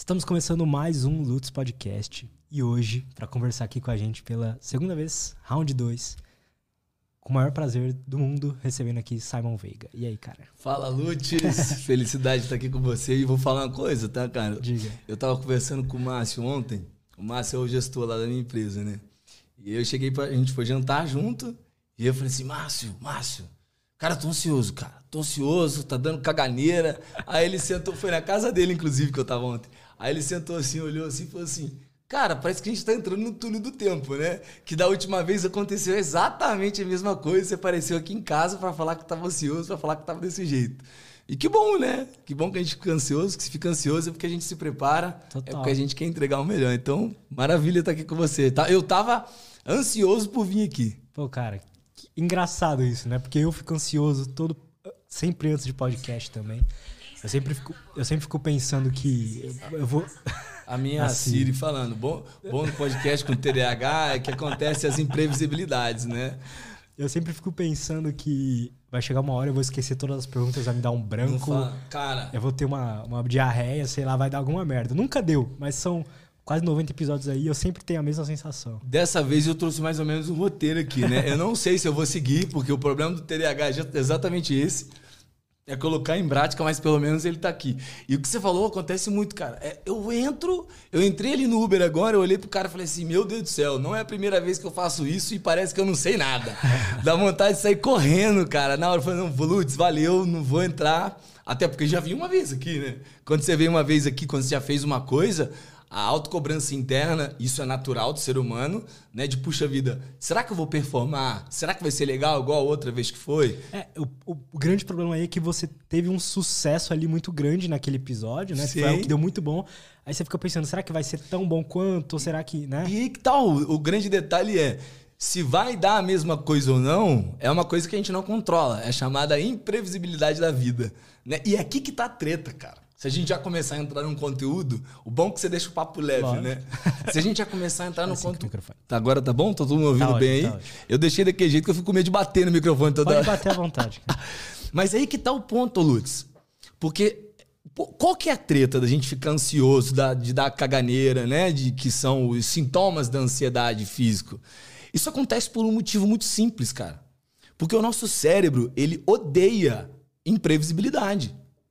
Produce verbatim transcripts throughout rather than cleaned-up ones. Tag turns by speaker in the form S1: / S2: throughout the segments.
S1: Estamos começando mais um Lutz Podcast e hoje, para conversar aqui com a gente pela segunda vez, round dois, com o maior prazer do mundo, recebendo aqui Simon Veiga. E aí, cara?
S2: Fala, Lutz! Felicidade de estar aqui com você e vou falar uma coisa, tá, cara?
S1: Diga.
S2: Eu tava conversando com o Márcio ontem, o Márcio é o gestor lá da minha empresa, né? E eu cheguei, pra, a gente foi jantar junto e eu falei assim, Márcio, Márcio, cara, tô ansioso, cara, tô ansioso, tá dando caganeira. Aí ele sentou, foi na casa dele, inclusive, que eu tava ontem. Aí ele sentou assim, olhou assim e falou assim, cara, parece que a gente tá entrando no túnel do tempo, né? Que da última vez aconteceu exatamente a mesma coisa, você apareceu aqui em casa pra falar que tava ansioso, pra falar que tava desse jeito. E que bom, né? Que bom que a gente fica ansioso, que se fica ansioso é porque a gente se prepara, Total. É porque a gente quer entregar o melhor. Então, maravilha estar aqui com você. Eu tava ansioso por vir aqui.
S1: Pô, cara, que engraçado isso, né? Porque eu fico ansioso todo, sempre antes de podcast também. Eu sempre fico, eu sempre fico pensando que eu, eu vou...
S2: A minha assim. Siri falando, bom, bom no podcast com T D A H é que acontece as imprevisibilidades, né?
S1: Eu sempre fico pensando que vai chegar uma hora, eu vou esquecer todas as perguntas, vai me dar um branco.
S2: Cara,
S1: eu vou ter uma, uma diarreia, sei lá, vai dar alguma merda. Nunca deu, mas são quase noventa episódios aí, eu sempre tenho a mesma sensação.
S2: Dessa vez eu trouxe mais ou menos um roteiro aqui, né? Eu não sei se eu vou seguir, porque o problema do T D A H é exatamente esse. É colocar em prática, mas pelo menos ele tá aqui. E o que você falou acontece muito, cara. É, eu entro, eu entrei ali no Uber agora, eu olhei pro cara e falei assim, meu Deus do céu, não é a primeira vez que eu faço isso e parece que eu não sei nada. Dá vontade de sair correndo, cara. Na hora eu falei, não, Lutz, valeu, não vou entrar. Até porque já vi uma vez aqui, né? Quando você veio uma vez aqui, quando você já fez uma coisa... A autocobrança interna, isso é natural do ser humano, né? De, puxa vida, será que eu vou performar? Será que vai ser legal igual a outra vez que foi?
S1: É, o, o, o grande problema aí é que você teve um sucesso ali muito grande naquele episódio, né?
S2: Sim.
S1: Foi algo que deu muito bom. Aí você fica pensando, será que vai ser tão bom quanto? Ou será que, né?
S2: E que tal? O, o grande detalhe é, se vai dar a mesma coisa ou não, é uma coisa que a gente não controla. É chamada imprevisibilidade da vida, né? E é aqui que tá a treta, cara. Se a gente já começar a entrar num conteúdo, o bom é que você deixa o papo leve, Lógico. Né? Se a gente já começar a entrar no conteúdo... Tá, agora tá bom? Tá todo mundo ouvindo tá bem ótimo, aí? Tá eu deixei daquele jeito que eu fico com medo de bater no microfone toda hora.
S1: Pode bater à vontade. Cara.
S2: Mas aí que tá o ponto, Lutz. Porque qual que é a treta da gente ficar ansioso, de dar caganeira, né? De, que são os sintomas da ansiedade física? Isso acontece por um motivo muito simples, cara. Porque o nosso cérebro, ele odeia imprevisibilidade.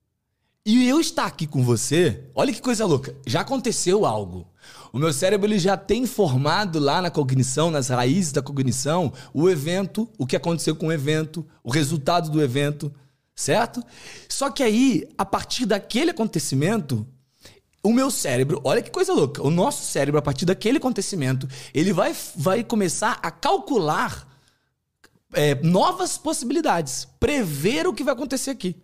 S2: E eu estar aqui com você, olha que coisa louca, já aconteceu algo. O meu cérebro ele já tem formado lá na cognição, nas raízes da cognição, o evento, o que aconteceu com o evento, o resultado do evento, certo? Só que aí, a partir daquele acontecimento, o meu cérebro, olha que coisa louca, o nosso cérebro, a partir daquele acontecimento, ele vai, vai começar a calcular é, novas possibilidades, prever o que vai acontecer aqui.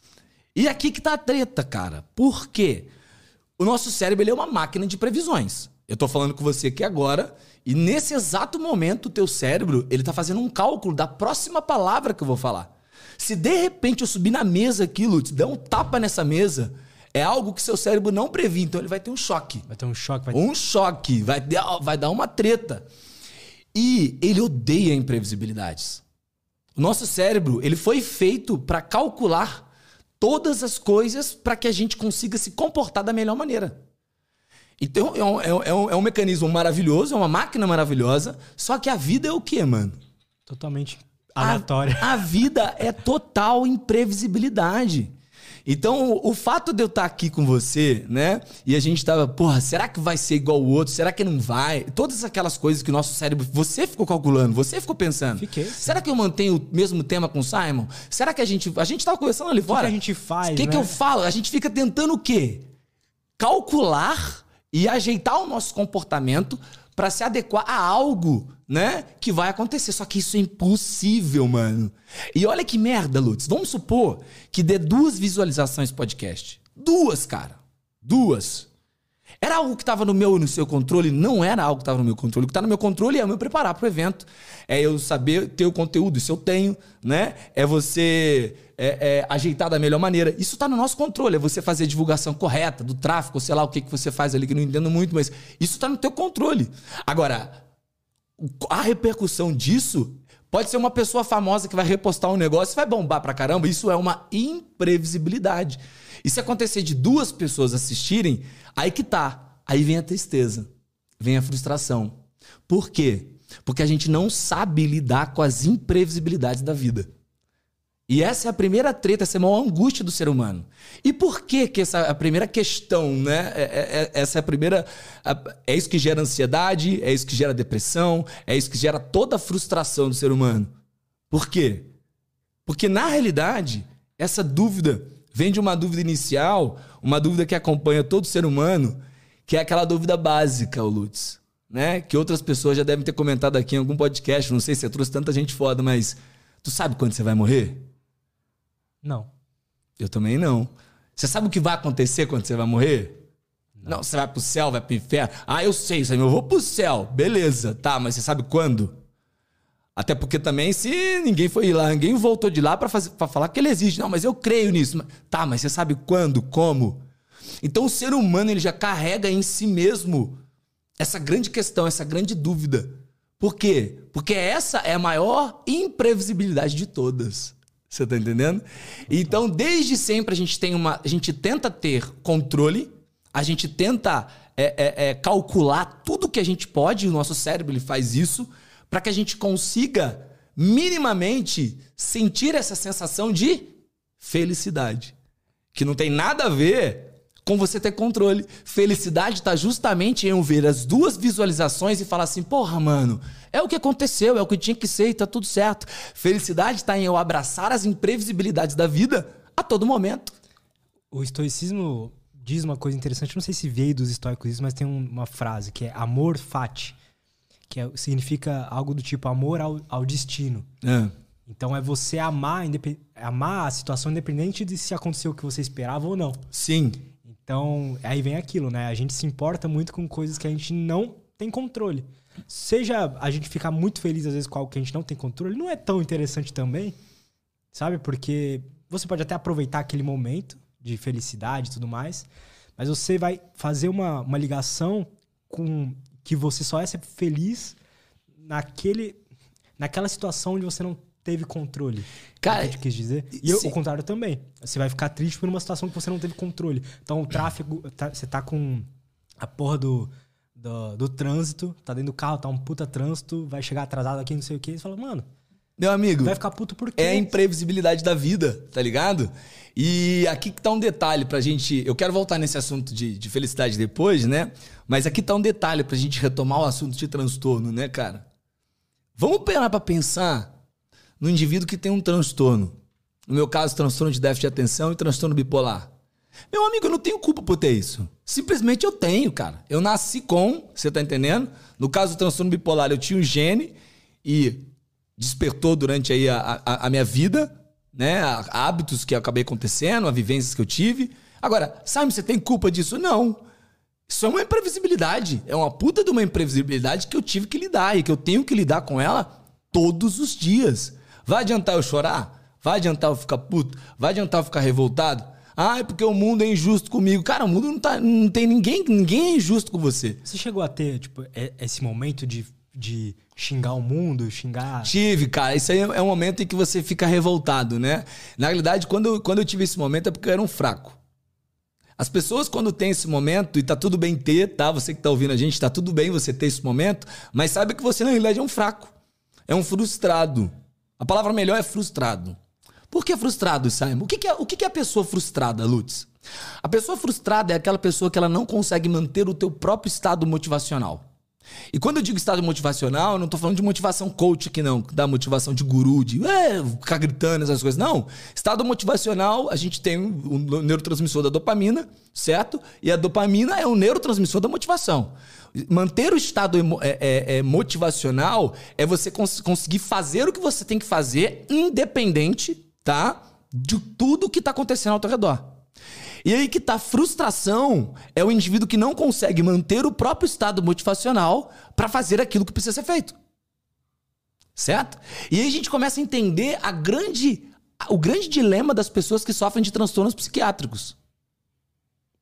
S2: E aqui que tá a treta, cara. Por quê? O nosso cérebro ele é uma máquina de previsões. Eu tô falando com você aqui agora e nesse exato momento o teu cérebro ele tá fazendo um cálculo da próxima palavra que eu vou falar. Se de repente eu subir na mesa aqui, Lutz, der um tapa nessa mesa, é algo que seu cérebro não previu, então ele vai ter um choque.
S1: Vai ter um choque. Vai...
S2: Um choque, vai, vai dar uma treta. E ele odeia imprevisibilidades. O nosso cérebro ele foi feito para calcular todas as coisas para que a gente consiga se comportar da melhor maneira. Então, é um, é, um, é um mecanismo maravilhoso, é uma máquina maravilhosa, só que a vida é o quê, mano?
S1: Totalmente aleatória.
S2: A, a vida é total imprevisibilidade. Então, o, o fato de eu estar aqui com você, né? E a gente tava, porra, será que vai ser igual o outro? Será que não vai? Todas aquelas coisas que o nosso cérebro... Você ficou calculando, você ficou pensando.
S1: Fiquei.
S2: Será que eu mantenho o mesmo tema com o Simon? Será que a gente... A gente tava conversando ali fora.
S1: O que a gente faz,
S2: O que,
S1: né?
S2: que eu falo? A gente fica tentando o quê? Calcular e ajeitar o nosso comportamento para se adequar a algo, né, que vai acontecer. Só que isso é impossível, mano. E olha que merda, Lutz. Vamos supor que dê duas visualizações podcast. Duas, cara. Duas. Era algo que estava no meu e no seu controle? Não era algo que estava no meu controle. O que está no meu controle é eu me preparar para o evento. É eu saber ter o conteúdo, isso eu tenho, né? É você é, é, ajeitar da melhor maneira. Isso está no nosso controle. É você fazer a divulgação correta do tráfego, sei lá o que, que você faz ali, que eu não entendo muito, mas isso está no teu controle. Agora, a repercussão disso Pode ser uma pessoa famosa que vai repostar um negócio e vai bombar pra caramba. Isso é uma imprevisibilidade. E se acontecer de duas pessoas assistirem, aí que tá. Aí vem a tristeza, vem a frustração. Por quê? Porque a gente não sabe lidar com as imprevisibilidades da vida. E essa é a primeira treta, essa é a maior angústia do ser humano. E por que que essa é a primeira questão, né? É, é, essa é a primeira... É isso que gera ansiedade, é isso que gera depressão, é isso que gera toda a frustração do ser humano. Por quê? Porque, na realidade, essa dúvida vem de uma dúvida inicial, uma dúvida que acompanha todo ser humano, que é aquela dúvida básica, o Lutz, né? Que outras pessoas já devem ter comentado aqui em algum podcast, não sei se eu trouxe tanta gente foda, mas tu sabe quando você vai morrer?
S1: Não.
S2: Eu também não. Você sabe o que vai acontecer quando você vai morrer? Não, não você vai pro céu, vai pro inferno. Ah, eu sei, eu vou pro céu. Beleza, tá, mas você sabe quando? Até porque também, se ninguém foi lá, ninguém voltou de lá pra, fazer, pra falar que ele existe. Não, mas eu creio nisso. Tá, mas você sabe quando, como? Então o ser humano ele já carrega em si mesmo essa grande questão, essa grande dúvida. Por quê? Porque essa é a maior imprevisibilidade de todas. Você tá entendendo? Então, desde sempre a gente tem uma, a gente tenta ter controle, a gente tenta é, é, é, calcular tudo que a gente pode, o nosso cérebro ele faz isso, para que a gente consiga minimamente sentir essa sensação de felicidade, que não tem nada a ver com você ter controle. Felicidade está justamente em eu ver as duas visualizações e falar assim, porra, mano, é o que aconteceu, é o que tinha que ser e tá tudo certo. Felicidade está em eu abraçar as imprevisibilidades da vida a todo momento.
S1: O estoicismo diz uma coisa interessante, não sei se veio dos estoicos isso, mas tem uma frase que é amor fati, que é, significa algo do tipo amor ao, ao destino.
S2: É.
S1: Então é você amar, amar a situação independente de se aconteceu o que você esperava ou não.
S2: Sim.
S1: Então, aí vem aquilo, né? A gente se importa muito com coisas que a gente não tem controle. Seja a gente ficar muito feliz, às vezes, com algo que a gente não tem controle, não é tão interessante também, sabe? Porque você pode até aproveitar aquele momento de felicidade e tudo mais, mas você vai fazer uma, uma ligação com que você só é ser feliz naquele, naquela situação onde você não teve controle.
S2: Cara,
S1: é o que eu quis dizer. E eu, o contrário também. Você vai ficar triste por uma situação que você não teve controle. Então o tráfego, tá, você tá com a porra do, do, do trânsito, tá dentro do carro, tá um puta trânsito, vai chegar atrasado aqui, não sei o que, e você fala, mano,
S2: meu amigo,
S1: vai ficar puto por quê?
S2: É a imprevisibilidade da vida, tá ligado? E aqui que tá um detalhe pra gente... Eu quero voltar nesse assunto de, de felicidade depois, né? Mas aqui tá um detalhe pra gente retomar o assunto de transtorno, né, cara? Vamos parar pra pensar no indivíduo que tem um transtorno. No meu caso, transtorno de déficit de atenção e transtorno bipolar. Meu amigo, eu não tenho culpa por ter isso. Simplesmente eu tenho, cara. Eu nasci com, você tá entendendo? No caso do transtorno bipolar, eu tinha um gene e despertou durante aí a, a, a minha vida, né? A, hábitos que acabei acontecendo, a vivências que eu tive. Agora, Simon, você tem culpa disso? Não. Isso é uma imprevisibilidade. É uma puta de uma imprevisibilidade que eu tive que lidar e que eu tenho que lidar com ela todos os dias. Vai adiantar eu chorar? Vai adiantar eu ficar puto? Vai adiantar eu ficar revoltado? Ah, é porque o mundo é injusto comigo. Cara, o mundo não, tá, não tem ninguém, ninguém é injusto com você.
S1: Você chegou a ter, tipo, esse momento de, de xingar o mundo, xingar...
S2: Tive, cara. Isso aí é um momento em que você fica revoltado, né? Na realidade, quando eu, quando eu tive esse momento é porque eu era um fraco. As pessoas, quando tem esse momento, e tá tudo bem ter, tá? Você que tá ouvindo a gente, tá tudo bem você ter esse momento, mas sabe que você, na realidade, é um fraco. É um frustrado. A palavra melhor é frustrado. Por que frustrado, Simon? O que, que, é, o que, que é a pessoa frustrada, Lutz? A pessoa frustrada é aquela pessoa que ela não consegue manter o teu próprio estado motivacional. E quando eu digo estado motivacional, eu não tô falando de motivação coach aqui não, da motivação de guru, de é, ficar gritando, essas coisas. Não. Estado motivacional, a gente tem o neurotransmissor da dopamina, certo? E a dopamina é o neurotransmissor da motivação. Manter o estado é, é, é, motivacional é você cons- conseguir fazer o que você tem que fazer, independente, tá, de tudo que tá acontecendo ao teu redor. E aí que tá, frustração é o indivíduo que não consegue manter o próprio estado motivacional para fazer aquilo que precisa ser feito. Certo? E aí a gente começa a entender a grande, o grande dilema das pessoas que sofrem de transtornos psiquiátricos.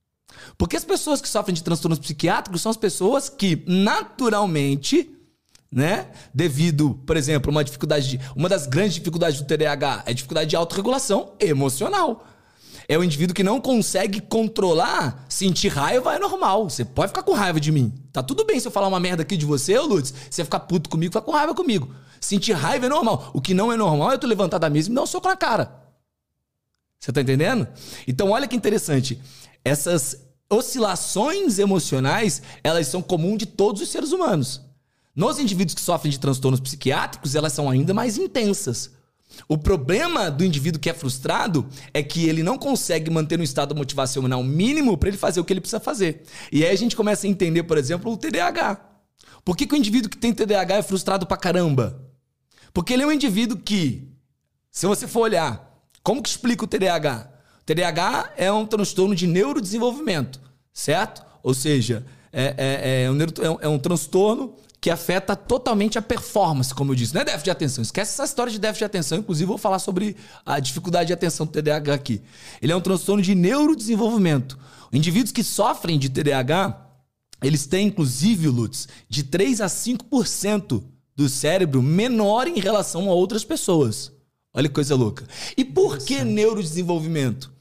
S2: Porque as pessoas que sofrem de transtornos psiquiátricos são as pessoas que naturalmente né? Devido, por exemplo, uma dificuldade, de, uma das grandes dificuldades do T D A H é a dificuldade de autorregulação emocional. É o indivíduo que não consegue controlar, sentir raiva é normal. Você pode ficar com raiva de mim. Tá tudo bem se eu falar uma merda aqui de você, ô Lutz. Você ficar puto comigo, ficar com raiva comigo. Sentir raiva é normal. O que não é normal é tu levantar da mesa e me dar um soco na cara. Você tá entendendo? Então olha que interessante. Essas oscilações emocionais, elas são comuns de todos os seres humanos. Nos indivíduos que sofrem de transtornos psiquiátricos, elas são ainda mais intensas. O problema do indivíduo que é frustrado é que ele não consegue manter um estado motivacional mínimo para ele fazer o que ele precisa fazer. E aí a gente começa a entender, por exemplo, o T D A H. Por que que o indivíduo que tem T D A H é frustrado pra caramba? Porque ele é um indivíduo que, se você for olhar, como que explica o T D A H? O T D A H é um transtorno de neurodesenvolvimento, certo? Ou seja, é, é, é, um, neuro, é, um, é um transtorno que afeta totalmente a performance, como eu disse. Não é déficit de atenção. Esquece essa história de déficit de atenção. Inclusive, vou falar sobre a dificuldade de atenção do T D A H aqui. Ele é um transtorno de neurodesenvolvimento. Indivíduos que sofrem de T D A H, eles têm, inclusive, Lutz, de três a cinco por cento do cérebro menor em relação a outras pessoas. Olha que coisa louca. E por que neurodesenvolvimento?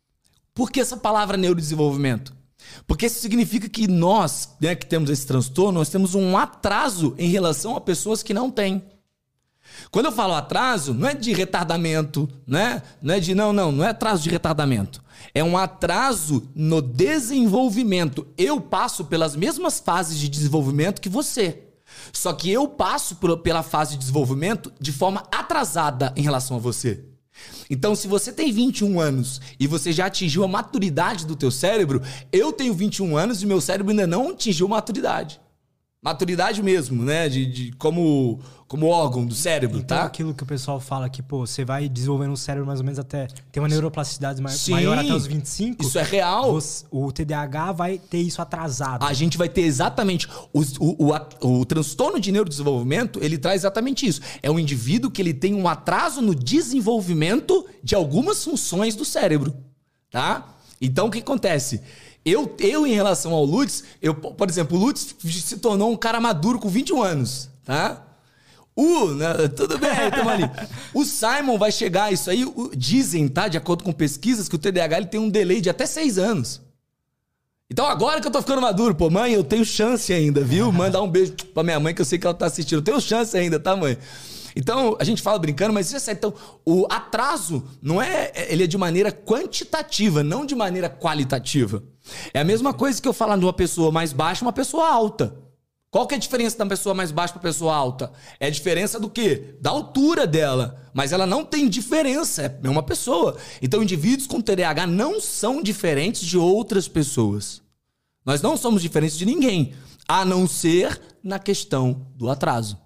S2: Por que essa palavra neurodesenvolvimento? Porque isso significa que nós, né, que temos esse transtorno, nós temos um atraso em relação a pessoas que não têm. Quando eu falo atraso, não é de retardamento, né? Não é de não, não, não é atraso de retardamento. É um atraso no desenvolvimento. Eu passo pelas mesmas fases de desenvolvimento que você. Só que eu passo por, pela fase de desenvolvimento de forma atrasada em relação a você. Então, se você tem vinte e um anos e você já atingiu a maturidade do teu cérebro, eu tenho vinte e um anos e meu cérebro ainda não atingiu maturidade. Maturidade mesmo, né? De, de, como, como órgão do cérebro,
S1: então,
S2: tá?
S1: Aquilo que o pessoal fala que, pô, você vai desenvolvendo o cérebro mais ou menos até... Tem uma neuroplasticidade ma-
S2: Sim,
S1: maior até os vinte e cinco.
S2: Isso é real.
S1: Você, o T D A H vai ter isso atrasado.
S2: A gente vai ter exatamente... O, o, o, o transtorno de neurodesenvolvimento, ele traz exatamente isso. É um indivíduo que ele tem um atraso no desenvolvimento de algumas funções do cérebro, tá? Então, o que acontece? Eu, eu, em relação ao Lutz, eu, por exemplo, o Lutz se tornou um cara maduro com vinte e um anos, tá? O, né, tudo bem, tamo ali. O Simon vai chegar, isso aí, o, dizem, tá? De acordo com pesquisas, que o T D A H ele tem um delay de até seis anos. Então agora que eu tô ficando maduro, pô, mãe, eu tenho chance ainda, viu? Mandar um beijo pra minha mãe, que eu sei que ela tá assistindo. Eu tenho chance ainda, tá, mãe? Então, a gente fala brincando, mas isso é certo. Então, o atraso não é, ele é de maneira quantitativa, não de maneira qualitativa. É a mesma coisa que eu falar de uma pessoa mais baixa e uma pessoa alta. Qual que é a diferença da pessoa mais baixa para pessoa alta? É a diferença do quê? Da altura dela. Mas ela não tem diferença, é uma pessoa. Então, indivíduos com T D A H não são diferentes de outras pessoas. Nós não somos diferentes de ninguém, a não ser na questão do atraso.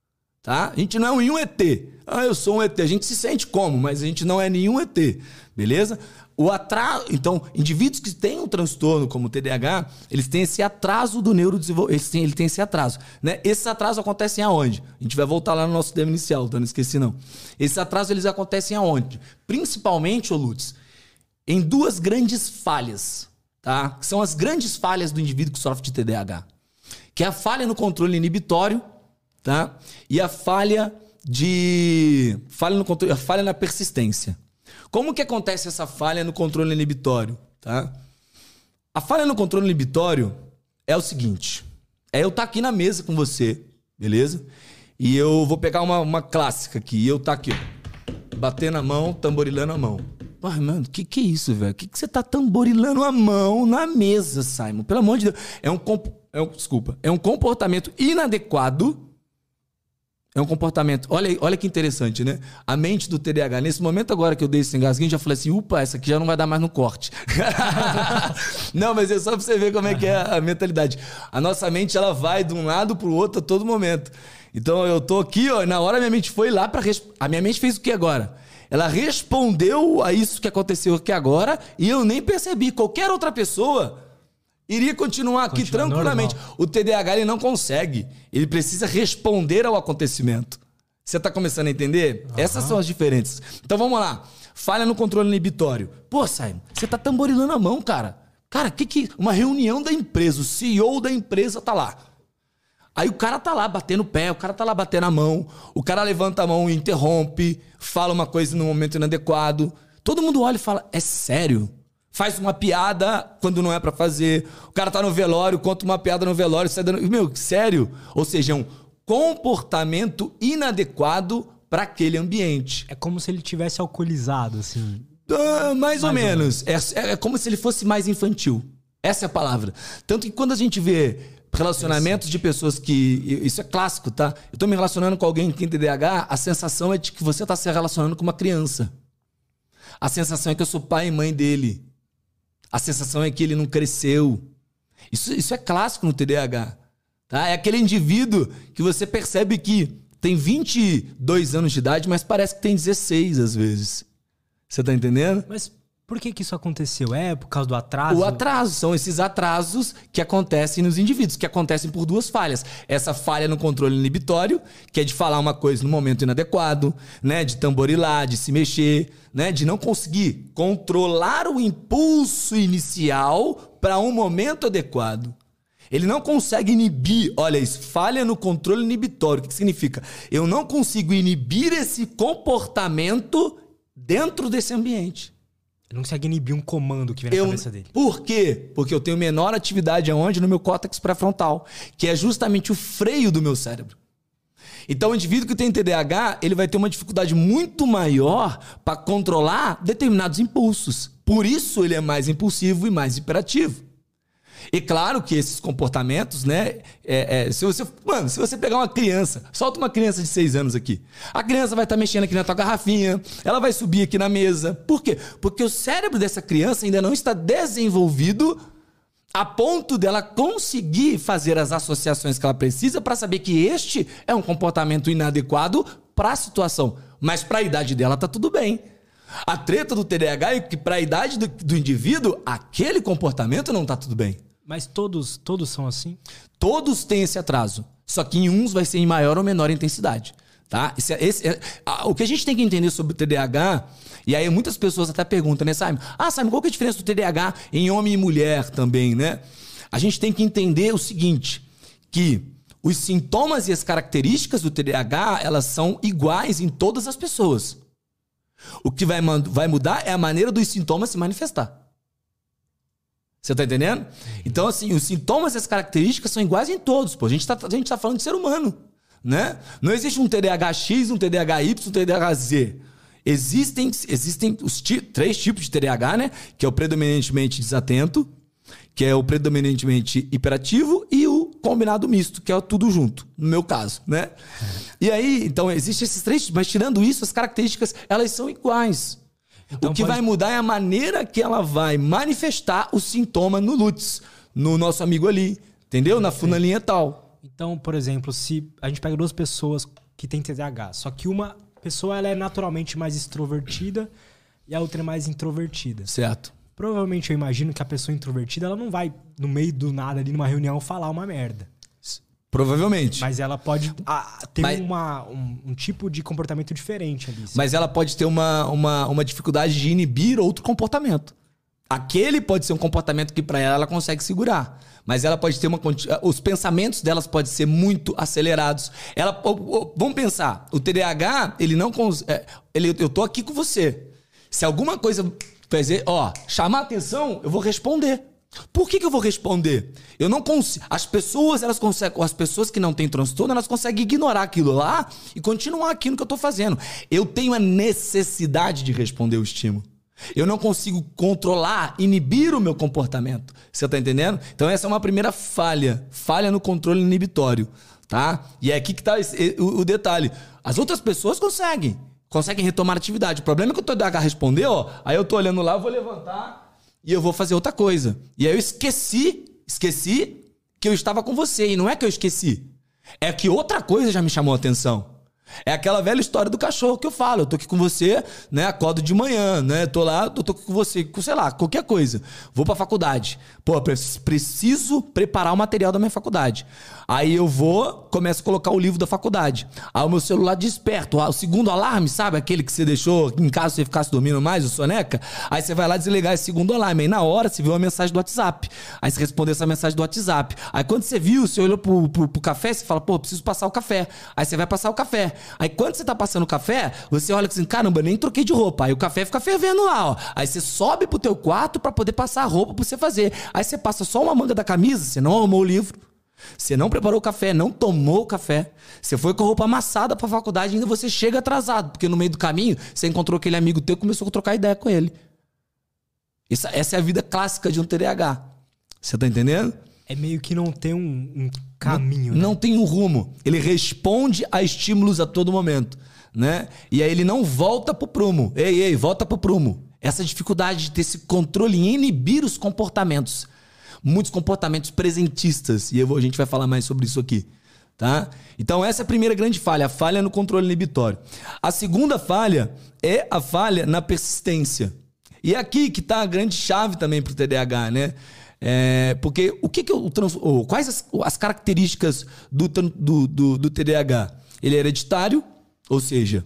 S2: Tá? A gente não é nenhum E T. Ah, eu sou um E T. A gente se sente como, mas a gente não é nenhum E T. Beleza? O atraso... Então, indivíduos que têm um transtorno como o T D A H, eles têm esse atraso do neurodesenvolvimento. Eles têm, ele tem esse atraso. Né? Esses atrasos acontecem aonde? A gente vai voltar lá no nosso tema inicial, então não esqueci não. Esses atrasos, eles acontecem aonde? Principalmente, ô Lutz, em duas grandes falhas. Tá? Que são as grandes falhas do indivíduo que sofre de T D A H. Que é a falha no controle inibitório, tá? E a falha de falha no controle, a falha na persistência. Como que acontece essa falha no controle inibitório, tá? A falha no controle inibitório é o seguinte: é eu estar tá aqui na mesa com você, beleza? E eu vou pegar uma, uma clássica aqui, e eu tá aqui, ó, batendo a mão, tamborilando a mão. Pô, mano, que que é isso, velho? Que que você tá tamborilando a mão na mesa, Simon? Pelo amor de Deus. É um, é um desculpa, é um comportamento inadequado. É um comportamento... Olha, olha que interessante, né? A mente do T D A H. Nesse momento agora que eu dei esse engasguinho, já falei assim, upa, essa aqui já não vai dar mais no corte. Não, mas é só pra você ver como é que é a mentalidade. A nossa mente, ela vai de um lado pro outro a todo momento. Então, eu tô aqui, ó, na hora minha mente foi lá pra... Resp... A minha mente fez o que agora? Ela respondeu a isso que aconteceu aqui agora e eu nem percebi. Qualquer outra pessoa... iria continuar aqui Continua tranquilamente. Normal. O T D A H ele não consegue. Ele precisa responder ao acontecimento. Você está começando a entender? Uhum. Essas são as diferenças. Então vamos lá. Falha no controle inibitório. Pô, Simon, você tá tamborilando a mão, cara. Cara, que que... Uma reunião da empresa. O C E O da empresa tá lá. Aí o cara tá lá batendo o pé, o cara tá lá batendo a mão, o cara levanta a mão e interrompe, fala uma coisa no momento inadequado. Todo mundo olha e fala, é sério? Faz uma piada quando não é pra fazer. O cara tá no velório, conta uma piada no velório, sai dando... Meu, sério? Ou seja, é um comportamento inadequado para aquele ambiente.
S1: É como se ele tivesse alcoolizado, assim.
S2: Ah, mais, mais ou, ou menos.
S1: menos.
S2: É, é como se ele fosse mais infantil. Essa é a palavra. Tanto que quando a gente vê relacionamentos de pessoas que... Isso é clássico, tá? Eu tô me relacionando com alguém que tem T D A H, a sensação é de que você tá se relacionando com uma criança. A sensação é que eu sou pai e mãe dele. A sensação é que ele não cresceu. Isso, isso é clássico no T D A H. Tá? É aquele indivíduo que você percebe que tem vinte e dois anos de idade, mas parece que tem dezesseis às vezes. Você tá entendendo?
S1: Mas por que que isso aconteceu? É por causa do atraso?
S2: O atraso. São esses atrasos que acontecem nos indivíduos, que acontecem por duas falhas. Essa falha no controle inibitório, que é de falar uma coisa no momento inadequado, né? De tamborilar, de se mexer, né? De não conseguir controlar o impulso inicial para um momento adequado. Ele não consegue inibir, olha isso, falha no controle inibitório. O que significa? Eu não consigo inibir esse comportamento dentro desse ambiente.
S1: Ele não consegue inibir um comando que vem na
S2: eu,
S1: cabeça dele.
S2: Por quê? Porque eu tenho menor atividade aonde? No meu córtex pré-frontal, que é justamente o freio do meu cérebro. Então o indivíduo que tem T D A H, ele vai ter uma dificuldade muito maior para controlar determinados impulsos. Por isso ele é mais impulsivo e mais hiperativo. E claro que esses comportamentos, né? É, é, se você, mano, se você pegar uma criança, solta uma criança de seis anos aqui. A criança vai estar tá mexendo aqui na tua garrafinha, ela vai subir aqui na mesa. Por quê? Porque o cérebro dessa criança ainda não está desenvolvido a ponto dela conseguir fazer as associações que ela precisa para saber que este é um comportamento inadequado para a situação. Mas para a idade dela tá tudo bem. A treta do T D A H é que para a idade do, do indivíduo, aquele comportamento não tá tudo bem.
S1: Mas todos, todos são assim?
S2: Todos têm esse atraso. Só que em uns vai ser em maior ou menor intensidade. Tá? Esse, esse, é, a, o que a gente tem que entender sobre o T D A H, e aí muitas pessoas até perguntam, né, Simon? Ah, Simon, qual que é a diferença do T D A H em homem e mulher também, né? A gente tem que entender o seguinte, que os sintomas e as características do T D A H, elas são iguais em todas as pessoas. O que vai, vai mudar é a maneira dos sintomas se manifestar. Você tá entendendo? Então, assim, os sintomas e as características são iguais em todos. Pô. A gente tá, a gente tá falando de ser humano, né? Não existe um T D A H X, um T D A H Y, um T D A H Z. Existem, existem os três tipos de T D A H, né? Que é o predominantemente desatento, que é o predominantemente hiperativo e o combinado misto, que é tudo junto, no meu caso, né? E aí, então, existem esses três tipos, mas tirando isso, as características, elas são iguais. Então, o que pode... vai mudar é a maneira que ela vai manifestar o sintoma no L U T S, no nosso amigo ali, entendeu? Na fulaninha tal.
S1: Então, por exemplo, se a gente pega duas pessoas que têm T D A H, só que uma pessoa ela é naturalmente mais extrovertida e a outra é mais introvertida.
S2: Certo.
S1: Provavelmente eu imagino que a pessoa introvertida ela não vai, no meio do nada, ali numa reunião, falar uma merda.
S2: Provavelmente.
S1: Mas ela pode ah, ter
S2: mas,
S1: uma, um, um tipo de comportamento diferente ali.
S2: Mas ela pode ter uma, uma, uma dificuldade de inibir outro comportamento. Aquele pode ser um comportamento que para ela ela consegue segurar. Mas ela pode ter uma... Os pensamentos delas podem ser muito acelerados. Ela, vamos pensar, o T D A H, ele não... Ele, eu tô aqui com você. Se alguma coisa fazer, ó, chamar atenção, eu vou responder. Por que que eu vou responder? Eu não consigo. As pessoas, elas conseguem. As pessoas que não têm transtorno, elas conseguem ignorar aquilo lá e continuar aquilo que eu estou fazendo. Eu tenho a necessidade de responder o estímulo. Eu não consigo controlar, inibir o meu comportamento. Você está entendendo? Então essa é uma primeira falha. Falha no controle inibitório, tá? E é aqui que está o, o detalhe. As outras pessoas conseguem. Conseguem retomar a atividade. O problema é que eu estou a responder, ó. Aí eu estou olhando lá, eu vou levantar e eu vou fazer outra coisa. E aí eu esqueci, esqueci que eu estava com você. E não é que eu esqueci. É que outra coisa já me chamou a atenção. É aquela velha história do cachorro que eu falo. Eu tô aqui com você, né? Acordo de manhã, né? Tô lá, eu tô com você, com, sei lá, qualquer coisa. Vou pra faculdade. Pô, preciso preparar o material da minha faculdade. Aí eu vou, começo a colocar o livro da faculdade. Aí o meu celular desperta. O segundo alarme, sabe? Aquele que você deixou em casa, você ficasse dormindo mais, o soneca. Aí você vai lá desligar esse segundo alarme. Aí na hora você viu uma mensagem do WhatsApp. Aí você respondeu essa mensagem do WhatsApp. Aí quando você viu, você olhou pro, pro, pro café, você fala, pô, preciso passar o café. Aí você vai passar o café. Aí quando você tá passando o café, você olha assim, caramba, nem troquei de roupa. Aí o café fica fervendo lá, ó. Aí você sobe pro teu quarto pra poder passar a roupa pra você fazer. Aí você passa só uma manga da camisa, você não arrumou o livro. Você não preparou o café, não tomou o café. Você foi com a roupa amassada pra faculdade e ainda você chega atrasado. Porque no meio do caminho, você encontrou aquele amigo teu e começou a trocar ideia com ele. Essa, essa é a vida clássica de um T D A H. Você tá entendendo?
S1: É meio que não tem um, um caminho,
S2: não,
S1: né?
S2: Não tem um rumo. Ele responde a estímulos a todo momento, né? E aí ele não volta pro prumo. Ei, ei, volta pro prumo. Essa dificuldade de ter esse controle e inibir os comportamentos. Muitos comportamentos presentistas. E eu vou, a gente vai falar mais sobre isso aqui, tá? Então essa é a primeira grande falha. A falha no controle inibitório. A segunda falha é a falha na persistência. E é aqui que tá a grande chave também pro T D A H, né? É, porque o que que eu trans, ou, quais as, as características do, do, do, do T D A H? Ele é hereditário, ou seja,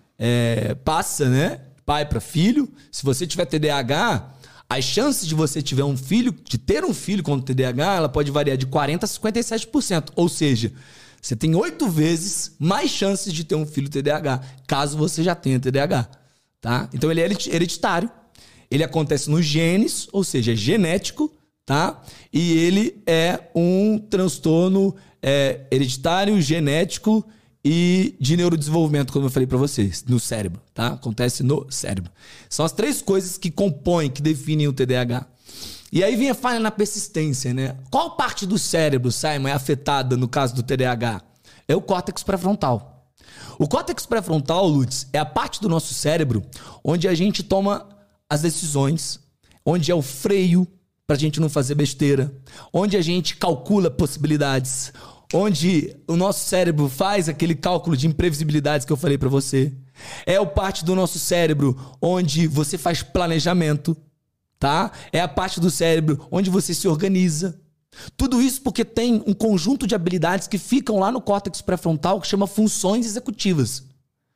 S2: é, passa, né? Pai para filho. Se você tiver T D A H, as chances de você tiver um filho, de ter um filho com T D A H, ela pode variar de quarenta por cento a cinquenta e sete por cento. Ou seja, você tem oito vezes mais chances de ter um filho T D A H, caso você já tenha T D A H, tá? Então ele é hereditário. Ele acontece nos genes, ou seja, é genético, tá? E ele é um transtorno é, hereditário, genético e de neurodesenvolvimento, como eu falei para vocês, no cérebro, tá? Acontece no cérebro. São as três coisas que compõem, que definem o T D A H. E aí vem a falha na persistência, né? Qual parte do cérebro, Simon, é afetada no caso do T D A H? É o córtex pré-frontal. O córtex pré-frontal, Lutz, é a parte do nosso cérebro onde a gente toma as decisões, onde é o freio pra gente não fazer besteira, onde a gente calcula possibilidades, onde o nosso cérebro faz aquele cálculo de imprevisibilidades que eu falei pra você. É a parte do nosso cérebro onde você faz planejamento, tá? É a parte do cérebro onde você se organiza. Tudo isso porque tem um conjunto de habilidades que ficam lá no córtex pré-frontal que chama funções executivas.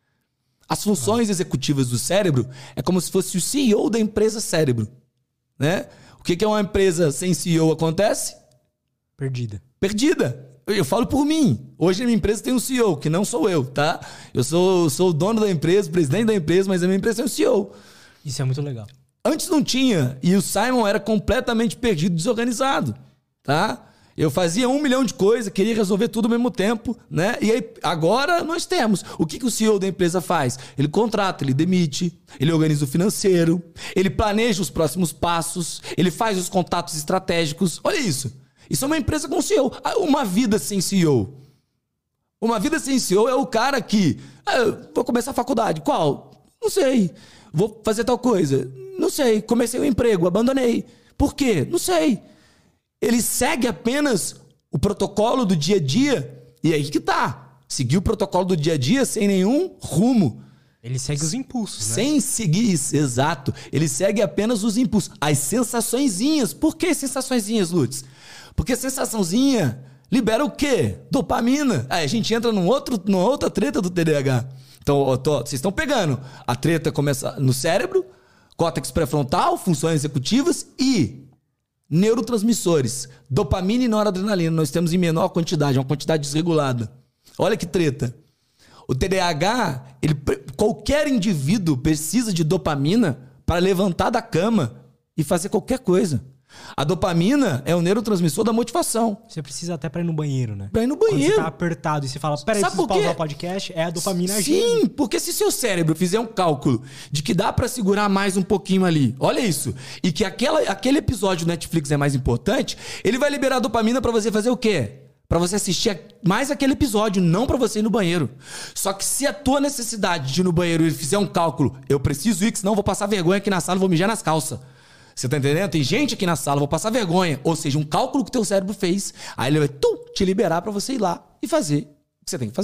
S2: As funções executivas do cérebro é como se fosse o C E O da empresa cérebro, né? O que é uma empresa sem C E O acontece?
S1: Perdida.
S2: Perdida. Eu falo por mim. Hoje a minha empresa tem um C E O, que não sou eu, tá? Eu sou, sou o dono da empresa, o presidente da empresa, mas a minha empresa tem um C E O.
S1: Isso é muito legal.
S2: Antes não tinha. E o Simon era completamente perdido, desorganizado, tá? Eu fazia um milhão de coisas, queria resolver tudo ao mesmo tempo, né? E aí, agora nós temos. O que, que o C E O da empresa faz? Ele contrata, ele demite, ele organiza o financeiro, ele planeja os próximos passos, ele faz os contatos estratégicos. Olha isso. Isso é uma empresa com C E O. Uma vida sem C E O. Uma vida sem C E O é o cara que... Ah, vou começar a faculdade. Qual? Não sei. Vou fazer tal coisa. Não sei. Comecei o emprego, abandonei. Por quê? Não sei. Ele segue apenas o protocolo do dia a dia. E aí que tá. Seguir o protocolo do dia a dia sem nenhum rumo.
S1: Ele segue os impulsos, né?
S2: Sem seguir isso, exato. Ele segue apenas os impulsos. As sensaçõezinhas. Por que sensaçõezinhas, Lutz? Porque sensaçãozinha libera o quê? Dopamina. Aí a gente entra num outro, numa outra treta do T D A H. Então, tô, vocês estão pegando. A treta começa no cérebro, córtex pré-frontal, funções executivas e... neurotransmissores, dopamina e noradrenalina, nós temos em menor quantidade, uma quantidade desregulada. Olha que treta. O T D A H, ele, qualquer indivíduo precisa de dopamina para levantar da cama e fazer qualquer coisa. A dopamina é o neurotransmissor da motivação.
S1: Você precisa até pra ir no banheiro, né?
S2: Pra ir no banheiro.
S1: Quando você tá apertado e você fala, peraí, preciso pausar o podcast, é a dopamina agindo.
S2: Sim, porque se seu cérebro fizer um cálculo de que dá pra segurar mais um pouquinho ali, olha isso, e que aquela, aquele episódio do Netflix é mais importante, ele vai liberar dopamina pra você fazer o quê? Pra você assistir mais aquele episódio, não pra você ir no banheiro. Só que se a tua necessidade de ir no banheiro ele fizer um cálculo, eu preciso ir, que senão eu vou passar vergonha aqui na sala e vou mijar nas calças. Você tá entendendo? Tem gente aqui na sala, vou passar vergonha. Ou seja, um cálculo que o teu cérebro fez. Aí ele vai tum, te liberar pra você ir lá e fazer o que você tem que fazer.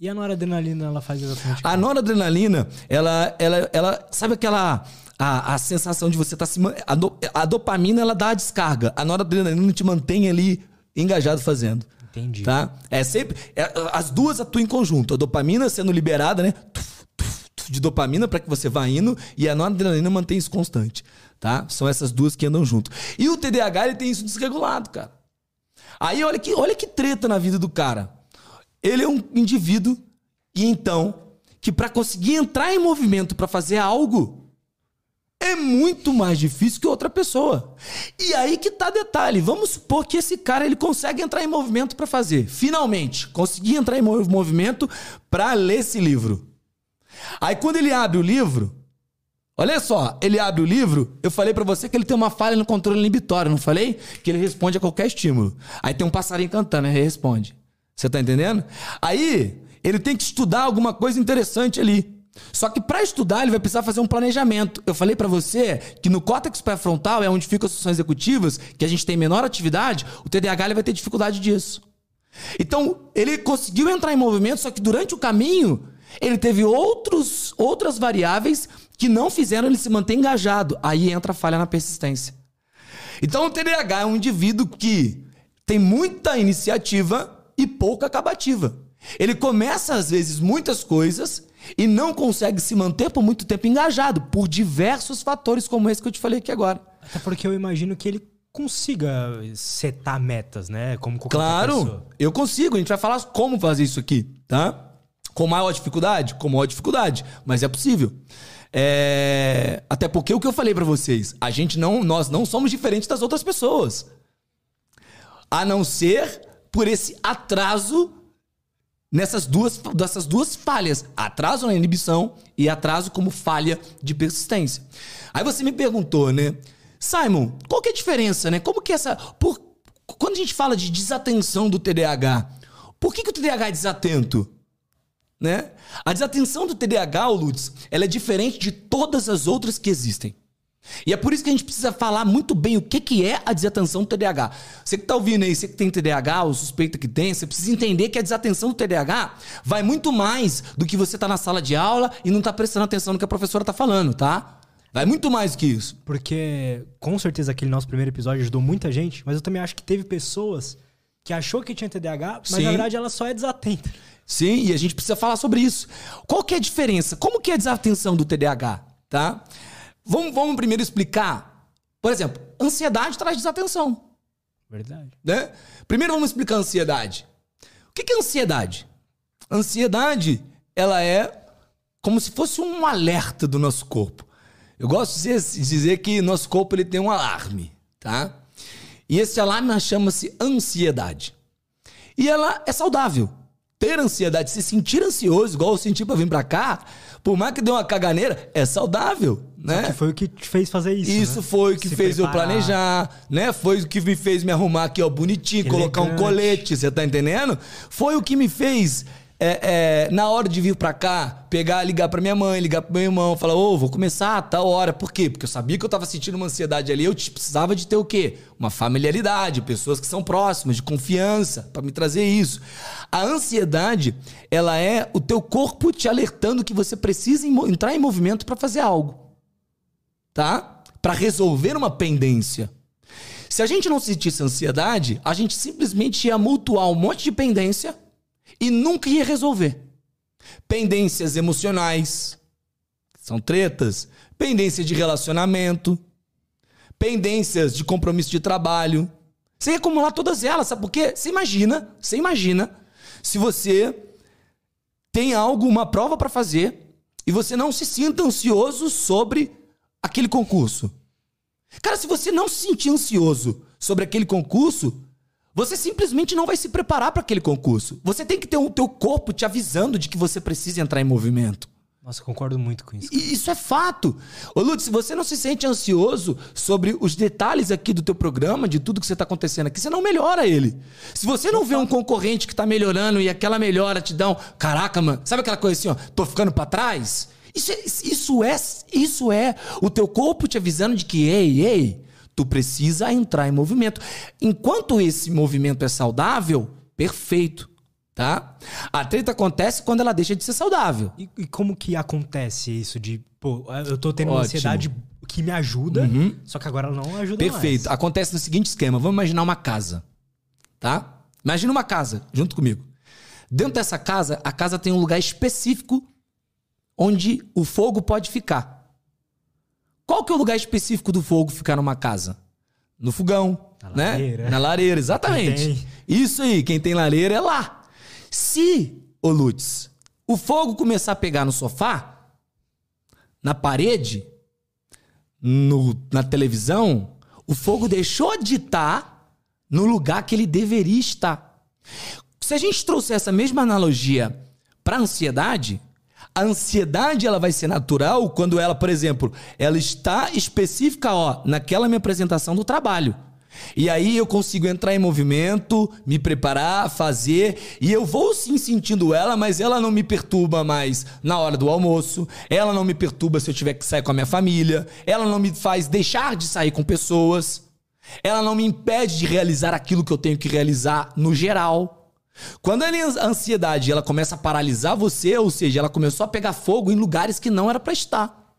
S1: E a noradrenalina, ela faz exatamente o
S2: A
S1: quê?
S2: noradrenalina, ela, ela, ela sabe aquela... A, a sensação de você estar tá se... A, do, a dopamina, ela dá a descarga. A noradrenalina te mantém ali engajado fazendo.
S1: Entendi.
S2: Tá? É sempre... É, as duas atuam em conjunto. A dopamina sendo liberada, né? Tuf, tuf, tuf, de dopamina para que você vá indo. E a noradrenalina mantém isso constante. Tá? São essas duas que andam junto. E o T D A H, ele tem isso desregulado, cara. Aí olha que, olha que treta na vida do cara. Ele é um indivíduo e então que para conseguir entrar em movimento para fazer algo é muito mais difícil que outra pessoa. E aí que tá detalhe. Vamos supor que esse cara ele consegue entrar em movimento para fazer. Finalmente, conseguir entrar em movimento para ler esse livro. Aí quando ele abre o livro, olha só, ele abre o livro, eu falei para você que ele tem uma falha no controle inibitório, não falei? Que ele responde a qualquer estímulo. Aí tem um passarinho cantando, ele responde. Você tá entendendo? Aí ele tem que estudar alguma coisa interessante ali. Só que para estudar ele vai precisar fazer um planejamento. Eu falei para você que no córtex pré-frontal é onde ficam as funções executivas, que a gente tem menor atividade, o T D A H ele vai ter dificuldade disso. Então ele conseguiu entrar em movimento, só que durante o caminho ele teve outros, outras variáveis que não fizeram ele se manter engajado. Aí entra a falha na persistência. Então o T D A H é um indivíduo que tem muita iniciativa e pouca acabativa. Ele começa às vezes muitas coisas e não consegue se manter por muito tempo engajado, por diversos fatores como esse que eu te falei aqui agora.
S1: Até porque eu imagino que ele consiga setar metas, né? Como qualquer
S2: Claro,
S1: pessoa.
S2: eu consigo. A gente vai falar como fazer isso aqui, tá? Com maior dificuldade? Com maior dificuldade, mas é possível. É... Até porque o que eu falei pra vocês, a gente não, nós não somos diferentes das outras pessoas. A não ser por esse atraso nessas duas, dessas duas falhas. Atraso na inibição e atraso como falha de persistência. Aí você me perguntou, né? Simon, qual que é a diferença, né? Como que essa... Por, quando a gente fala de desatenção do T D A H, por que, que o T D A H é desatento? Né? A desatenção do T D A H, Lutz, ela é diferente de todas as outras que existem. E é por isso que a gente precisa falar muito bem o que, que é a desatenção do T D A H. Você que está ouvindo aí, você que tem T D A H ou suspeita que tem, você precisa entender que a desatenção do T D A H vai muito mais do que você tá na sala de aula e não tá prestando atenção no que a professora tá falando, tá? Vai muito mais do que isso.
S1: Porque, com certeza, aquele nosso primeiro episódio ajudou muita gente, mas eu também acho que teve pessoas que achou que tinha T D A H, mas
S2: Sim.
S1: na verdade ela só é desatenta.
S2: Sim, e a gente precisa falar sobre isso. Qual que é a diferença? Como que é a desatenção do T D A H, tá? Vamos, vamos primeiro explicar. Por exemplo, ansiedade traz desatenção.
S1: Verdade.
S2: Né? Primeiro vamos explicar a ansiedade. O que é ansiedade? Ansiedade, ela é como se fosse um alerta do nosso corpo. Eu gosto de dizer, dizer que nosso corpo ele tem um alarme, tá? E esse alarme chama-se ansiedade. E ela é saudável. Ter ansiedade, se sentir ansioso, igual eu senti pra vir pra cá, por mais que dê uma caganeira, é saudável, né?
S1: Que foi o que te fez fazer isso,
S2: Isso
S1: né?
S2: foi o que
S1: Se
S2: fez
S1: preparar.
S2: eu planejar, né? Foi o que me fez me arrumar aqui, ó, bonitinho,
S1: Elegante.
S2: colocar um colete, você tá entendendo? Foi o que me fez, é, é, na hora de vir pra cá, pegar, ligar pra minha mãe, ligar pro meu irmão, falar, ô, vou começar a tal hora. Por quê? Porque eu sabia que eu tava sentindo uma ansiedade ali, eu precisava de ter o quê? Uma familiaridade, pessoas que são próximas, de confiança, pra me trazer isso. A ansiedade, ela é o teu corpo te alertando que você precisa entrar em movimento pra fazer algo. Tá? Para resolver uma pendência. Se a gente não sentisse ansiedade, a gente simplesmente ia mutuar um monte de pendência e nunca ia resolver. Pendências emocionais, são tretas, pendências de relacionamento, pendências de compromisso de trabalho. Você ia acumular todas elas, sabe por quê? Você imagina, você imagina se você tem algo, uma prova para fazer e você não se sinta ansioso sobre aquele concurso. Cara, se você não se sentir ansioso sobre aquele concurso, você simplesmente não vai se preparar para aquele concurso. Você tem que ter o teu corpo te avisando de que você precisa entrar em movimento.
S1: Nossa, eu concordo muito com isso.
S2: E isso é fato. Ô, Lutz, se você não se sente ansioso sobre os detalhes aqui do teu programa, de tudo que você está acontecendo aqui, você não melhora ele. Se você não vê um concorrente que está melhorando e aquela melhora te dá um... Caraca, mano, sabe aquela coisa assim, ó, tô ficando para trás? Isso é, isso, é, isso é o teu corpo te avisando de que, ei, ei, tu precisa entrar em movimento. Enquanto esse movimento é saudável, perfeito. tá? A treta acontece quando ela deixa de ser saudável.
S1: E, e como que acontece isso de, pô, eu tô tendo uma
S2: Ótimo.
S1: ansiedade que me ajuda,
S2: Uhum.
S1: só que agora ela não ajuda
S2: Perfeito.
S1: mais.
S2: Acontece no seguinte esquema. Vamos imaginar uma casa, tá? Imagina uma casa, junto comigo. Dentro dessa casa, a casa tem um lugar específico onde o fogo pode ficar. Qual que é o lugar específico do fogo ficar numa casa? No fogão,
S1: Na
S2: né?
S1: lareira.
S2: Na lareira, exatamente.
S1: Quem tem.
S2: Isso aí, quem tem lareira é lá. Se, ô Lutz, o fogo começar a pegar no sofá, na parede, no, na televisão, o fogo deixou de estar no lugar que ele deveria estar. Se a gente trouxer essa mesma analogia para a ansiedade, a ansiedade ela vai ser natural quando ela, por exemplo, ela está específica, ó, naquela minha apresentação do trabalho. E aí eu consigo entrar em movimento, me preparar, fazer, e eu vou sim sentindo ela, mas ela não me perturba mais na hora do almoço, ela não me perturba se eu tiver que sair com a minha família, ela não me faz deixar de sair com pessoas, ela não me impede de realizar aquilo que eu tenho que realizar no geral. Quando a ansiedade ela começa a paralisar você, ou seja, ela começou a pegar fogo em lugares que não era para estar,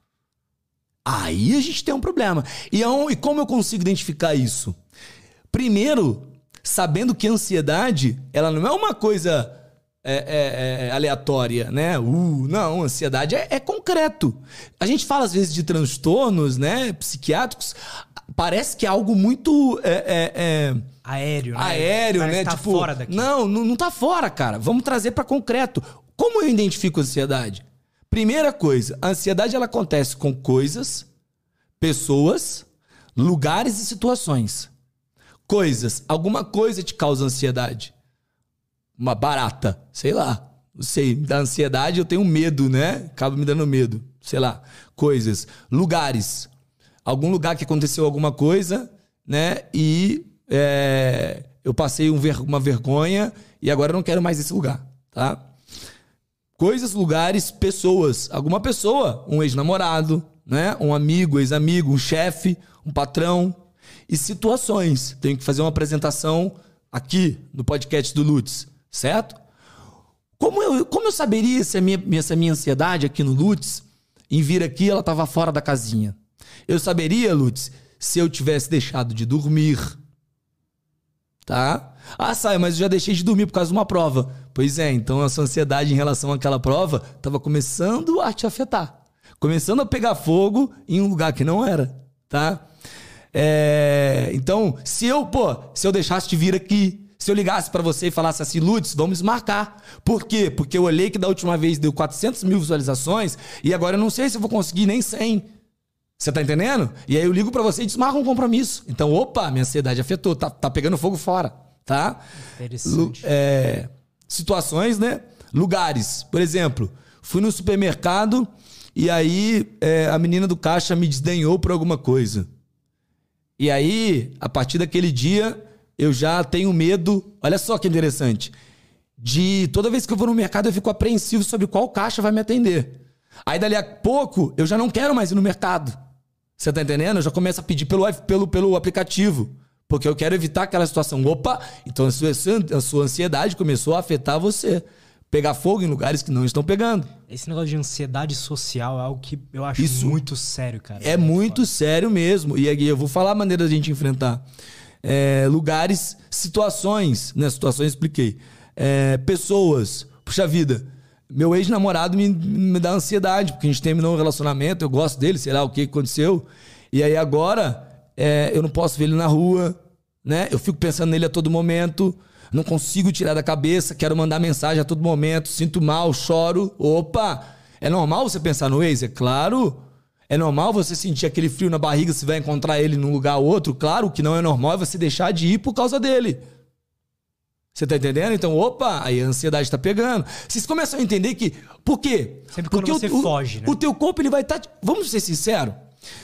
S2: aí a gente tem um problema. E, e como eu consigo identificar isso? Primeiro, sabendo que a ansiedade ela não é uma coisa é, é, é, aleatória, né? Uh, não, ansiedade é, é concreto. A gente fala às vezes de transtornos, né, psiquiátricos, parece que é algo muito... É, é, é,
S1: Aéreo, né?
S2: Aéreo,
S1: Parece
S2: né?
S1: que tá
S2: tipo,
S1: fora daqui.
S2: Não, não, não tá fora, cara. Vamos trazer para concreto. Como eu identifico a ansiedade? Primeira coisa, a ansiedade ela acontece com coisas, pessoas, lugares e situações. Coisas, alguma coisa te causa ansiedade. Uma barata, sei lá. Não sei, da ansiedade eu tenho medo, né? Acaba me dando medo. Sei lá. Coisas, lugares. Algum lugar que aconteceu alguma coisa, né? E é, eu passei um ver, uma vergonha e agora eu não quero mais esse lugar, tá? Coisas, lugares, pessoas. Alguma pessoa, um ex-namorado, né? Um amigo, ex-amigo, um chefe, um patrão. E situações. Tenho que fazer uma apresentação aqui no podcast do Lutz, certo? Como eu, como eu saberia se a minha, se a minha ansiedade aqui no Lutz, em vir aqui, ela estava fora da casinha? Eu saberia, Lutz, se eu tivesse deixado de dormir. Tá? Ah, sai, mas eu já deixei de dormir por causa de uma prova. Pois é, então a sua ansiedade em relação àquela prova estava começando a te afetar. Começando a pegar fogo em um lugar que não era, tá? É, então, se eu, pô, se eu deixasse de vir aqui, se eu ligasse pra você e falasse assim, Lutz, vamos marcar. Por quê? Porque eu olhei que da última vez deu quatrocentas mil visualizações e agora eu não sei se eu vou conseguir nem cem. Você tá entendendo? E aí eu ligo pra você e desmarco um compromisso. Então, opa, minha ansiedade afetou, tá, tá pegando fogo fora, tá?
S1: Interessante.
S2: É, situações, né? Lugares. Por exemplo, fui no supermercado e aí é, a menina do caixa me desdenhou por alguma coisa. E aí, a partir daquele dia, eu já tenho medo, olha só que interessante, de toda vez que eu vou no mercado eu fico apreensivo sobre qual caixa vai me atender. Aí dali a pouco, eu já não quero mais ir no mercado. Você tá entendendo? Eu já começo a pedir pelo, pelo, pelo aplicativo, porque eu quero evitar aquela situação. Opa, então a sua, a sua ansiedade começou a afetar você. Pegar fogo em lugares que não estão pegando.
S1: Esse negócio de ansiedade social é algo que eu acho
S2: Isso
S1: muito sério, cara.
S2: É muito foda. Sério mesmo. E aqui eu vou falar a maneira da gente enfrentar. É, lugares, situações, né? Situações expliquei. É, pessoas. Puxa vida, meu ex-namorado me, me dá ansiedade, porque a gente terminou um relacionamento, eu gosto dele, sei lá o que aconteceu. E aí agora, é, eu não posso ver ele na rua, né? Eu fico pensando nele a todo momento. Não consigo tirar da cabeça, quero mandar mensagem a todo momento, sinto mal, choro. Opa, é normal você pensar no ex? É claro. É normal você sentir aquele frio na barriga se vai encontrar ele num lugar ou outro? Claro, o que não é normal é você deixar de ir por causa dele. Você tá entendendo? Então, opa, aí a ansiedade tá pegando. Vocês começam a entender que... Por quê?
S1: Sempre
S2: Porque
S1: quando você
S2: o,
S1: foge, né?
S2: O teu corpo, ele vai estar... Tá, vamos ser sinceros.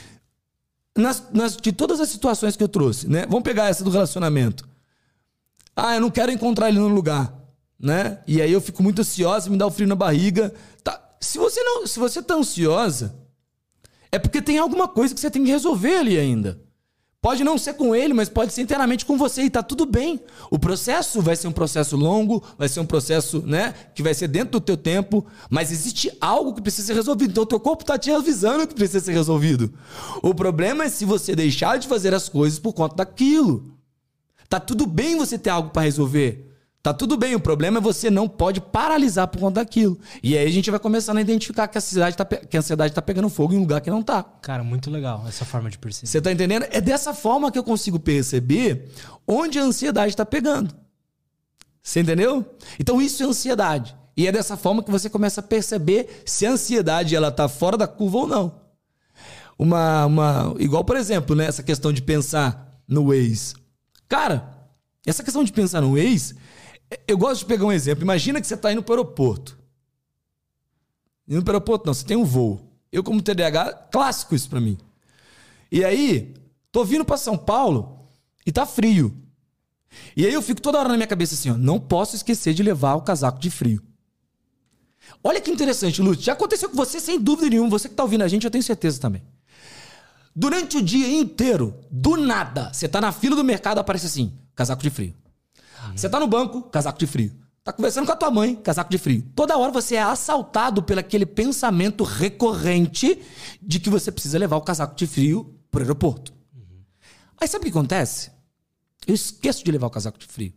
S2: Nas, nas, de todas as situações que eu trouxe, né? Vamos pegar essa do relacionamento. Ah, eu não quero encontrar ele no lugar, né? E aí eu fico muito ansiosa, me dá o frio na barriga. Tá. Se você não, se você tá ansiosa, é porque tem alguma coisa que você tem que resolver ali ainda. Pode não ser com ele, mas pode ser internamente com você e tá tudo bem. O processo vai ser um processo longo, vai ser um processo, né, que vai ser dentro do teu tempo, mas existe algo que precisa ser resolvido. Então o teu corpo tá te avisando que precisa ser resolvido. O problema é se você deixar de fazer as coisas por conta daquilo. Tá tudo bem você ter algo para resolver. Tá tudo bem, o problema é você não pode paralisar por conta daquilo. E aí a gente vai começando a identificar que a ansiedade tá, que a ansiedade tá pegando fogo em um lugar que não tá.
S1: Cara, muito legal essa forma de perceber.
S2: Você tá entendendo? É dessa forma que eu consigo perceber onde a ansiedade tá pegando. Você entendeu? Então isso é ansiedade. E é dessa forma que você começa a perceber se a ansiedade ela tá fora da curva ou não. Uma, uma, igual, por exemplo, né, essa questão de pensar no ex. Cara, essa questão de pensar no ex... Eu gosto de pegar um exemplo. Imagina que você está indo para o aeroporto. Indo para o aeroporto, não. Você tem um voo. Eu, como T D A H, clássico isso para mim. E aí, tô vindo para São Paulo e tá frio. E aí eu fico toda hora na minha cabeça assim, ó. Não posso esquecer de levar o casaco de frio. Olha que interessante, Lúcio. Já aconteceu com você sem dúvida nenhuma. Você que tá ouvindo a gente, eu tenho certeza também. Durante o dia inteiro, do nada, você tá na fila do mercado, aparece assim, casaco de frio. Você tá no banco, casaco de frio. Tá conversando com a tua mãe, casaco de frio. Toda hora você é assaltado pelo aquele pensamento recorrente de que você precisa levar o casaco de frio pro aeroporto. Uhum. Aí sabe o que acontece? Eu esqueço de levar o casaco de frio.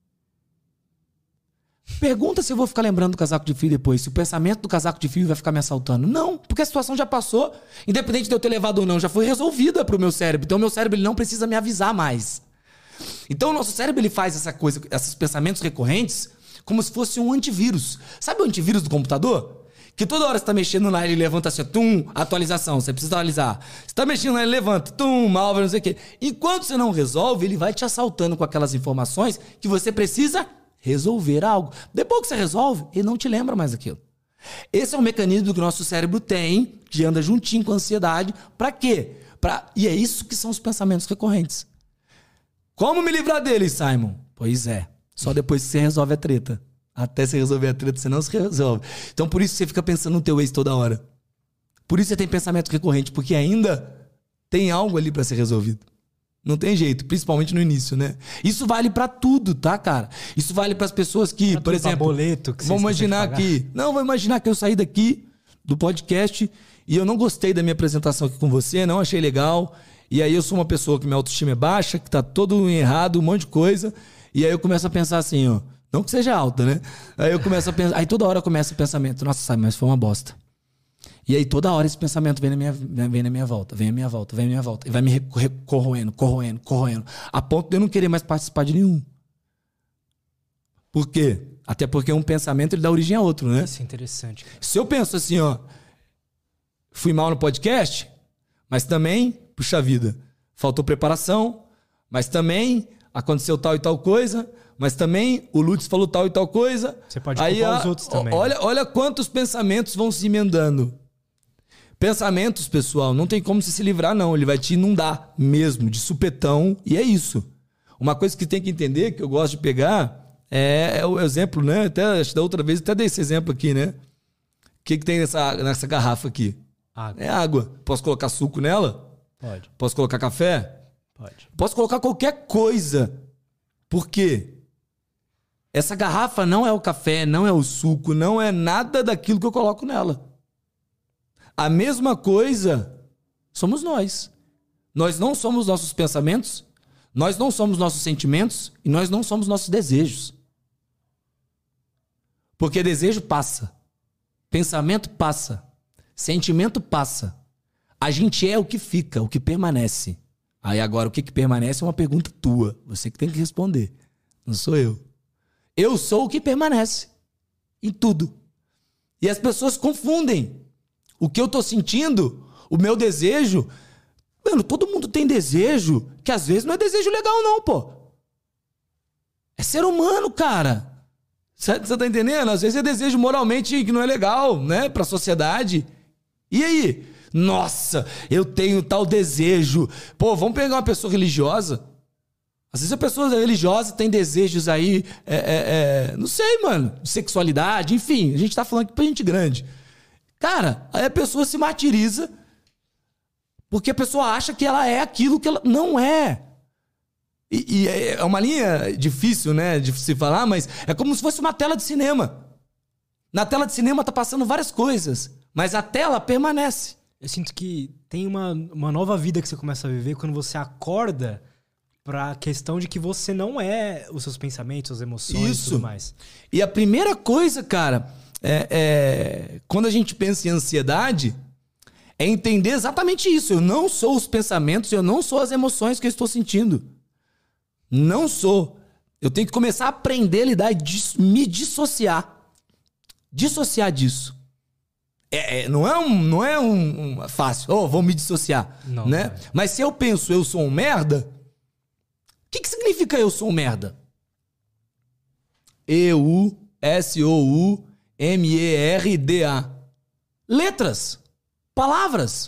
S2: Pergunta se eu vou ficar lembrando do casaco de frio depois, se o pensamento do casaco de frio vai ficar me assaltando. Não, porque a situação já passou. Independente de eu ter levado ou não, já foi resolvida pro meu cérebro. Então o meu cérebro ele não precisa me avisar mais. Então o nosso cérebro ele faz essa coisa, esses pensamentos recorrentes como se fosse um antivírus. Sabe o antivírus do computador? Que toda hora você tá mexendo lá, ele levanta assim, tum, atualização, você precisa atualizar. Você tá mexendo lá, ele levanta, tum, malware, não sei o quê. Enquanto você não resolve, ele vai te assaltando com aquelas informações que você precisa resolver algo. Depois que você resolve, ele não te lembra mais aquilo. Esse é um mecanismo que o nosso cérebro tem, que anda juntinho com a ansiedade. Pra quê? Pra... E é isso que são os pensamentos recorrentes. Como me livrar deles, Simon? Pois é, só depois que você resolve a treta. Até você resolver a treta, você não se resolve. Então por isso você fica pensando no teu ex toda hora. Por isso você tem pensamento recorrente, porque ainda tem algo ali pra ser resolvido. Não tem jeito, principalmente no início, né? Isso vale pra tudo, tá, cara? Isso vale pras pessoas que,
S1: pra
S2: por exemplo...
S1: boleto, que
S2: vamos imaginar que... Não, vou imaginar que eu saí daqui do podcast e eu não gostei da minha apresentação aqui com você, não achei legal... E aí eu sou uma pessoa que minha autoestima é baixa, que tá todo errado, um monte de coisa. E aí eu começo a pensar assim, ó. Não que seja alta, né? Aí eu começo a pensar... Aí toda hora começa o pensamento. Nossa, sabe, mas foi uma bosta. E aí toda hora esse pensamento vem na minha, vem na minha volta, vem na minha volta, vem na minha volta. E vai me corroendo, corroendo, corroendo. A ponto de eu não querer mais participar de nenhum. Por quê? Até porque um pensamento ele dá origem a outro, né?
S1: Isso é interessante. Cara.
S2: Se eu penso assim, ó... Fui mal no podcast, mas também... Puxa vida, faltou preparação, mas também aconteceu tal e tal coisa, mas também o Lutz falou tal e tal coisa.
S1: Você pode
S2: aí
S1: culpar
S2: a,
S1: os outros também.
S2: Olha, olha quantos pensamentos vão se emendando. Pensamentos, pessoal, não tem como você se livrar, não. Ele vai te inundar mesmo, de supetão, e é isso. Uma coisa que tem que entender, que eu gosto de pegar, é, é o exemplo, né? Até, acho que da outra vez, até dei esse exemplo aqui, né? O que, que tem nessa, nessa garrafa aqui?
S1: Água.
S2: É água. Posso colocar suco nela?
S1: Pode.
S2: Posso colocar café?
S1: Pode.
S2: Posso colocar qualquer coisa. Por quê? Essa garrafa não é o café, não é o suco, não é nada daquilo que eu coloco nela. A mesma coisa somos nós. Nós não somos nossos pensamentos, nós não somos nossos sentimentos e nós não somos nossos desejos. Porque desejo passa, pensamento passa, sentimento passa. A gente é o que fica, o que permanece. Aí agora, o que, que permanece é uma pergunta tua. Você que tem que responder. Não sou eu. Eu sou o que permanece. Em tudo. E as pessoas confundem. O que eu tô sentindo, o meu desejo... Mano, todo mundo tem desejo, que às vezes não é desejo legal não, pô. É ser humano, cara. Você tá entendendo? Às vezes é desejo moralmente que não é legal, né? Pra sociedade. E aí... Nossa, eu tenho tal desejo. Pô, vamos pegar uma pessoa religiosa. Às vezes a pessoa religiosa tem desejos aí, é, é, é, não sei, mano, sexualidade, enfim. A gente tá falando aqui pra gente grande. Cara, aí a pessoa se martiriza Porque a pessoa acha que ela é aquilo que ela não é. E, e é uma linha difícil, né, de se falar, mas é como se fosse uma tela de cinema. Na tela de cinema tá passando várias coisas, mas a tela permanece.
S1: Eu sinto que tem uma, uma nova vida que você começa a viver quando você acorda pra questão de que você não é os seus pensamentos, as emoções
S2: Isso.
S1: e tudo mais.
S2: E a primeira coisa, cara, é, é, quando a gente pensa em ansiedade, é entender exatamente isso. Eu não sou os pensamentos, eu não sou as emoções que eu estou sentindo. Não sou. Eu tenho que começar a aprender a lidar e dis- me dissociar. Dissociar disso. É, é, não é um, não é um, um fácil. Oh, vou me dissociar.
S1: Não,
S2: né?
S1: não é.
S2: Mas se eu penso eu sou um merda, o que, que significa eu sou um merda? E U S O U M E R D A. Letras. Palavras.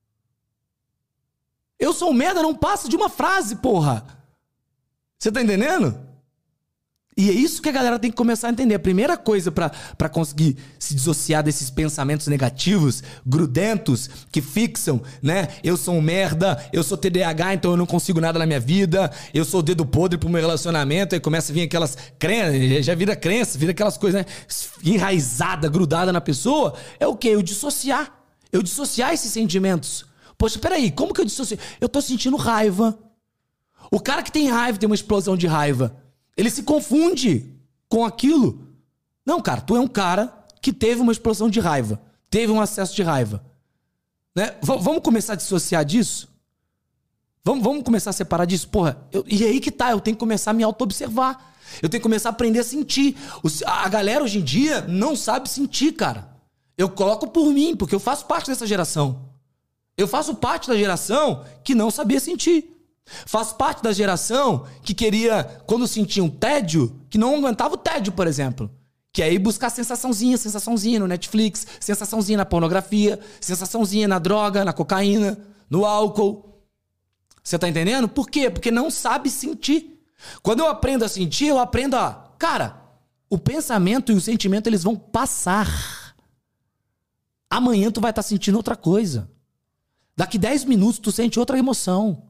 S2: Eu sou um merda não passa de uma frase, porra. Você tá entendendo? E é isso que a galera tem que começar a entender. A primeira coisa pra, pra conseguir se dissociar desses pensamentos negativos, grudentos, que fixam, né? Eu sou um merda, eu sou T D A H, então eu não consigo nada na minha vida, eu sou dedo podre pro meu relacionamento, aí começa a vir aquelas crenças, já vira crença, vira aquelas coisas, né? Enraizada, grudada na pessoa. É o quê? Eu dissociar. Eu dissociar esses sentimentos. Poxa, peraí, como que eu dissocio? Eu tô sentindo raiva. O cara que tem raiva, tem uma explosão de raiva, ele se confunde com aquilo. Não, cara, tu é um cara que teve uma explosão de raiva, teve um acesso de raiva. Né? V- vamos começar a dissociar disso? Vamos, vamos começar a separar disso? Porra, eu, e aí que tá, eu tenho que começar a me auto-observar. Eu tenho que começar a aprender a sentir. Os, a galera hoje em dia não sabe sentir, cara. Eu coloco por mim, porque eu faço parte dessa geração. Eu faço parte da geração que não sabia sentir. Faço parte da geração que queria, quando sentia um tédio, que não aguentava o tédio, por exemplo. Que é ir buscar sensaçãozinha, sensaçãozinha no Netflix, sensaçãozinha na pornografia, sensaçãozinha na droga, na cocaína, no álcool. Você tá entendendo? Por quê? Porque não sabe sentir. Quando eu aprendo a sentir, eu aprendo a... Cara, o pensamento e o sentimento, eles vão passar. Amanhã tu vai estar sentindo outra coisa. Daqui dez minutos tu sente outra emoção.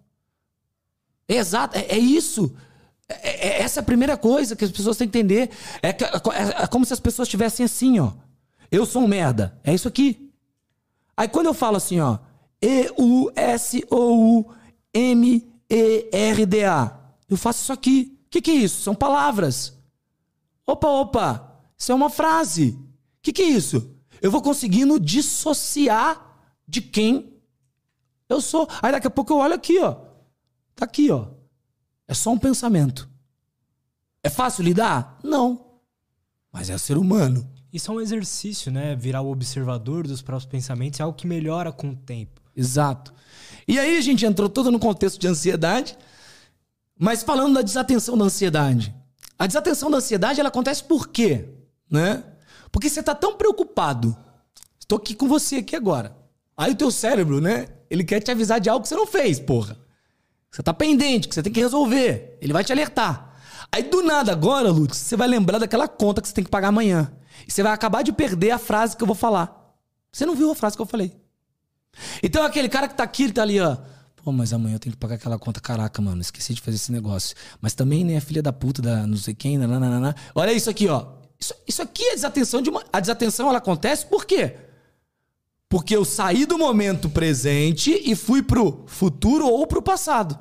S2: É exato, é, é isso. É, é, essa é a primeira coisa que as pessoas têm que entender. É, que, é, é como se as pessoas estivessem assim, ó. Eu sou um merda. É isso aqui. Aí quando eu falo assim, ó. E U S O U M E R D A. Eu faço isso aqui. O que, que é isso? São palavras. Opa, opa. Isso é uma frase. O que, que é isso? Eu vou conseguindo dissociar de quem eu sou. Aí daqui a pouco eu olho aqui, ó. Tá aqui, ó. É só um pensamento. É fácil lidar? Não. Mas é ser humano.
S1: Isso é um exercício, né? Virar o observador dos próprios pensamentos é algo que melhora com o tempo.
S2: Exato. E aí a gente entrou todo no contexto de ansiedade, mas falando da desatenção da ansiedade. A desatenção da ansiedade, ela acontece por quê? Né? Porque você tá tão preocupado. Estou aqui com você aqui agora. Aí o teu cérebro, né? Ele quer te avisar de algo que você não fez, porra. Você tá pendente, que você tem que resolver. Ele vai te alertar. Aí do nada agora, Lutz, você vai lembrar daquela conta que você tem que pagar amanhã. E você vai acabar de perder a frase que eu vou falar. Você não viu a frase que eu falei. Então aquele cara que tá aqui, ele tá ali, ó. Pô, mas amanhã eu tenho que pagar aquela conta. Caraca, mano, esqueci de fazer esse negócio. Mas também, né, a filha da puta da não sei quem, nananana. Olha isso aqui, ó. Isso, isso aqui é desatenção de uma... A desatenção, ela acontece por quê? Porque eu saí do momento presente e fui pro futuro ou pro passado.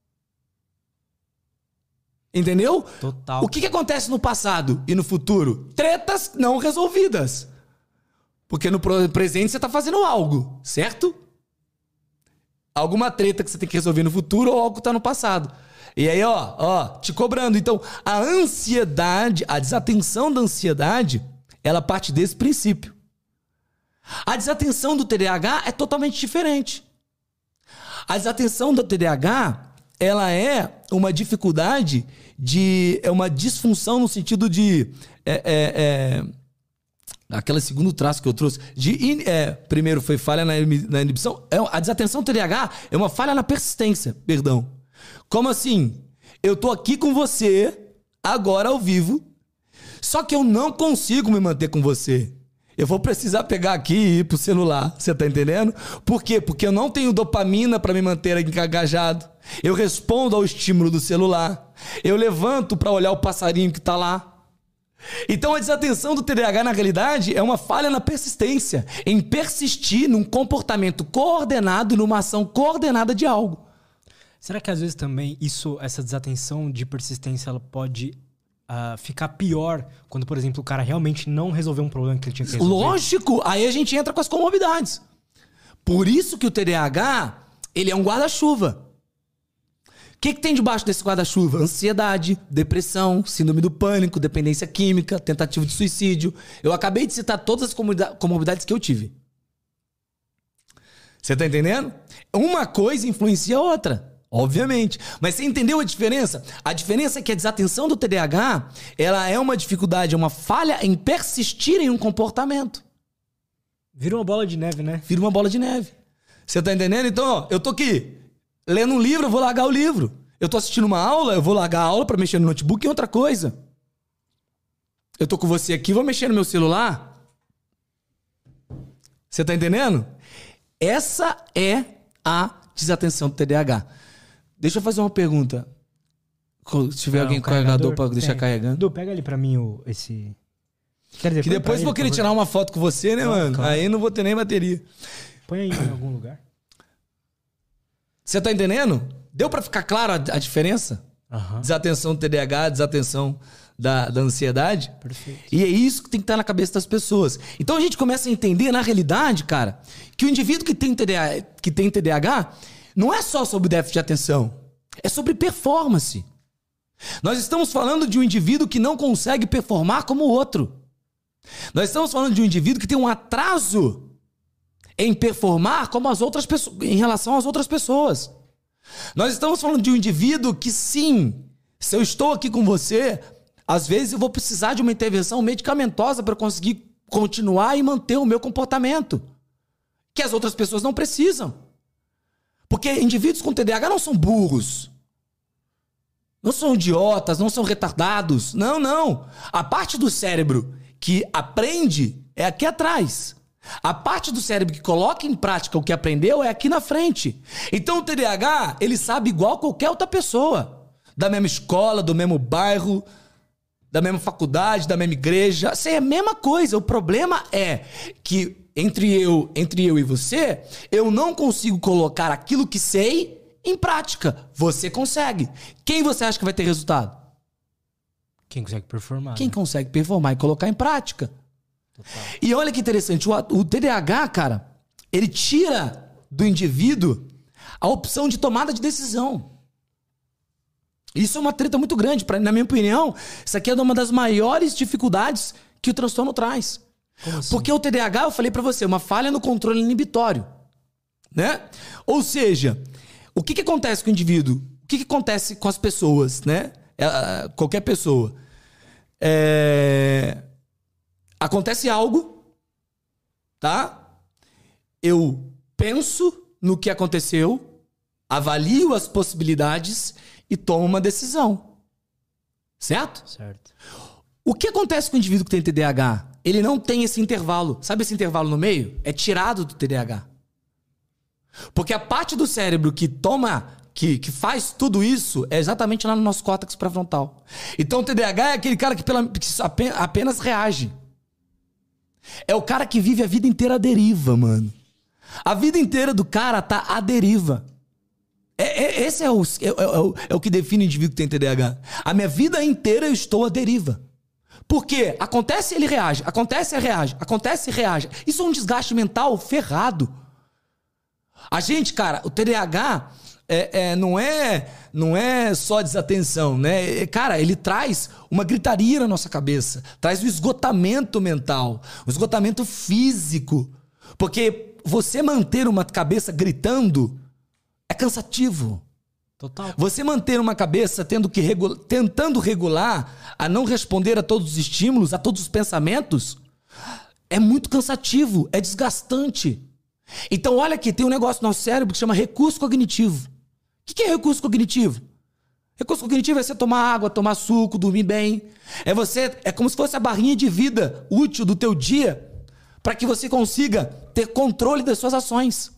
S2: Entendeu?
S1: Total.
S2: O que, que acontece no passado e no futuro? Tretas não resolvidas. Porque no presente você tá fazendo algo, certo? Alguma treta que você tem que resolver no futuro ou algo que tá no passado. E aí, ó, ó, te cobrando. Então, a ansiedade, a desatenção da ansiedade, ela parte desse princípio. A desatenção do T D A H é totalmente diferente. A desatenção do T D A H, ela é uma dificuldade de... É uma disfunção no sentido de... É, é, é, aquele segundo traço que eu trouxe. De, in, é, primeiro foi falha na, na inibição. É, a desatenção do T D A H é uma falha na persistência. Perdão. Como assim? Eu tô aqui com você, agora ao vivo, só que eu não consigo me manter com você. eu vou precisar pegar aqui e ir pro celular. Você tá entendendo? Por quê? Porque eu não tenho dopamina para me manter engajado. Eu respondo ao estímulo do celular. Eu levanto para olhar o passarinho que tá lá. Então a desatenção do T D A H, na realidade, é uma falha na persistência, em persistir num comportamento coordenado, numa ação coordenada de algo.
S1: Será que às vezes também isso, essa desatenção de persistência, ela pode uh, ficar pior quando, por exemplo, o cara realmente não resolveu um problema que ele tinha que resolver?
S2: Lógico! Aí a gente entra com as comorbidades. Por isso que o T D A H, ele é um guarda-chuva. O que, que tem debaixo desse guarda-chuva? Ansiedade, depressão, síndrome do pânico, dependência química, tentativa de suicídio. Eu acabei de citar todas as comorbidades que eu tive. Você tá entendendo? Uma coisa influencia a outra, obviamente. Mas você entendeu a diferença? A diferença é que a desatenção do T D A H, ela é uma dificuldade, é uma falha em persistir em um comportamento.
S1: Vira uma bola de neve, né?
S2: Vira uma bola de neve. Você tá entendendo? Então, ó, eu tô aqui lendo um livro, eu vou largar o livro. Eu tô assistindo uma aula, eu vou largar a aula pra mexer no notebook e outra coisa. Eu tô com você aqui, vou mexer no meu celular. Você tá entendendo? Essa é a desatenção do T D A H. Deixa eu fazer uma pergunta. Se tiver
S1: Não,
S2: alguém
S1: um
S2: com carregador pra
S1: tem.
S2: deixar carregando.
S1: Du, pega ali pra mim o, esse... Quer dizer,
S2: Que
S1: põe
S2: depois
S1: pra
S2: vou
S1: ele,
S2: querer
S1: por
S2: tirar
S1: favor.
S2: uma foto com você, né,
S1: Claro,
S2: mano?
S1: claro.
S2: Aí não vou ter nem bateria.
S1: Põe aí em algum lugar.
S2: Você tá entendendo? Deu pra ficar claro a, a diferença?
S1: Aham.
S2: Desatenção do T D A H, desatenção da, da ansiedade.
S1: Perfeito.
S2: E é isso que tem que estar na cabeça das pessoas. Então a gente começa a entender, na realidade, cara, que o indivíduo que tem T D A H, que tem T D A H não é só sobre déficit de atenção. É sobre performance. Nós estamos falando de um indivíduo que não consegue performar como o outro. Nós estamos falando de um indivíduo que tem um atraso em performar como as outras pessoas, em relação às outras pessoas. Nós estamos falando de um indivíduo que, sim, se eu estou aqui com você, às vezes eu vou precisar de uma intervenção medicamentosa para conseguir continuar e manter o meu comportamento, que as outras pessoas não precisam. Porque indivíduos com T D A H não são burros, não são idiotas, não são retardados. Não, não. A parte do cérebro que aprende é aqui atrás. A parte do cérebro que coloca em prática o que aprendeu é aqui na frente. Então o T D A H, ele sabe igual qualquer outra pessoa. Da mesma escola, do mesmo bairro, da mesma faculdade, da mesma igreja. Isso é a mesma coisa. O problema é que entre eu, entre eu e você, eu não consigo colocar aquilo que sei em prática. Você consegue. Quem você acha que vai ter resultado?
S1: Quem consegue performar.
S2: Quem
S1: né?
S2: consegue performar e colocar em prática. Total. E olha que interessante, o, o T D A H, cara, ele tira do indivíduo a opção de tomada de decisão. Isso é uma treta muito grande. Pra, na minha opinião, isso aqui é uma das maiores dificuldades que o transtorno traz.
S1: Como assim?
S2: Porque o T D A H, eu falei pra você, uma falha no controle inibitório, né? Ou seja, o que que acontece com o indivíduo? O que que acontece com as pessoas, né? É, qualquer pessoa. É... Acontece algo, tá? Eu penso no que aconteceu, avalio as possibilidades e tomo uma decisão. Certo?
S1: Certo.
S2: O que acontece com o indivíduo que tem T D A H? Ele não tem esse intervalo. Sabe esse intervalo no meio? É tirado do T D A H. Porque a parte do cérebro que toma, que, que faz tudo isso, é exatamente lá no nosso córtex pré-frontal. Então o T D A H é aquele cara que, pela, que apenas reage. É o cara que vive a vida inteira à deriva, mano. A vida inteira do cara tá à deriva. É, é, esse é o, é, é, o, é o que define o indivíduo que tem T D A H. A minha vida inteira eu estou à deriva. Por quê? Acontece, ele reage. Acontece, ele reage. Acontece, ele reage. Isso é um desgaste mental ferrado. A gente, cara, o T D A H é, é, não, é, não é só desatenção, né? Cara, ele traz uma gritaria na nossa cabeça. Traz um esgotamento mental. Um esgotamento físico. Porque você manter uma cabeça gritando é cansativo.
S1: Total.
S2: Você manter uma cabeça tendo que regula- tentando regular a não responder a todos os estímulos, a todos os pensamentos, é muito cansativo, é desgastante. Então olha aqui, tem um negócio no nosso cérebro que chama recurso cognitivo. O que é recurso cognitivo? Recurso cognitivo é você tomar água, tomar suco, dormir bem. É você, é como se fosse a barrinha de vida útil do teu dia para que você consiga ter controle das suas ações.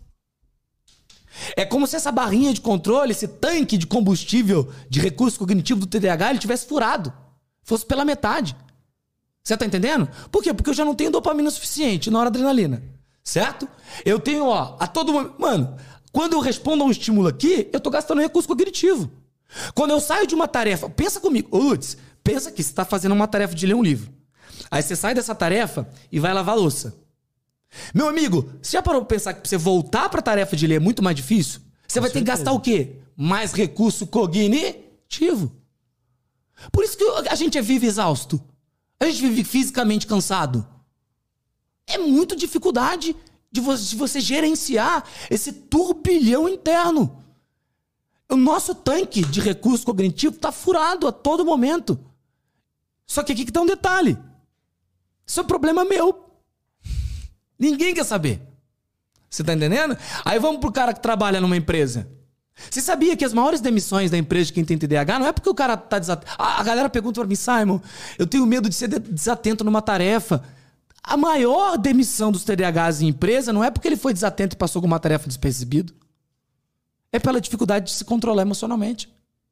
S2: É como se essa barrinha de controle, esse tanque de combustível de recurso cognitivo do T D A H, ele tivesse furado. Fosse pela metade. Você tá entendendo? Por quê? Porque eu já não tenho dopamina suficiente, noradrenalina. Certo? Eu tenho, ó, a todo momento... Mano, quando eu respondo a um estímulo aqui, eu tô gastando recurso cognitivo. Quando eu saio de uma tarefa... Pensa comigo. Ô, Lutz, pensa que você tá fazendo uma tarefa de ler um livro. Aí você sai dessa tarefa e vai lavar a louça. Meu amigo, você já parou pra pensar que pra você voltar pra tarefa de ler é muito mais difícil? Você
S1: Com
S2: vai ter que
S1: certeza.
S2: gastar o quê? Mais recurso cognitivo. Por isso que a gente vive exausto. A gente vive fisicamente cansado. É muita dificuldade de você, de você gerenciar esse turbilhão interno. O nosso tanque de recurso cognitivo está furado a todo momento. Só que aqui que tá um detalhe. Isso é um problema meu. Ninguém quer saber. Você tá entendendo? Aí vamos pro cara que trabalha numa empresa. Você sabia que as maiores demissões da empresa de quem tem T D A H não é porque o cara tá desatento. A galera pergunta pra mim, Simon, eu tenho medo de ser desatento numa tarefa. A maior demissão dos T D A Hs em empresa não é porque ele foi desatento e passou com uma tarefa despercebido. É pela dificuldade de se controlar emocionalmente.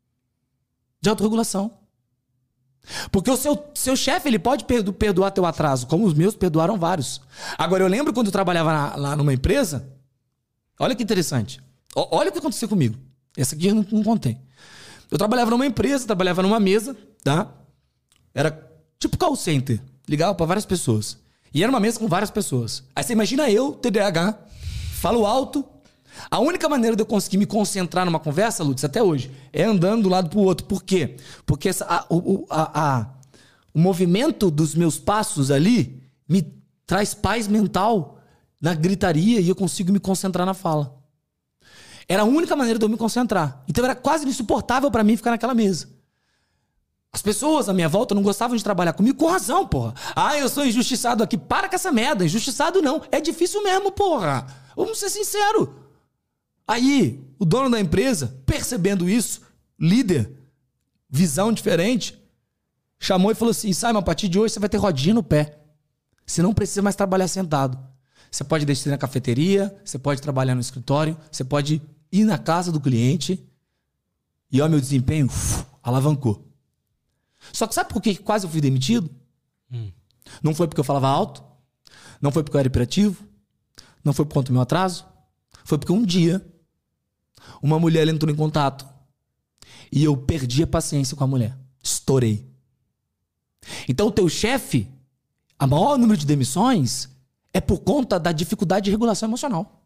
S2: De autorregulação. Porque o seu, seu chefe, ele pode perdo, perdoar teu atraso, como os meus perdoaram vários. Agora, eu lembro quando eu trabalhava na, lá numa empresa, olha que interessante. O, olha o que aconteceu comigo. Essa aqui eu não, não contei. Eu trabalhava numa empresa, trabalhava numa mesa, tá? Era tipo call center. Ligava pra várias pessoas. E era uma mesa com várias pessoas. Aí você imagina eu, T D A H, falo alto. A única maneira de eu conseguir me concentrar numa conversa, Lutz, até hoje, é andando do lado pro outro. Por quê? Porque essa, a, o, a, a, o movimento dos meus passos ali me traz paz mental na gritaria e eu consigo me concentrar na fala. Era a única maneira de eu me concentrar. Então era quase insuportável pra mim ficar naquela mesa. As pessoas à minha volta não gostavam de trabalhar comigo com razão, porra. Ah, eu sou injustiçado aqui. Para com essa merda. Injustiçado não. É difícil mesmo, porra. Vamos ser sinceros. Aí, o dono da empresa, percebendo isso, líder, visão diferente, chamou e falou assim, Simon, a partir de hoje você vai ter rodinha no pé. Você não precisa mais trabalhar sentado. Você pode descer na cafeteria, você pode trabalhar no escritório, você pode ir na casa do cliente. E ó, meu desempenho uf, alavancou. Só que sabe por que quase eu fui demitido? Hum. Não foi porque eu falava alto, não foi porque eu era hiperativo, não foi por conta do meu atraso, foi porque um dia uma mulher entrou em contato e eu perdi a paciência com a mulher. Estourei. Então o teu chefe, a maior número de demissões é por conta da dificuldade de regulação emocional.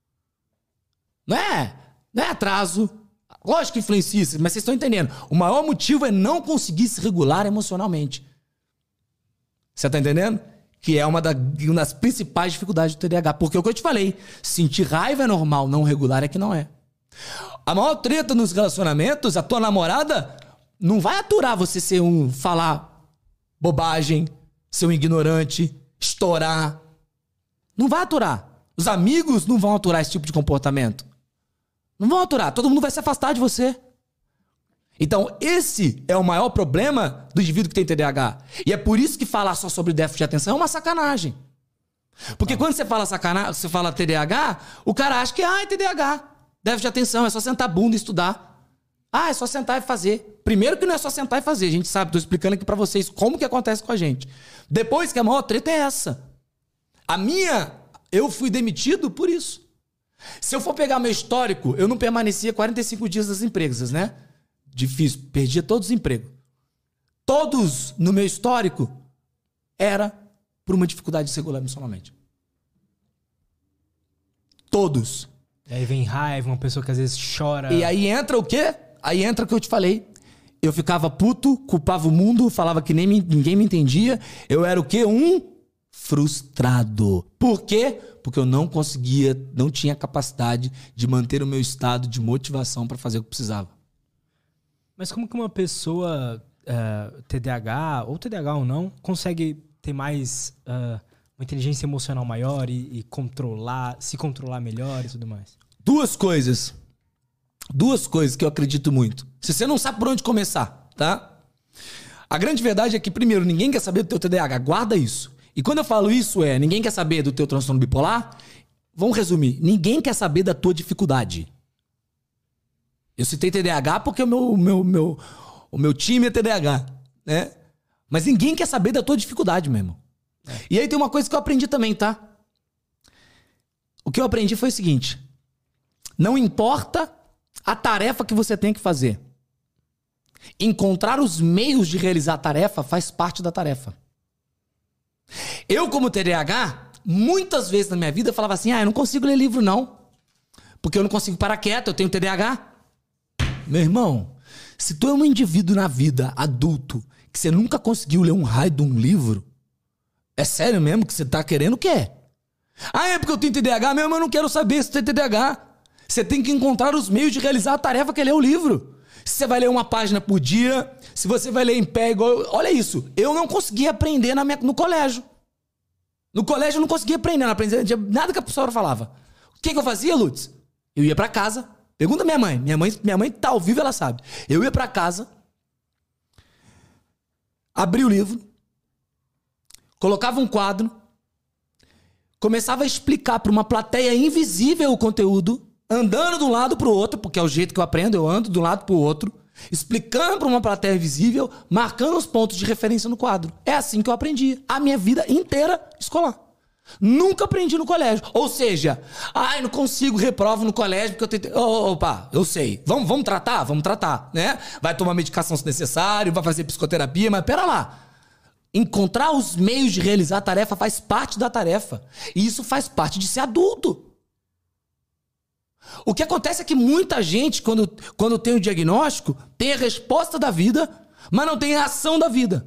S2: Não é, não é atraso. Lógico que influencia, mas vocês estão entendendo. O maior motivo é não conseguir se regular emocionalmente. Você está entendendo? Que é uma, da, uma das principais dificuldades do T D A H. Porque é o que eu te falei. Sentir raiva é normal, não regular é que não é. A maior treta nos relacionamentos, a tua namorada não vai aturar você ser um... falar bobagem, ser um ignorante, estourar. Não vai aturar. Os amigos não vão aturar esse tipo de comportamento. Não vão aturar. Todo mundo vai se afastar de você. Então, esse é o maior problema do indivíduo que tem T D A H. E é por isso que falar só sobre déficit de atenção é uma sacanagem. Porque quando você fala sacanagem, você fala T D A H, o cara acha que ah, é T D A H. Déficit de atenção, é só sentar a bunda e estudar. Ah, é só sentar e fazer. Primeiro que não é só sentar e fazer, a gente sabe, tô explicando aqui pra vocês como que acontece com a gente. Depois que a maior treta é essa. A minha, eu fui demitido por isso. Se eu for pegar meu histórico, eu não permanecia quarenta e cinco dias das empresas, né? Difícil, perdia todos os empregos. Todos no meu histórico era por uma dificuldade de se regular emocionalmente. Todos.
S1: E aí vem raiva, uma pessoa que às vezes chora.
S2: E aí entra o quê? Aí entra o que eu te falei. Eu ficava puto, culpava o mundo, falava que nem me, ninguém me entendia. Eu era o quê? Um frustrado. Por quê? Porque eu não conseguia, não tinha capacidade de manter o meu estado de motivação para fazer o que precisava.
S1: Mas como que uma pessoa uh, T D A H, ou T D A H ou não, consegue ter mais uh, uma inteligência emocional maior e, e controlar, se controlar melhor e tudo mais?
S2: Duas coisas. Duas coisas que eu acredito muito. Se você não sabe por onde começar, tá? A grande verdade é que, primeiro, ninguém quer saber do teu T D A H. Guarda isso. E quando eu falo isso é, ninguém quer saber do teu transtorno bipolar? Vamos resumir, ninguém quer saber da tua dificuldade. Eu citei T D A H porque o meu, meu, meu, o meu time é T D A H, né? Mas ninguém quer saber da tua dificuldade mesmo. É. E aí tem uma coisa que eu aprendi também, tá? O que eu aprendi foi o seguinte: não importa a tarefa que você tem que fazer, encontrar os meios de realizar a tarefa faz parte da tarefa. Eu, como T D A H, muitas vezes na minha vida falava assim: ah, eu não consigo ler livro não, porque eu não consigo parar quieto, eu tenho T D A H. Meu irmão, se tu é um indivíduo na vida adulto que você nunca conseguiu ler um raio de um livro, é sério mesmo que você tá querendo o quê? Ah, é porque eu tenho T D A H mesmo, eu não quero saber se tu tem T D A H. Você tem que encontrar os meios de realizar a tarefa que é ler o livro. Se você vai ler uma página por dia, se você vai ler em pé igual... Olha isso, eu não conseguia aprender na minha... no colégio. No colégio eu não conseguia aprender, não aprendia nada que a professora falava. O que, que eu fazia, Lutz? Eu ia pra casa, pergunta minha mãe, minha mãe, minha mãe tá ao vivo, ela sabe. Eu ia pra casa, abria o livro, colocava um quadro, começava a explicar para uma plateia invisível o conteúdo, andando de um lado para o outro, porque é o jeito que eu aprendo, eu ando de um lado para o outro, explicando para uma plateia invisível, marcando os pontos de referência no quadro. É assim que eu aprendi a minha vida inteira escolar. Nunca aprendi no colégio. Ou seja, ai, não consigo, reprovo no colégio porque eu tentei... Oh, opa, eu sei. Vamos, vamos tratar? Vamos tratar, né? Vai tomar medicação se necessário, vai fazer psicoterapia, mas pera lá. Encontrar os meios de realizar a tarefa faz parte da tarefa. E isso faz parte de ser adulto. O que acontece é que muita gente, quando, quando tem o diagnóstico, tem a resposta da vida, mas não tem a ação da vida.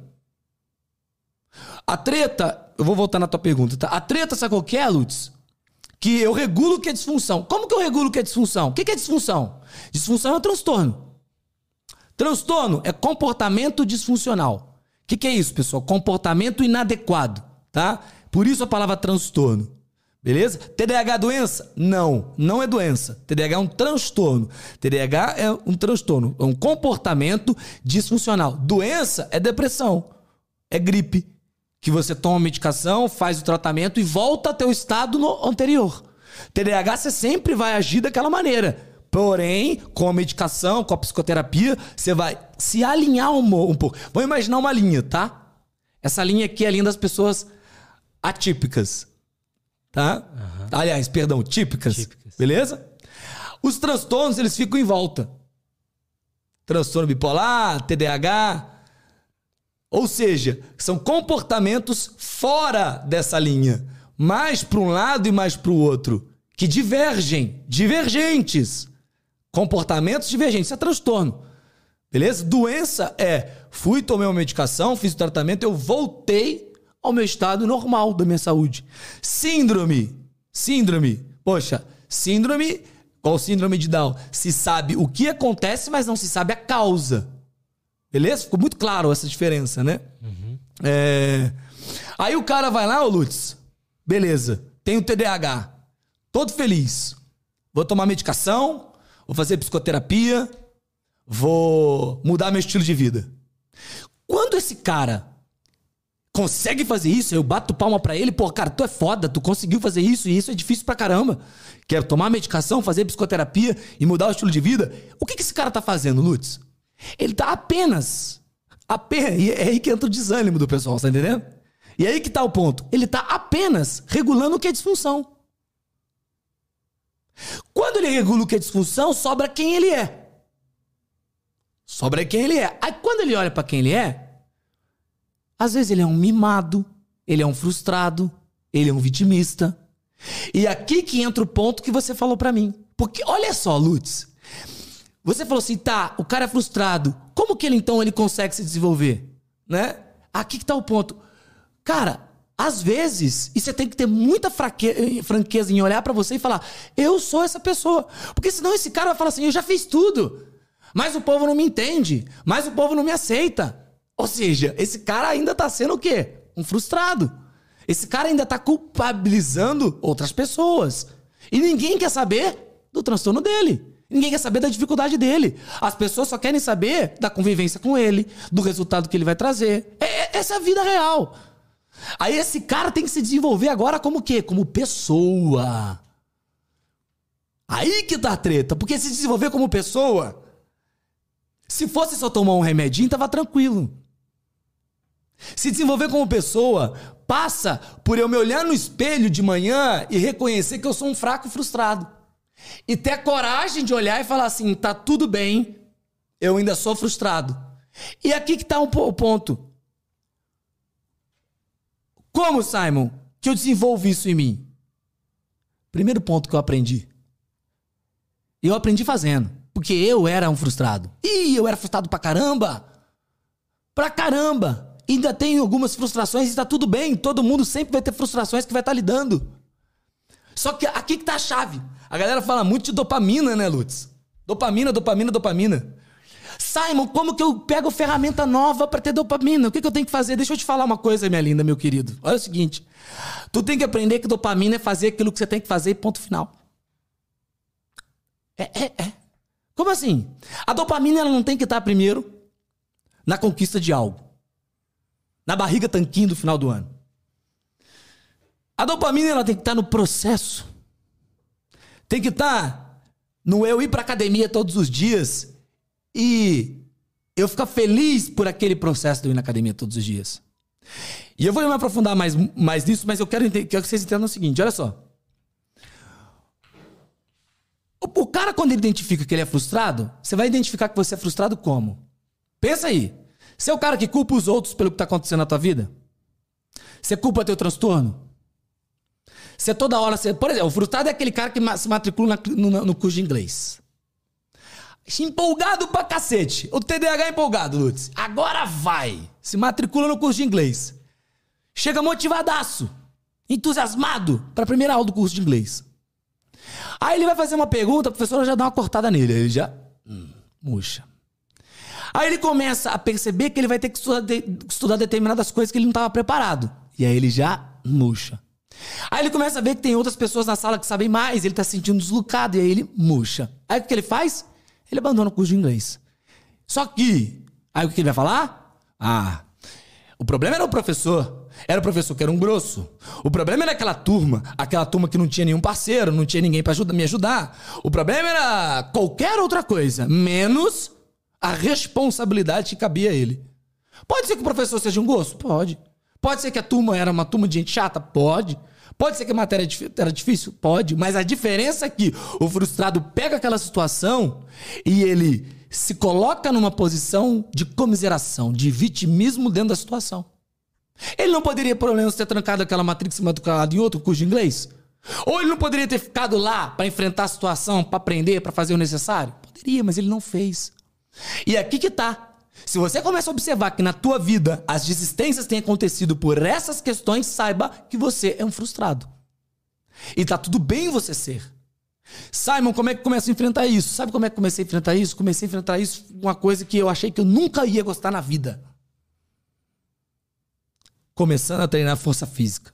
S2: A treta, eu vou voltar na tua pergunta, tá? A treta, sabe qual que é, Lutz? Que eu regulo o que é disfunção. Como que eu regulo o que é disfunção? O que é disfunção? Disfunção é um transtorno. Transtorno é comportamento disfuncional. O que, que é isso, pessoal? Comportamento inadequado, tá? Por isso a palavra transtorno. Beleza? T D A H é doença? Não, não é doença. T D A H é um transtorno. T D A H é um transtorno, é um comportamento disfuncional. Doença é depressão, é gripe, que você toma medicação, faz o tratamento e volta ao teu estado no anterior. T D A H você sempre vai agir daquela maneira. Porém, com a medicação, com a psicoterapia, você vai se alinhar um, um pouco. Vamos imaginar uma linha, tá? Essa linha aqui é a linha das pessoas atípicas. Tá? Uhum. Aliás, perdão, típicas, típicas. Beleza? Os transtornos, eles ficam em volta. Transtorno bipolar, T D A H. Ou seja, são comportamentos fora dessa linha. Mais para um lado e mais para o outro. Que divergem, divergentes. Comportamentos divergentes, isso é transtorno. Beleza? Doença é, fui, tomei uma medicação, fiz o tratamento, eu voltei ao meu estado normal da minha saúde. Síndrome. Síndrome. Poxa, síndrome... Qual síndrome de Down? Se sabe o que acontece, mas não se sabe a causa. Beleza? Ficou muito claro essa diferença, né? Uhum. É... Aí o cara vai lá, ô Lutz, beleza, tenho T D A H, todo feliz. Vou tomar medicação, vou fazer psicoterapia, vou mudar meu estilo de vida. Quando esse cara consegue fazer isso, eu bato palma pra ele, pô, cara, tu é foda, tu conseguiu fazer isso e isso é difícil pra caramba. Quero tomar medicação, fazer psicoterapia e mudar o estilo de vida. O que que esse cara tá fazendo, Lutz? Ele tá apenas, apenas, e é aí que entra o desânimo do pessoal, tá entendendo? E aí que tá o ponto. Ele tá apenas regulando o que é disfunção. Quando ele regula o que é disfunção, sobra quem ele é. Sobra quem ele é. Aí quando ele olha pra quem ele é, às vezes ele é um mimado, ele é um frustrado, ele é um vitimista. E aqui que entra o ponto que você falou pra mim. Porque, olha só, Lutz, você falou assim, tá, o cara é frustrado, como que ele então ele consegue se desenvolver? Né? Aqui que tá o ponto. Cara, às vezes, e você tem que ter muita fraque... franqueza em olhar pra você e falar, eu sou essa pessoa. Porque senão esse cara vai falar assim, eu já fiz tudo, mas o povo não me entende, mas o povo não me aceita. Ou seja, esse cara ainda tá sendo o quê? Um frustrado. Esse cara ainda tá culpabilizando outras pessoas. E ninguém quer saber do transtorno dele. Ninguém quer saber da dificuldade dele. As pessoas só querem saber da convivência com ele, do resultado que ele vai trazer. É, essa é a vida real. Aí esse cara tem que se desenvolver agora como o quê? Como pessoa. Aí que tá a treta. Porque se desenvolver como pessoa, se fosse só tomar um remedinho, tava tranquilo. Se desenvolver como pessoa, passa por eu me olhar no espelho de manhã e reconhecer que eu sou um fraco frustrado. E ter a coragem de olhar e falar assim, tá tudo bem, eu ainda sou frustrado. E aqui que tá um ponto. Como, Simon, que eu desenvolvo isso em mim? Primeiro ponto que eu aprendi. Eu aprendi fazendo. Porque eu era um frustrado. Ih, eu era frustrado pra caramba. Pra caramba. Ainda tenho algumas frustrações e tá tudo bem. Todo mundo sempre vai ter frustrações que vai estar lidando. Só que aqui que tá a chave. A galera fala muito de dopamina, né, Lutz? Dopamina, dopamina, dopamina. Simon, como que eu pego ferramenta nova pra ter dopamina? O que, que eu tenho que fazer? Deixa eu te falar uma coisa, minha linda, meu querido. Olha o seguinte. Tu tem que aprender que dopamina é fazer aquilo que você tem que fazer e ponto final. É, é, é. Como assim? A dopamina ela não tem que estar primeiro na conquista de algo. Na barriga tanquinho do final do ano. A dopamina ela tem que estar no processo. Tem que estar no eu ir pra academia todos os dias e eu ficar feliz por aquele processo de eu ir na academia todos os dias. E eu vou me aprofundar mais, mais nisso, mas eu quero, entender, quero que vocês entendam o seguinte, olha só. O, o cara, quando ele identifica que ele é frustrado, você vai identificar que você é frustrado como? Pensa aí. Você é o cara que culpa os outros pelo que está acontecendo na tua vida? Você culpa teu transtorno? Você toda hora... Você, por exemplo, o frustrado é aquele cara que se matricula na, no, no curso de inglês. Empolgado pra cacete. O T D A H é empolgado, Lutz. Agora vai. Se matricula no curso de inglês. Chega motivadaço. Entusiasmado para a primeira aula do curso de inglês. Aí ele vai fazer uma pergunta, a professora já dá uma cortada nele. Ele já... Hum, murcha. Aí ele começa a perceber que ele vai ter que estudar, de, estudar determinadas coisas que ele não estava preparado. E aí ele já murcha. Aí ele começa a ver que tem outras pessoas na sala que sabem mais, ele está se sentindo deslocado, e aí ele murcha. Aí o que ele faz? Ele abandona o curso de inglês. Só que, aí o que ele vai falar? Ah, o problema era o professor. Era o professor que era um grosso. O problema era aquela turma, aquela turma que não tinha nenhum parceiro, não tinha ninguém para me ajudar. O problema era qualquer outra coisa, menos a responsabilidade que cabia a ele. Pode ser que o professor seja um grosso? Pode. Pode ser que a turma era uma turma de gente chata? Pode. Pode ser que a matéria era difícil? Pode. Mas a diferença é que o frustrado pega aquela situação e ele se coloca numa posição de comiseração, de vitimismo dentro da situação. Ele não poderia, pelo menos, ter trancado aquela matrícula e se matriculado em outro curso de inglês? Ou ele não poderia ter ficado lá para enfrentar a situação, para aprender, para fazer o necessário? Poderia, mas ele não fez. E aqui que tá. Se você começa a observar que na tua vida as desistências têm acontecido por essas questões, saiba que você é um frustrado. E tá tudo bem você ser. Simon, como é que começa a enfrentar isso? Sabe como é que comecei a enfrentar isso? Comecei a enfrentar isso com uma coisa que eu achei que eu nunca ia gostar na vida. Começando a treinar força física.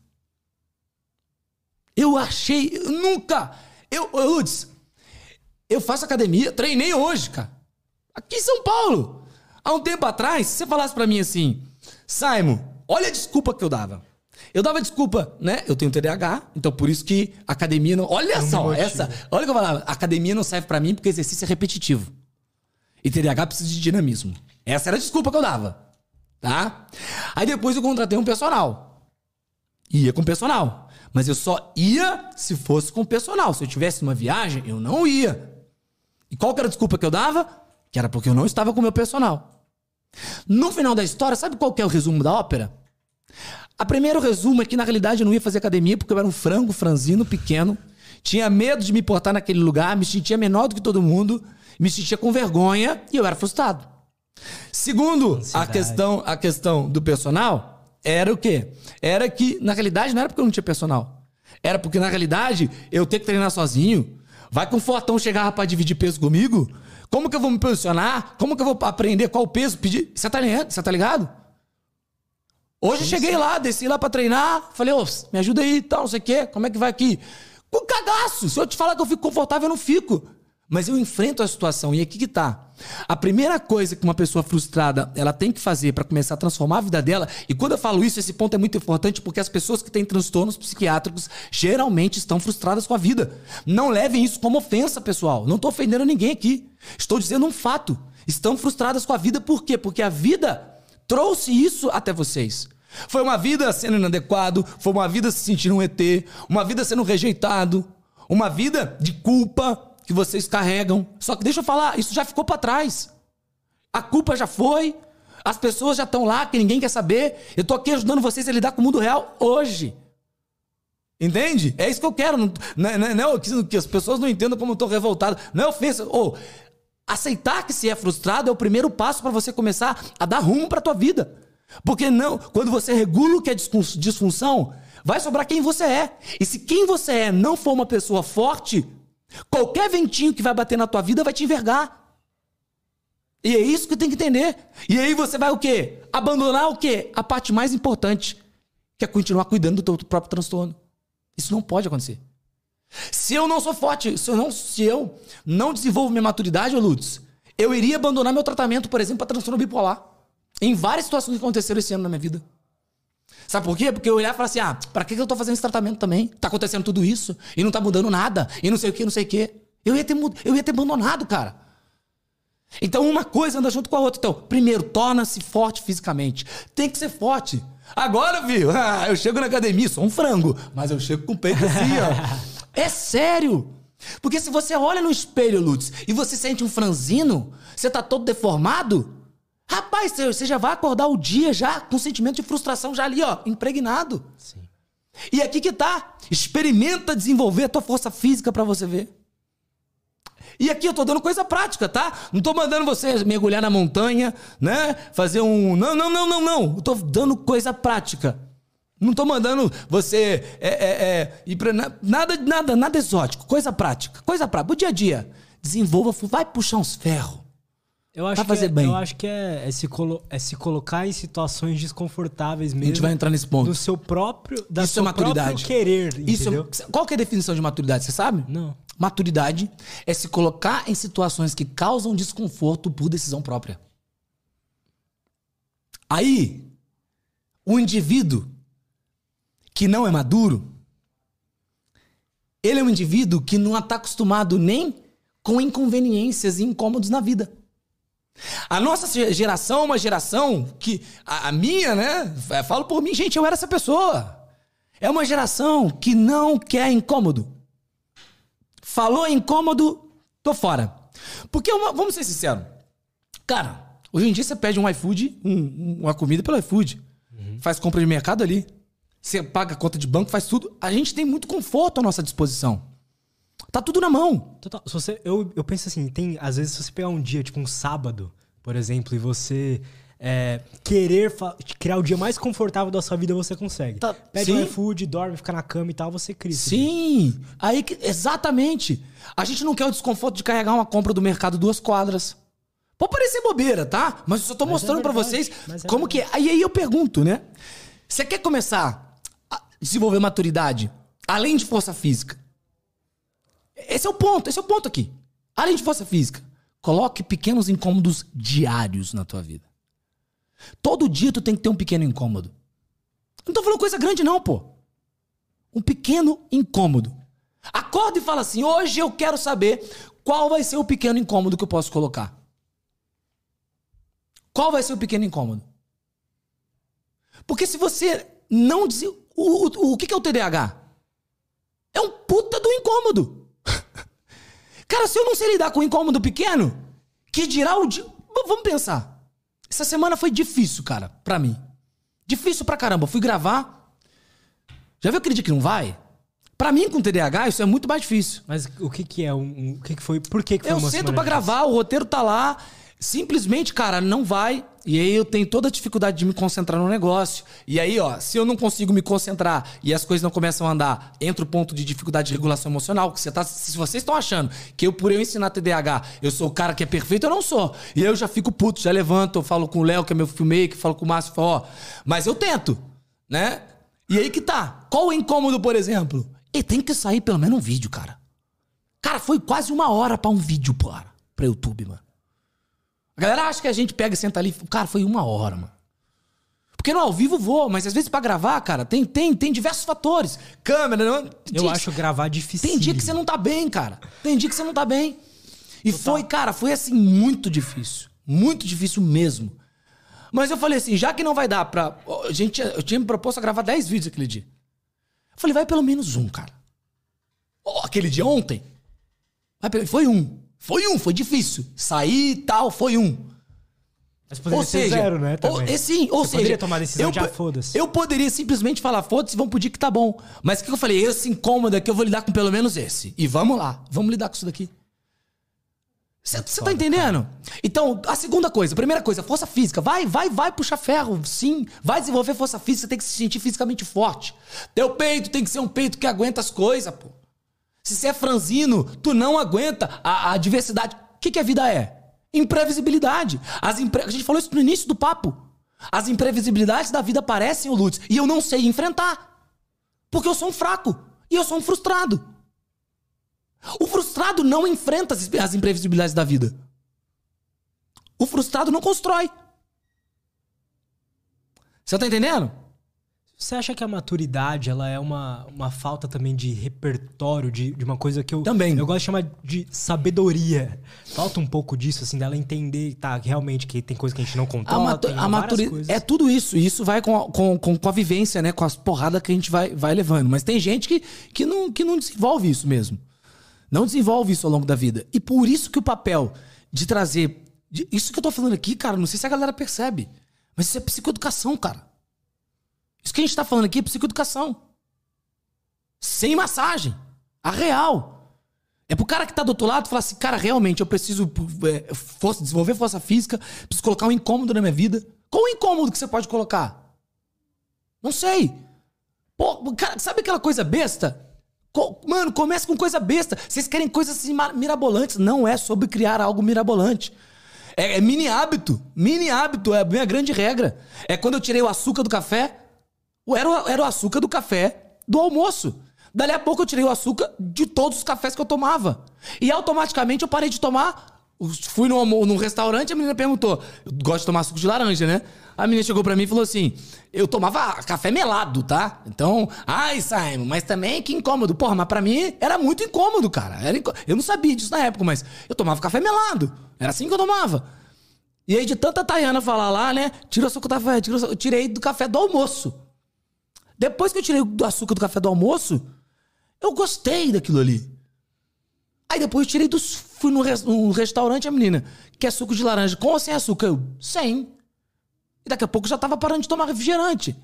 S2: Eu achei, eu nunca... Eu, eu, Lutz, eu faço academia, treinei hoje, cara. Aqui em São Paulo. Há um tempo atrás, se você falasse pra mim assim, Simon, olha a desculpa que eu dava. Eu dava desculpa, né? Eu tenho T D A H, então por isso que a academia não... Olha não só, essa... Olha o que eu falava. A academia não serve pra mim porque exercício é repetitivo. E T D A H precisa de dinamismo. Essa era a desculpa que eu dava. Tá? Aí depois eu contratei um personal. Ia com personal. Mas eu só ia se fosse com personal. Se eu tivesse uma viagem, eu não ia. E qual que era a desculpa que eu dava? Que era porque eu não estava com o meu personal. No final da história, sabe qual que é o resumo da ópera? A primeiro resumo é que na realidade eu não ia fazer academia porque eu era um frango franzino pequeno, tinha medo de me portar naquele lugar, me sentia menor do que todo mundo, me sentia com vergonha e eu era frustrado. Segundo, a questão, a questão do personal era o quê? Era que na realidade não era porque eu não tinha personal. Era porque na realidade eu ter que treinar sozinho. Vai que um fortão chegava pra dividir peso comigo? Como que eu vou me posicionar? Como que eu vou aprender qual peso pedir? Você tá ligado? Você tá ligado? Hoje eu cheguei lá, desci lá pra treinar, falei, ô, me ajuda aí e tal, não sei o quê, como é que vai aqui? Com cagaço! Se eu te falar que eu fico confortável, eu não fico. Mas eu enfrento a situação, e aqui que tá. A primeira coisa que uma pessoa frustrada ela tem que fazer para começar a transformar a vida dela, e quando eu falo isso, esse ponto é muito importante porque as pessoas que têm transtornos psiquiátricos geralmente estão frustradas com a vida. Não levem isso como ofensa, pessoal. Não estou ofendendo ninguém aqui. Estou dizendo um fato. Estão frustradas com a vida por quê? Porque a vida trouxe isso até vocês. Foi uma vida sendo inadequado, foi uma vida se sentindo um E T, uma vida sendo rejeitado, uma vida de culpa que vocês carregam. Só que deixa eu falar, isso já ficou pra trás. A culpa já foi, as pessoas já estão lá, que ninguém quer saber. Eu tô aqui ajudando vocês a lidar com o mundo real hoje. Entende? É isso que eu quero. Não, não, não, não, que as pessoas não entendam como eu tô revoltado. Não é ofensa. Oh, aceitar que se é frustrado é o primeiro passo para você começar a dar rumo pra tua vida. Porque não, quando você regula o que é disfunção, vai sobrar quem você é. E se quem você é não for uma pessoa forte, qualquer ventinho que vai bater na tua vida vai te envergar. E é isso que tem que entender. E aí você vai o quê? Abandonar o quê? A parte mais importante, que é continuar cuidando do teu próprio transtorno. Isso não pode acontecer. Se eu não sou forte, se eu não, se eu não desenvolvo minha maturidade, ô Lutz, eu iria abandonar meu tratamento, por exemplo, para transtorno bipolar. Em várias situações que aconteceram esse ano na minha vida. Sabe por quê? Porque eu olhar e falar assim, ah, pra que eu tô fazendo esse tratamento também? Tá acontecendo tudo isso e não tá mudando nada, e não sei o que, não sei o que. Eu ia ter, eu ia ter abandonado, cara. Então uma coisa anda junto com a outra. Então, primeiro, torna-se forte fisicamente. Tem que ser forte. Agora, viu? Ah, eu chego na academia, sou um frango, mas eu chego com o peito assim, ó. É sério. Porque se você olha no espelho, Lutz, e você sente um franzino, você tá todo deformado, rapaz, você já vai acordar o dia já com sentimento de frustração já ali, ó, impregnado.
S1: Sim.
S2: E aqui que tá. Experimenta desenvolver a tua força física pra você ver. E aqui eu tô dando coisa prática, tá? Não tô mandando você mergulhar na montanha, né? Fazer um... Não, não, não, não, não. Eu tô dando coisa prática. Não tô mandando você é, é, é, ir pra nada, nada, nada exótico. Coisa prática. Coisa prática. O dia a dia. Desenvolva, vai puxar uns ferros.
S1: Eu acho,
S2: fazer
S1: que é,
S2: bem.
S1: eu acho que é, é, se colo, é se colocar em situações desconfortáveis mesmo.
S2: A gente vai entrar nesse ponto.
S1: Do seu próprio, da
S2: Isso
S1: seu
S2: é maturidade.
S1: próprio querer,
S2: Isso
S1: entendeu?
S2: é, qual que é a definição de maturidade, você sabe?
S1: Não.
S2: Maturidade é se colocar em situações que causam desconforto por decisão própria. Aí, o indivíduo que não é maduro, ele é um indivíduo que não está acostumado nem com inconveniências e incômodos na vida. A nossa geração é uma geração que... A, a minha, né? Eu falo por mim, gente, eu era essa pessoa. É uma geração que não quer incômodo. Falou incômodo, tô fora. Porque, uma, vamos ser sinceros. Cara, hoje em dia você pede um iFood, um, uma comida pelo iFood. Uhum. Faz compra de mercado ali. Você paga conta de banco, faz tudo. A gente tem muito conforto à nossa disposição. Tá tudo na mão.
S1: Total. Se você, eu, eu penso assim, tem, às vezes, se você pegar um dia, tipo um sábado, por exemplo, e você é, querer criar o dia mais confortável da sua vida, você consegue. Tá, Pede sim. um iFood, dorme, fica na cama e tal, você cria.
S2: Sim, aí que, exatamente. A gente não quer o desconforto de carregar uma compra do mercado duas quadras. Pode parecer bobeira, tá? Mas eu só tô mas mostrando é verdade, pra vocês como é que é. Aí, aí eu pergunto, né? Você quer começar a desenvolver maturidade, além de força física? Esse é o ponto, esse é o ponto aqui. Além de força física, coloque pequenos incômodos diários na tua vida. Todo dia tu tem que ter um pequeno incômodo. Não tô falando coisa grande não, pô. Um pequeno incômodo. Acorda e fala assim, hoje eu quero saber qual vai ser o pequeno incômodo que eu posso colocar. Qual vai ser o pequeno incômodo? Porque se você não... Diz... O, o, o que é o T D A H? É um puta do incômodo. Cara, se eu não sei lidar com um incômodo pequeno, que dirá o dia... Vamos pensar. Essa semana foi difícil, cara, pra mim. Difícil pra caramba. Fui gravar. Já viu aquele dia que não vai? Pra mim, com T D A H, isso é muito mais difícil.
S1: Mas o que que é? Um, o que que foi? Por que que foi
S2: eu
S1: uma
S2: sento
S1: semana
S2: pra gravar, o roteiro tá lá... Simplesmente, cara, não vai. E aí eu tenho toda a dificuldade de me concentrar no negócio. E aí, ó, se eu não consigo me concentrar e as coisas não começam a andar, entra o ponto de dificuldade de regulação emocional. Que você tá, se vocês estão achando que eu, por eu ensinar T D A H, eu sou o cara que é perfeito, eu não sou. E aí eu já fico puto, já levanto, eu falo com o Léo, que é meu filmmaker, falo com o Márcio, falo, ó, mas eu tento, né? E aí que tá. Qual o incômodo, por exemplo? E tem que sair pelo menos um vídeo, cara. Cara, foi quase uma hora pra um vídeo, cara, pra YouTube, mano. galera acha que a gente pega e senta ali... Cara, foi uma hora, mano. Porque no ao vivo voa, mas às vezes pra gravar, cara, tem, tem, tem diversos fatores. Câmera... Não...
S1: Eu acho que... gravar difícil.
S2: Tem dia que você não tá bem, cara. Tem dia que você não tá bem. E Total. foi, cara, foi assim, muito difícil. Muito difícil mesmo. Mas eu falei assim, já que não vai dar pra... A gente, eu tinha me proposto a gravar dez vídeos aquele dia. Eu falei, vai pelo menos um, cara. Oh, aquele dia ontem. Vai, foi um. Foi um, foi difícil. Sair e tal, foi um.
S1: Mas poderia
S2: ou
S1: ser
S2: seja,
S1: zero, né?
S2: Ou, é, sim, ou
S1: Você
S2: seja...
S1: poderia tomar a decisão
S2: eu,
S1: de, ah, foda-se.
S2: Eu poderia simplesmente falar, foda-se, vamos pro dia que tá bom. Mas o que eu falei? Esse incômodo aqui, eu vou lidar com pelo menos esse. E vamos lá, vamos lidar com isso daqui. Você tá entendendo? Cara. Então, a segunda coisa, a primeira coisa, força física. Vai, vai, vai puxar ferro, sim. Vai desenvolver força física, você tem que se sentir fisicamente forte. Teu peito tem que ser um peito que aguenta as coisas, pô. Se você é franzino, tu não aguenta a, a diversidade. O que, que a vida é? Imprevisibilidade. As impre... A gente falou isso no início do papo. As imprevisibilidades da vida aparecem, ô Lutz, e eu não sei enfrentar. Porque eu sou um fraco. E eu sou um frustrado. O frustrado não enfrenta as imprevisibilidades da vida. O frustrado não constrói. Você tá entendendo?
S1: Você acha que a maturidade, ela é uma, uma falta também de repertório, de, de uma coisa que eu...
S2: Também.
S1: Eu gosto de chamar de sabedoria. Falta um pouco disso, assim, dela entender, tá, realmente, que tem coisa que a gente não controla, a, matu
S2: a maturidade é tudo isso. E isso vai com a, com, com, com a vivência, né? Com as porradas que a gente vai, vai levando. Mas tem gente que, que, não, que não desenvolve isso mesmo. Não desenvolve isso ao longo da vida. E por isso que o papel de trazer... De, isso que eu tô falando aqui, cara, não sei se a galera percebe. Mas isso é psicoeducação, cara. Isso que a gente tá falando aqui é psicoeducação. Sem massagem. A real. É pro cara que tá do outro lado falar assim, cara, realmente eu preciso é, força, desenvolver força física, preciso colocar um incômodo na minha vida. Qual o incômodo que você pode colocar? Não sei. Pô, cara, sabe aquela coisa besta? Mano, começa com coisa besta. Vocês querem coisas assim mirabolantes. Não é sobre criar algo mirabolante. É, é mini hábito. Mini hábito é a minha grande regra. É quando eu tirei o açúcar do café. Era o, era o açúcar do café do almoço. Dali a pouco eu tirei o açúcar de todos os cafés que eu tomava. E automaticamente eu parei de tomar. Fui num, num restaurante e a menina perguntou. Eu gosto de tomar suco de laranja, né? A menina chegou pra mim e falou assim... Eu tomava café melado, tá? Então... Ai, Simon, mas também que incômodo. Porra, mas pra mim era muito incômodo, cara. Era incô... Eu não sabia disso na época, mas... Eu tomava café melado. Era assim que eu tomava. E aí de tanta Tayana falar lá, né? Tira o açúcar do café. Tira o... Eu tirei do café do almoço. Depois que eu tirei o açúcar do café do almoço... Eu gostei daquilo ali. Aí depois eu tirei dos... Fui num, res... num restaurante, a menina... Quer suco de laranja com ou sem açúcar? Eu... Sem. E daqui a pouco eu já tava parando de tomar refrigerante.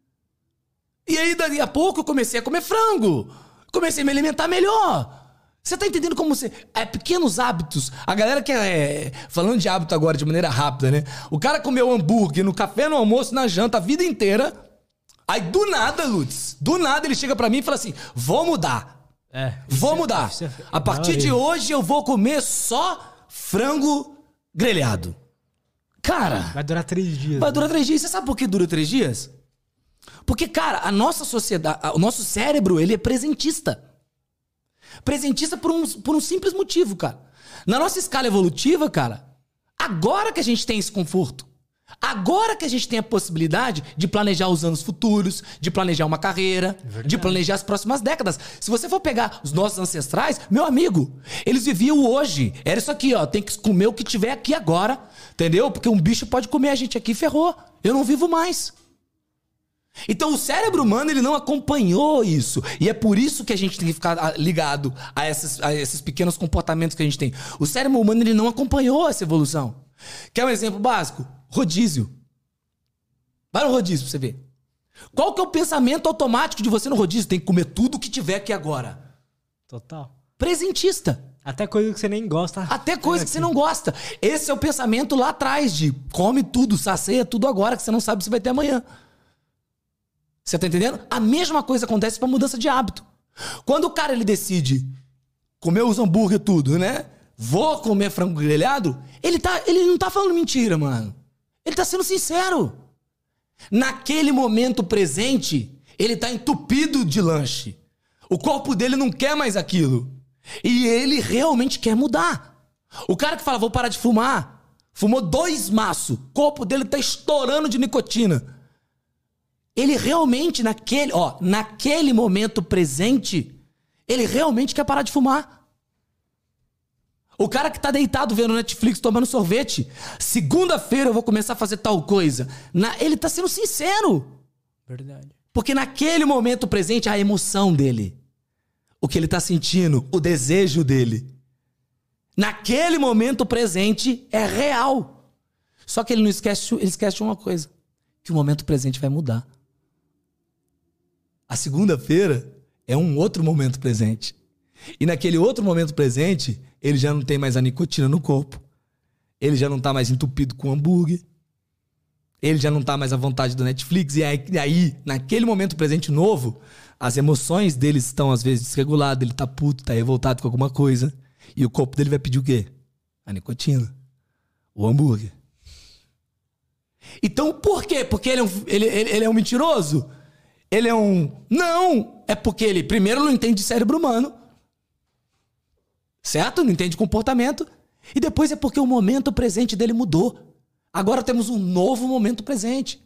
S2: E aí, daqui a pouco, eu comecei a comer frango. Comecei a me alimentar melhor. Você tá entendendo como você... É pequenos hábitos. A galera que é... Falando de hábito agora de maneira rápida, né? O cara comeu hambúrguer no café, no almoço, na janta, a vida inteira. Aí, do nada, Lutz, do nada ele chega pra mim e fala assim... Vou mudar.
S1: É.
S2: Vou
S1: é,
S2: mudar.
S1: É,
S2: a partir de hoje, eu vou comer só frango grelhado. Cara...
S1: Vai durar três dias.
S2: Vai
S1: né?
S2: durar três dias. Você sabe por que dura três dias? Porque, cara, a nossa sociedade... O nosso cérebro, ele é presentista. Presentista por um, por um simples motivo, cara. Na nossa escala evolutiva, cara... Agora que a gente tem esse conforto... Agora que a gente tem a possibilidade de planejar os anos futuros, de planejar uma carreira, Verdade. de planejar as próximas décadas. Se você for pegar os nossos ancestrais, meu amigo, eles viviam hoje. Era isso aqui, ó, tem que comer o que tiver aqui agora, entendeu? Porque um bicho pode comer a gente aqui e ferrou. Eu não vivo mais. Então o cérebro humano, ele não acompanhou isso. E é por isso que a gente tem que ficar ligado a esses, a esses pequenos comportamentos que a gente tem. O cérebro humano, ele não acompanhou essa evolução. Quer um exemplo básico? Rodízio. Vai no rodízio pra você ver. Qual que é o pensamento automático de você no rodízio? Tem que comer tudo o que tiver aqui agora.
S1: Total.
S2: Presentista.
S1: Até coisa que você nem gosta.
S2: Até coisa que você não gosta. Esse é o pensamento lá atrás de come tudo, sacia tudo agora, que você não sabe se vai ter amanhã. Você tá entendendo? A mesma coisa acontece pra mudança de hábito. Quando o cara ele decide comer os hambúrguer tudo, né? Vou comer frango grelhado, ele, tá, ele não tá falando mentira, mano. Ele tá sendo sincero. Naquele momento presente, ele tá entupido de lanche. O corpo dele não quer mais aquilo. E ele realmente quer mudar. O cara que fala, vou parar de fumar. Fumou dois maços. O corpo dele tá estourando de nicotina. Ele realmente, naquele, ó, naquele momento presente, ele realmente quer parar de fumar. O cara que tá deitado vendo Netflix, tomando sorvete, segunda-feira eu vou começar a fazer tal coisa. Na, ele tá sendo sincero.
S1: Verdade.
S2: Porque naquele momento presente, a emoção dele, o que ele tá sentindo, o desejo dele, naquele momento presente é real. Só que ele não esquece, ele esquece uma coisa, que o momento presente vai mudar. A segunda-feira é um outro momento presente. E naquele outro momento presente, ele já não tem mais a nicotina no corpo. Ele já não tá mais entupido com hambúrguer. Ele já não tá mais à vontade do Netflix. E aí, e aí, naquele momento presente novo, as emoções dele estão às vezes desreguladas. Ele tá puto, tá revoltado com alguma coisa. E o corpo dele vai pedir o quê? A nicotina. O hambúrguer. Então, por quê? Porque ele é um, ele, ele, ele é um mentiroso? Ele é um... Não! É porque ele, primeiro, não entende de cérebro humano. Certo? Não entende comportamento. E depois é porque o momento presente dele mudou. Agora temos um novo momento presente.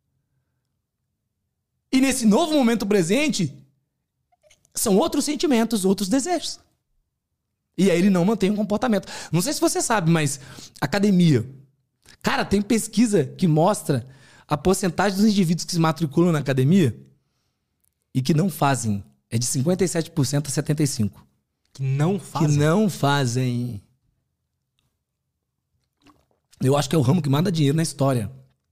S2: E nesse novo momento presente, são outros sentimentos, outros desejos. E aí ele não mantém um comportamento. Não sei se você sabe, mas academia. Cara, tem pesquisa que mostra a porcentagem dos indivíduos que se matriculam na academia e que não fazem. É de cinquenta e sete por cento a setenta e cinco por cento.
S1: Que não fazem?
S2: Que não fazem. Eu acho que é o ramo que mais dá dinheiro na história.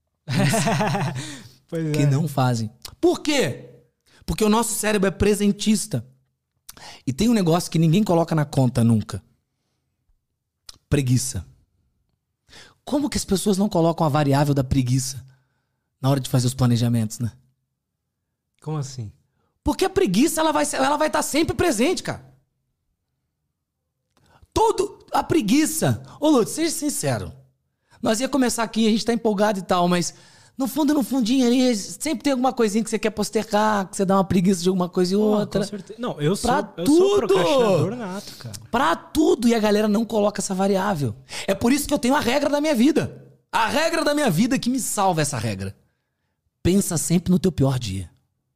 S1: Pois é.
S2: Que não fazem. Por quê? Porque o nosso cérebro é presentista. E tem um negócio que ninguém coloca na conta nunca. Preguiça. Como que as pessoas não colocam a variável da preguiça na hora de fazer os planejamentos, né?
S1: Como assim?
S2: Porque a preguiça, ela vai, ela vai estar sempre presente, cara. Todo a preguiça. Ô, Lúcio, seja sincero. Nós ia começar aqui, a gente tá empolgado e tal, mas no fundo, no fundinho ali, sempre tem alguma coisinha que você quer postergar, que você dá uma preguiça de alguma coisa e outra.
S1: Oh, com certeza. Não, eu sou,
S2: pra
S1: eu
S2: tudo.
S1: sou procrastinador nato, cara.
S2: Pra tudo. E a galera não coloca essa variável. É por isso que eu tenho a regra da minha vida. A regra da minha vida que me salva essa regra. Pensa sempre no teu pior dia.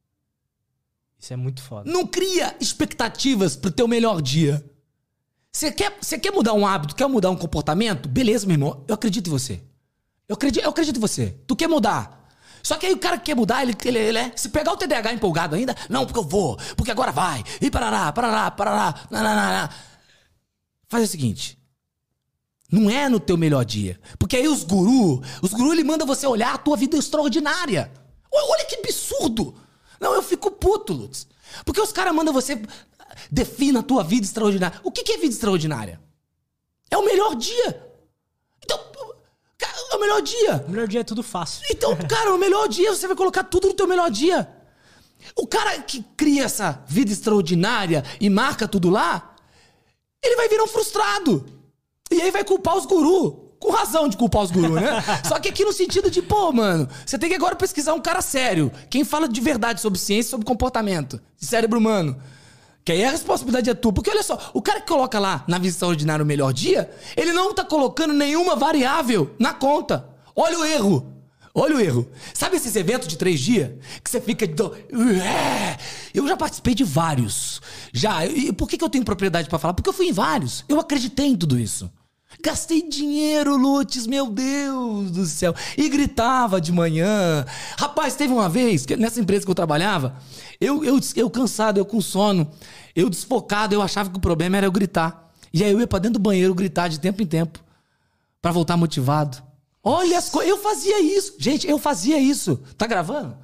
S1: Isso é muito foda.
S2: Não cria expectativas pro teu melhor dia. Você quer, você quer mudar um hábito, quer mudar um comportamento? Beleza, meu irmão, eu acredito em você. Eu acredito, eu acredito em você. Tu quer mudar. Só que aí o cara que quer mudar, ele, ele, ele é... Se pegar o T D A H empolgado ainda, não, porque eu vou, porque agora vai. E parará, parará, parará, nananana. Faz o seguinte. Não é no teu melhor dia. Porque aí os gurus, os gurus, ele manda você olhar a tua vida extraordinária. Olha que absurdo. Não, eu fico puto, Lutz. Porque os caras mandam você... Defina a tua vida extraordinária. O que é vida extraordinária? É o melhor dia. Então, é o melhor dia.
S1: O melhor dia é tudo fácil.
S2: Então, cara, o melhor dia, você vai colocar tudo no teu melhor dia. O cara que cria essa vida extraordinária e marca tudo lá, ele vai virar um frustrado. E aí vai culpar os gurus. Com razão de culpar os gurus, né? Só que aqui no sentido de, pô, mano, você tem que agora pesquisar um cara sério. Quem fala de verdade sobre ciência, sobre comportamento, de cérebro humano. Que aí a responsabilidade é tua. Porque olha só, o cara que coloca lá na vida extraordinária o melhor dia, ele não tá colocando nenhuma variável na conta. Olha o erro. Olha o erro. Sabe esses eventos de três dias? Que você fica... Eu já participei de vários. Já. E por que eu tenho propriedade pra falar? Porque eu fui em vários. Eu acreditei em tudo isso. Gastei dinheiro, Lutz, meu Deus do céu. E gritava de manhã. Rapaz, teve uma vez, nessa empresa que eu trabalhava, eu, eu, eu cansado, eu com sono, eu desfocado, eu achava que o problema era eu gritar. E aí eu ia pra dentro do banheiro gritar de tempo em tempo, pra voltar motivado. Olha as coisas, eu fazia isso. Gente, eu fazia isso. Tá gravando?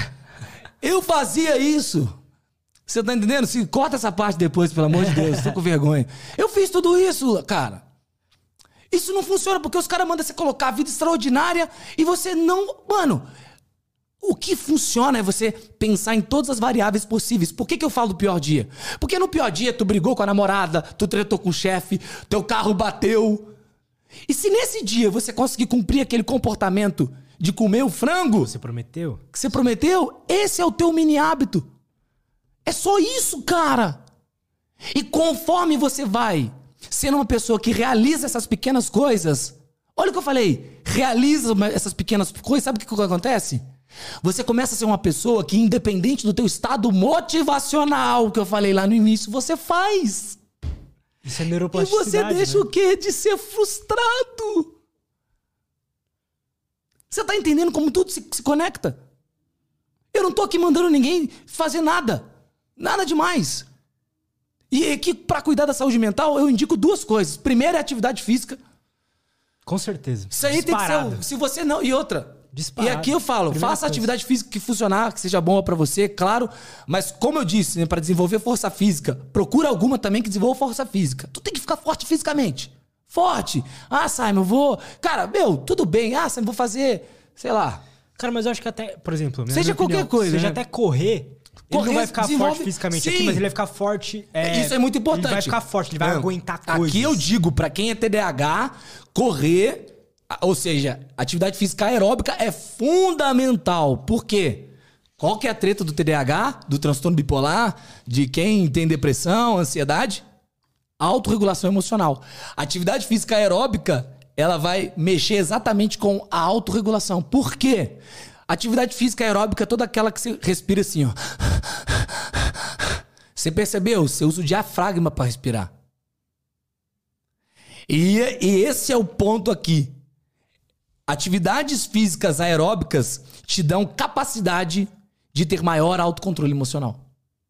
S2: Eu fazia isso. Você tá entendendo? Se corta essa parte depois, pelo amor de Deus, tô com vergonha. Eu fiz tudo isso, cara. Isso não funciona porque os caras mandam você colocar a vida extraordinária e você não... Mano, o que funciona é você pensar em todas as variáveis possíveis. Por que que eu falo do pior dia? Porque no pior dia tu brigou com a namorada, tu tretou com o chefe, teu carro bateu. E se nesse dia você conseguir cumprir aquele comportamento de comer o frango...
S1: Você prometeu?
S2: Que você prometeu, esse é o teu mini hábito. É só isso, cara. E conforme você vai... sendo uma pessoa que realiza essas pequenas coisas, Olha o que eu falei. Realiza essas pequenas coisas. Sabe o que, que acontece? Você começa a ser uma pessoa que, independente do teu estado motivacional, que eu falei lá no início, você faz.
S1: Isso é
S2: E
S1: neuroplasticidade,
S2: você deixa
S1: né?
S2: o quê? De ser frustrado. Você tá entendendo como tudo se, se conecta? Eu não tô aqui mandando ninguém fazer nada. Nada demais. E aqui, pra cuidar da saúde mental, eu indico duas coisas. Primeiro é atividade física.
S1: Com certeza.
S2: Isso aí
S1: Disparado.
S2: tem que ser... Se você não... E outra...
S1: Disparado.
S2: E aqui eu falo,
S1: Primeira
S2: faça a
S1: coisa.
S2: atividade física que funcionar, que seja boa pra você, claro. Mas como eu disse, né, para desenvolver força física, procura alguma também que desenvolva força física. Tu tem que ficar forte fisicamente. Forte. Ah, Simon, eu vou... Cara, meu, tudo bem. Ah, Simon, vou fazer, sei lá...
S1: Cara, mas eu acho que até, por exemplo... na
S2: Seja
S1: minha
S2: qualquer
S1: opinião,
S2: coisa,
S1: Seja
S2: né?
S1: até correr... Ele
S2: Correr,
S1: não vai ficar
S2: desenvolve-
S1: forte fisicamente
S2: Sim.
S1: aqui, mas ele vai ficar forte... é,
S2: Isso é muito importante.
S1: Ele vai ficar forte, ele vai
S2: Não.
S1: aguentar coisas.
S2: Aqui eu digo, pra quem é T D A H, correr, ou seja, atividade física aeróbica é fundamental. Por quê? Qual que é a treta do T D A H, do transtorno bipolar, de quem tem depressão, ansiedade? Autorregulação emocional. Atividade física aeróbica, ela vai mexer exatamente com a autorregulação. Por quê? Atividade física aeróbica é toda aquela que você respira assim, ó. Você percebeu? Você usa o diafragma para respirar. E, e esse é o ponto aqui. Atividades físicas aeróbicas te dão capacidade de ter maior autocontrole emocional.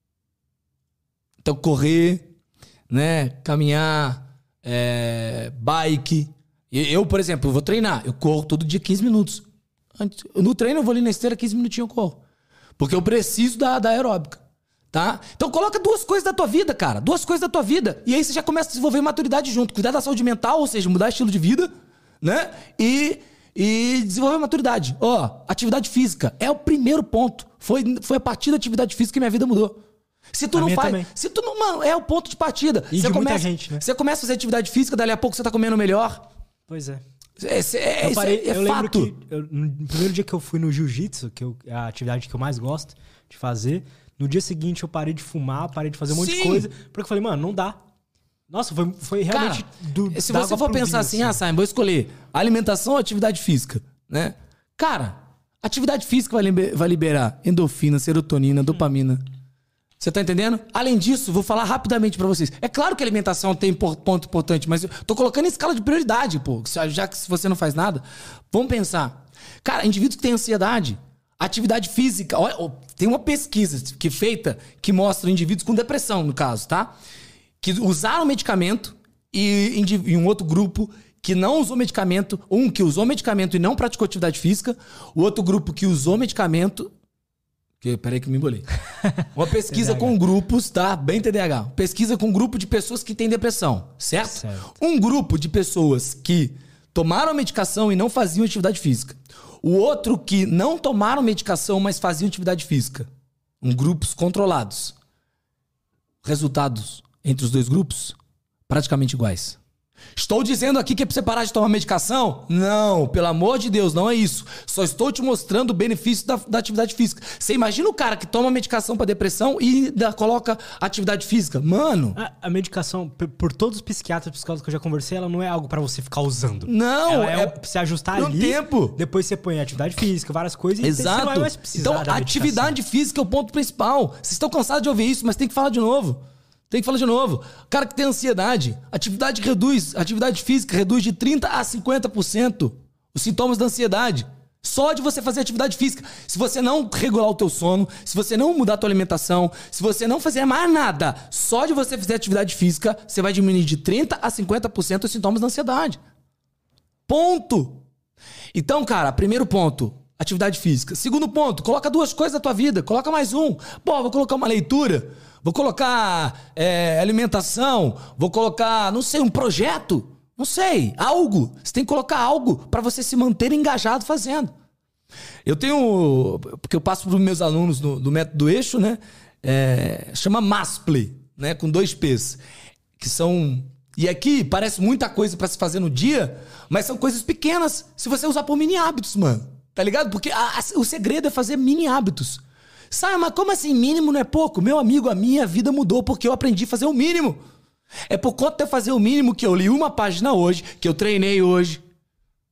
S2: Então, correr, né, caminhar, é, bike. Eu, por exemplo, eu vou treinar. Eu corro todo dia quinze minutos. No treino eu vou ali na esteira, quinze minutinhos eu corro. Porque eu preciso da, da aeróbica. Tá? Então coloca duas coisas da tua vida, cara. Duas coisas da tua vida. E aí você já começa a desenvolver maturidade junto. Cuidar da saúde mental, ou seja, mudar estilo de vida, né? E, e desenvolver maturidade. Ó, atividade física é o primeiro ponto. Foi, foi a partir da atividade física que minha vida mudou. Se tu
S1: A
S2: não
S1: minha
S2: faz...
S1: também.
S2: Se tu não... Mano, é o ponto de partida.
S1: E
S2: você
S1: de
S2: começa,
S1: muita gente, né?
S2: Você começa a fazer atividade física, dali a pouco você tá comendo melhor.
S1: Pois é.
S2: É, é,
S1: Eu,
S2: isso
S1: parei,
S2: é, é
S1: eu lembro
S2: fato.
S1: que eu, no primeiro dia que eu fui no jiu-jitsu, que eu, é a atividade que eu mais gosto de fazer, no dia seguinte eu parei de fumar, parei de fazer um monte
S2: Sim.
S1: de coisa, porque eu falei, mano, não dá. Nossa, foi, foi realmente
S2: Cara,
S1: do
S2: se
S1: da
S2: você
S1: água
S2: for
S1: pro
S2: pensar
S1: vinho,
S2: assim, ah, Simon, vou escolher alimentação ou atividade física, né? Cara, atividade física vai, liber- vai liberar endorfina, serotonina, dopamina. Você tá entendendo? Além disso, vou falar rapidamente pra vocês. É claro que a alimentação tem por- ponto importante, mas eu tô colocando em escala de prioridade, pô. Já que se você não faz nada, vamos pensar. Cara, indivíduos que têm ansiedade, atividade física... Olha, ó, tem uma pesquisa que feita que mostra indivíduos com depressão, no caso, tá? Que usaram medicamento e, indi- e um outro grupo que não usou medicamento. Um que usou medicamento e não praticou atividade física. O outro grupo que usou medicamento... Que, peraí que eu me embolei. Uma pesquisa com grupos, tá? Bem T D A H. Pesquisa com um grupo de pessoas que têm depressão, certo?
S1: Certo.
S2: Um grupo de pessoas que tomaram medicação e não faziam atividade física. O outro que não tomaram medicação, mas faziam atividade física. Um grupos controlados. Resultados entre os dois grupos praticamente iguais. Estou dizendo aqui que é pra você parar de tomar medicação? Não, pelo amor de Deus, não é isso. Só estou te mostrando o benefício da, da atividade física. Você imagina o cara que toma medicação pra depressão e ainda coloca atividade física? Mano...
S1: A, a medicação, por, por todos os psiquiatras e psicólogos que eu já conversei, ela não é algo pra você ficar usando.
S2: Não,
S1: ela é,
S2: é
S1: pra você ajustar
S2: no
S1: ali.
S2: tempo.
S1: Depois você põe atividade física, várias coisas, e você não vai
S2: Exato.
S1: mais precisar
S2: Então,
S1: da medicação.
S2: atividade física é o ponto principal. Vocês estão cansados de ouvir isso, mas tem que falar de novo. Tem que falar de novo. Cara que tem ansiedade, atividade reduz, atividade física reduz de trinta a cinquenta por cento os sintomas da ansiedade. Só de você fazer atividade física. Se você não regular o teu sono, se você não mudar a tua alimentação, se você não fazer mais nada, só de você fazer atividade física, você vai diminuir de trinta a cinquenta por cento os sintomas da ansiedade. Ponto. Então, cara, primeiro ponto, atividade física. Segundo ponto, coloca duas coisas na tua vida. Coloca mais um. Pô, vou colocar uma leitura. Vou colocar é, alimentação. Vou colocar, não sei, um projeto. Não sei, algo. Você tem que colocar algo para você se manter engajado fazendo. Eu tenho... Porque eu passo para os meus alunos do, do método do eixo, né? É, chama MASPLE, né? Com dois P's. Que são... E aqui parece muita coisa para se fazer no dia, mas são coisas pequenas se você usar por mini hábitos, mano. Tá ligado? Porque a, a, o segredo é fazer mini hábitos. Sabe, mas como assim mínimo não é pouco? Meu amigo, a minha vida mudou porque eu aprendi a fazer o mínimo. É por conta de eu fazer o mínimo que eu li uma página hoje, que eu treinei hoje,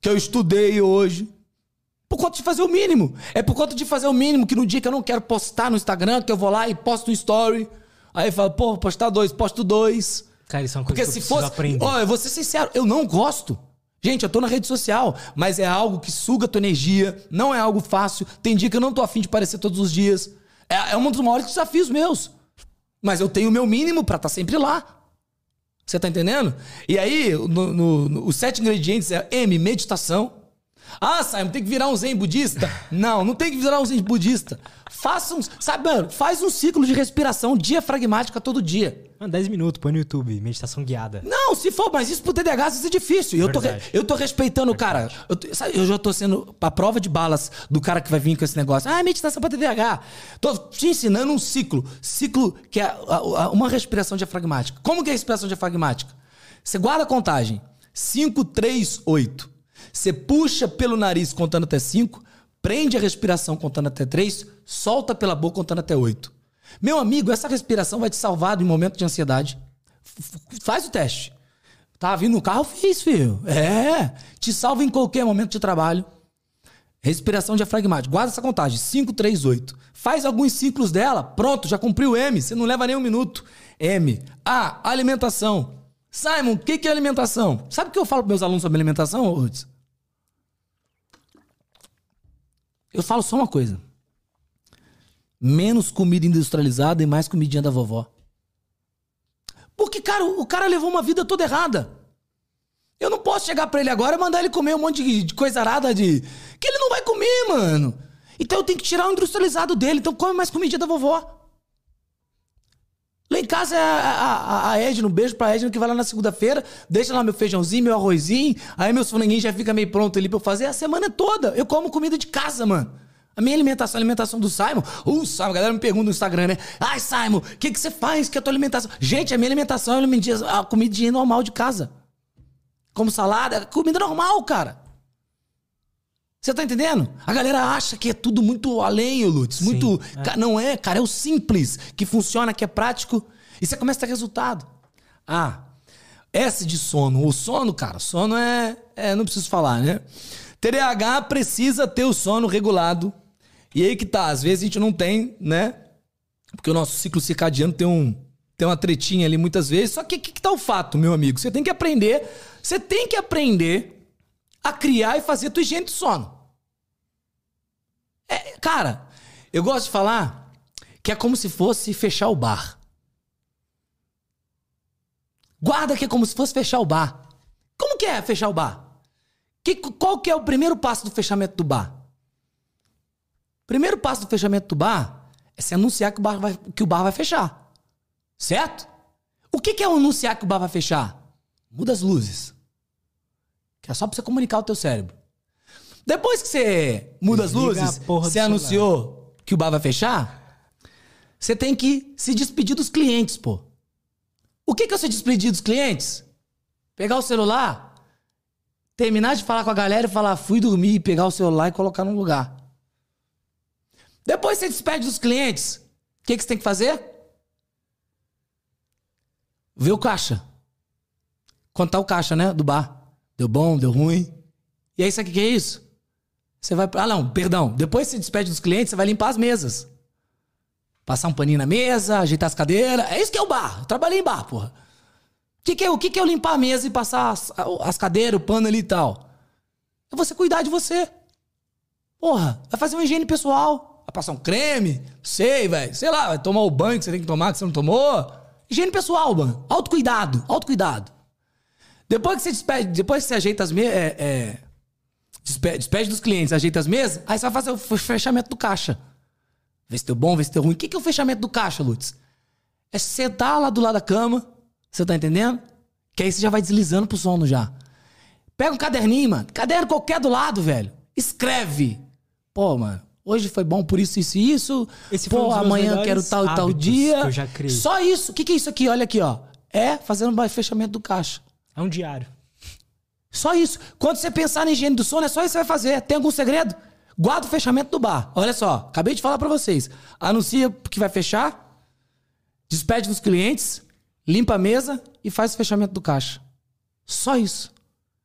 S2: que eu estudei hoje. Por conta de fazer o mínimo. É por conta de fazer o mínimo que no dia que eu não quero postar no Instagram, que eu vou lá e posto um story. Aí eu falo, pô, vou postar dois, posto dois.
S1: Cara, isso é uma coisa
S2: Porque
S1: que eu
S2: se
S1: preciso
S2: fosse,
S1: aprender.
S2: ó, eu vou ser sincero, eu não gosto. Gente, eu tô na rede social, mas é algo que suga a tua energia, não é algo fácil. Tem dia que eu não tô afim de aparecer todos os dias. É, é um dos maiores desafios meus. Mas eu tenho o meu mínimo pra estar sempre lá. Você tá entendendo? E aí, no, no, no, os sete ingredientes é M, meditação. Ah, Simon, tem que virar um zen budista? Não, não tem que virar um zen budista. Faça um, sabe, mano, faz um ciclo de respiração diafragmática todo dia.
S1: Mano, dez minutos, põe no YouTube, meditação guiada.
S2: Não, se for, mas isso pro T D A H isso é difícil. Eu tô, eu tô respeitando o cara. Eu, tô, sabe, eu já tô sendo a prova de balas do cara que vai vir com esse negócio. Ah, meditação pra T D A H. Tô te ensinando um ciclo. Ciclo que é a, a, uma respiração diafragmática. Como que é a respiração diafragmática? Você guarda a contagem. cinco, três, oito. Você puxa pelo nariz contando até cinco, prende a respiração contando até três, solta pela boca contando até oito. Meu amigo, essa respiração vai te salvar em momento de ansiedade. F- faz o teste. Tava vindo no carro, fiz, filho. É, te salva em qualquer momento de trabalho. Respiração diafragmática. Guarda essa contagem, cinco, três, oito. Faz alguns ciclos dela, pronto, já cumpriu o M. Você não leva nem um minuto. M. A, alimentação. Simon, o que, que é alimentação? Sabe o que eu falo para meus alunos sobre alimentação, Hudson? Eu falo só uma coisa. Menos comida industrializada e mais comidinha da vovó. Porque, cara, o cara levou uma vida toda errada. Eu não posso chegar pra ele agora e mandar ele comer um monte de, de coisa arada de... que ele não vai comer, mano. Então eu tenho que tirar o industrializado dele. Então come mais comidinha da vovó. Lá em casa é a, a, a Edna, um beijo pra Edna que vai lá na segunda-feira, deixa lá meu feijãozinho, meu arrozinho, aí meus franguinhos já fica meio pronto ali pra eu fazer a semana toda. Eu como comida de casa, mano. A minha alimentação, a alimentação do Simon. Uh, Simon, a galera me pergunta no Instagram, né? Ai, Simon, o que, que você faz? Que é a tua alimentação? Gente, a minha alimentação é a comidinha normal de casa. Como salada, comida normal, cara. Você tá entendendo? A galera acha que é tudo muito além, Lutz. Muito. É. Não é, cara. É o simples que funciona, que é prático. E você começa a ter resultado. Ah, S de sono. O sono, cara, sono é. é não preciso falar, né? T D A H precisa ter o sono regulado. E aí que tá. Às vezes a gente não tem, né? Porque o nosso ciclo circadiano tem um. Tem uma tretinha ali muitas vezes. Só que o que, que tá o fato, meu amigo? Você tem que aprender. Você tem que aprender a criar e fazer a tua higiene de sono. É, cara, eu gosto de falar que é como se fosse fechar o bar. Guarda que é como se fosse fechar o bar. Como que é fechar o bar? Que, qual que é o primeiro passo do fechamento do bar? Primeiro passo do fechamento do bar é se anunciar que o bar vai, que o bar vai fechar. Certo? O que, que é anunciar que o bar vai fechar? Muda as luzes. Que é só pra você comunicar o teu cérebro. Depois que você muda as luzes, você anunciou que o bar vai fechar, você tem que se despedir dos clientes, pô. O que que é se despedir dos clientes? Pegar o celular, terminar de falar com a galera e falar, fui dormir, pegar o celular e colocar num lugar. Depois você despede dos clientes, o que que você tem que fazer? Ver o caixa. Contar o caixa, né, do bar. Deu bom, deu ruim. E aí, sabe o que é isso? Você vai... Ah, não, perdão. Depois que você despede dos clientes, você vai limpar as mesas. Passar um paninho na mesa, ajeitar as cadeiras. É isso que é o bar. Eu trabalhei em bar, porra. O que, que, é, o que, que é eu limpar a mesa e passar as, as cadeiras, o pano ali e tal? É você cuidar de você. Porra, vai fazer uma higiene pessoal. Vai passar um creme, sei, velho. Sei lá, vai tomar o banho que você tem que tomar, que você não tomou. Higiene pessoal, mano. Autocuidado, autocuidado. Depois que você despede, depois que você ajeita as mesas... É, é, despede, despede dos clientes, ajeita as mesas, aí você vai fazer o fechamento do caixa. Vê se deu bom, vê se deu ruim. O que, que é o fechamento do caixa, Lutz? É sentar lá do lado da cama, você tá entendendo? Que aí você já vai deslizando pro sono já. Pega um caderninho, mano. Caderno qualquer do lado, velho. Escreve. Pô, mano, hoje foi bom por isso, isso e isso. Esse Pô, amanhã quero tal e tal dia. Que eu já criei. Só isso. O que, que é isso aqui? Olha aqui, ó. É fazendo um fechamento do caixa.
S1: É um diário.
S2: Só isso. Quando você pensar na higiene do sono, é só isso que você vai fazer. Tem algum segredo? Guarda o fechamento do bar. Olha só, acabei de falar pra vocês. Anuncia que vai fechar, despede dos clientes, limpa a mesa e faz o fechamento do caixa. Só isso.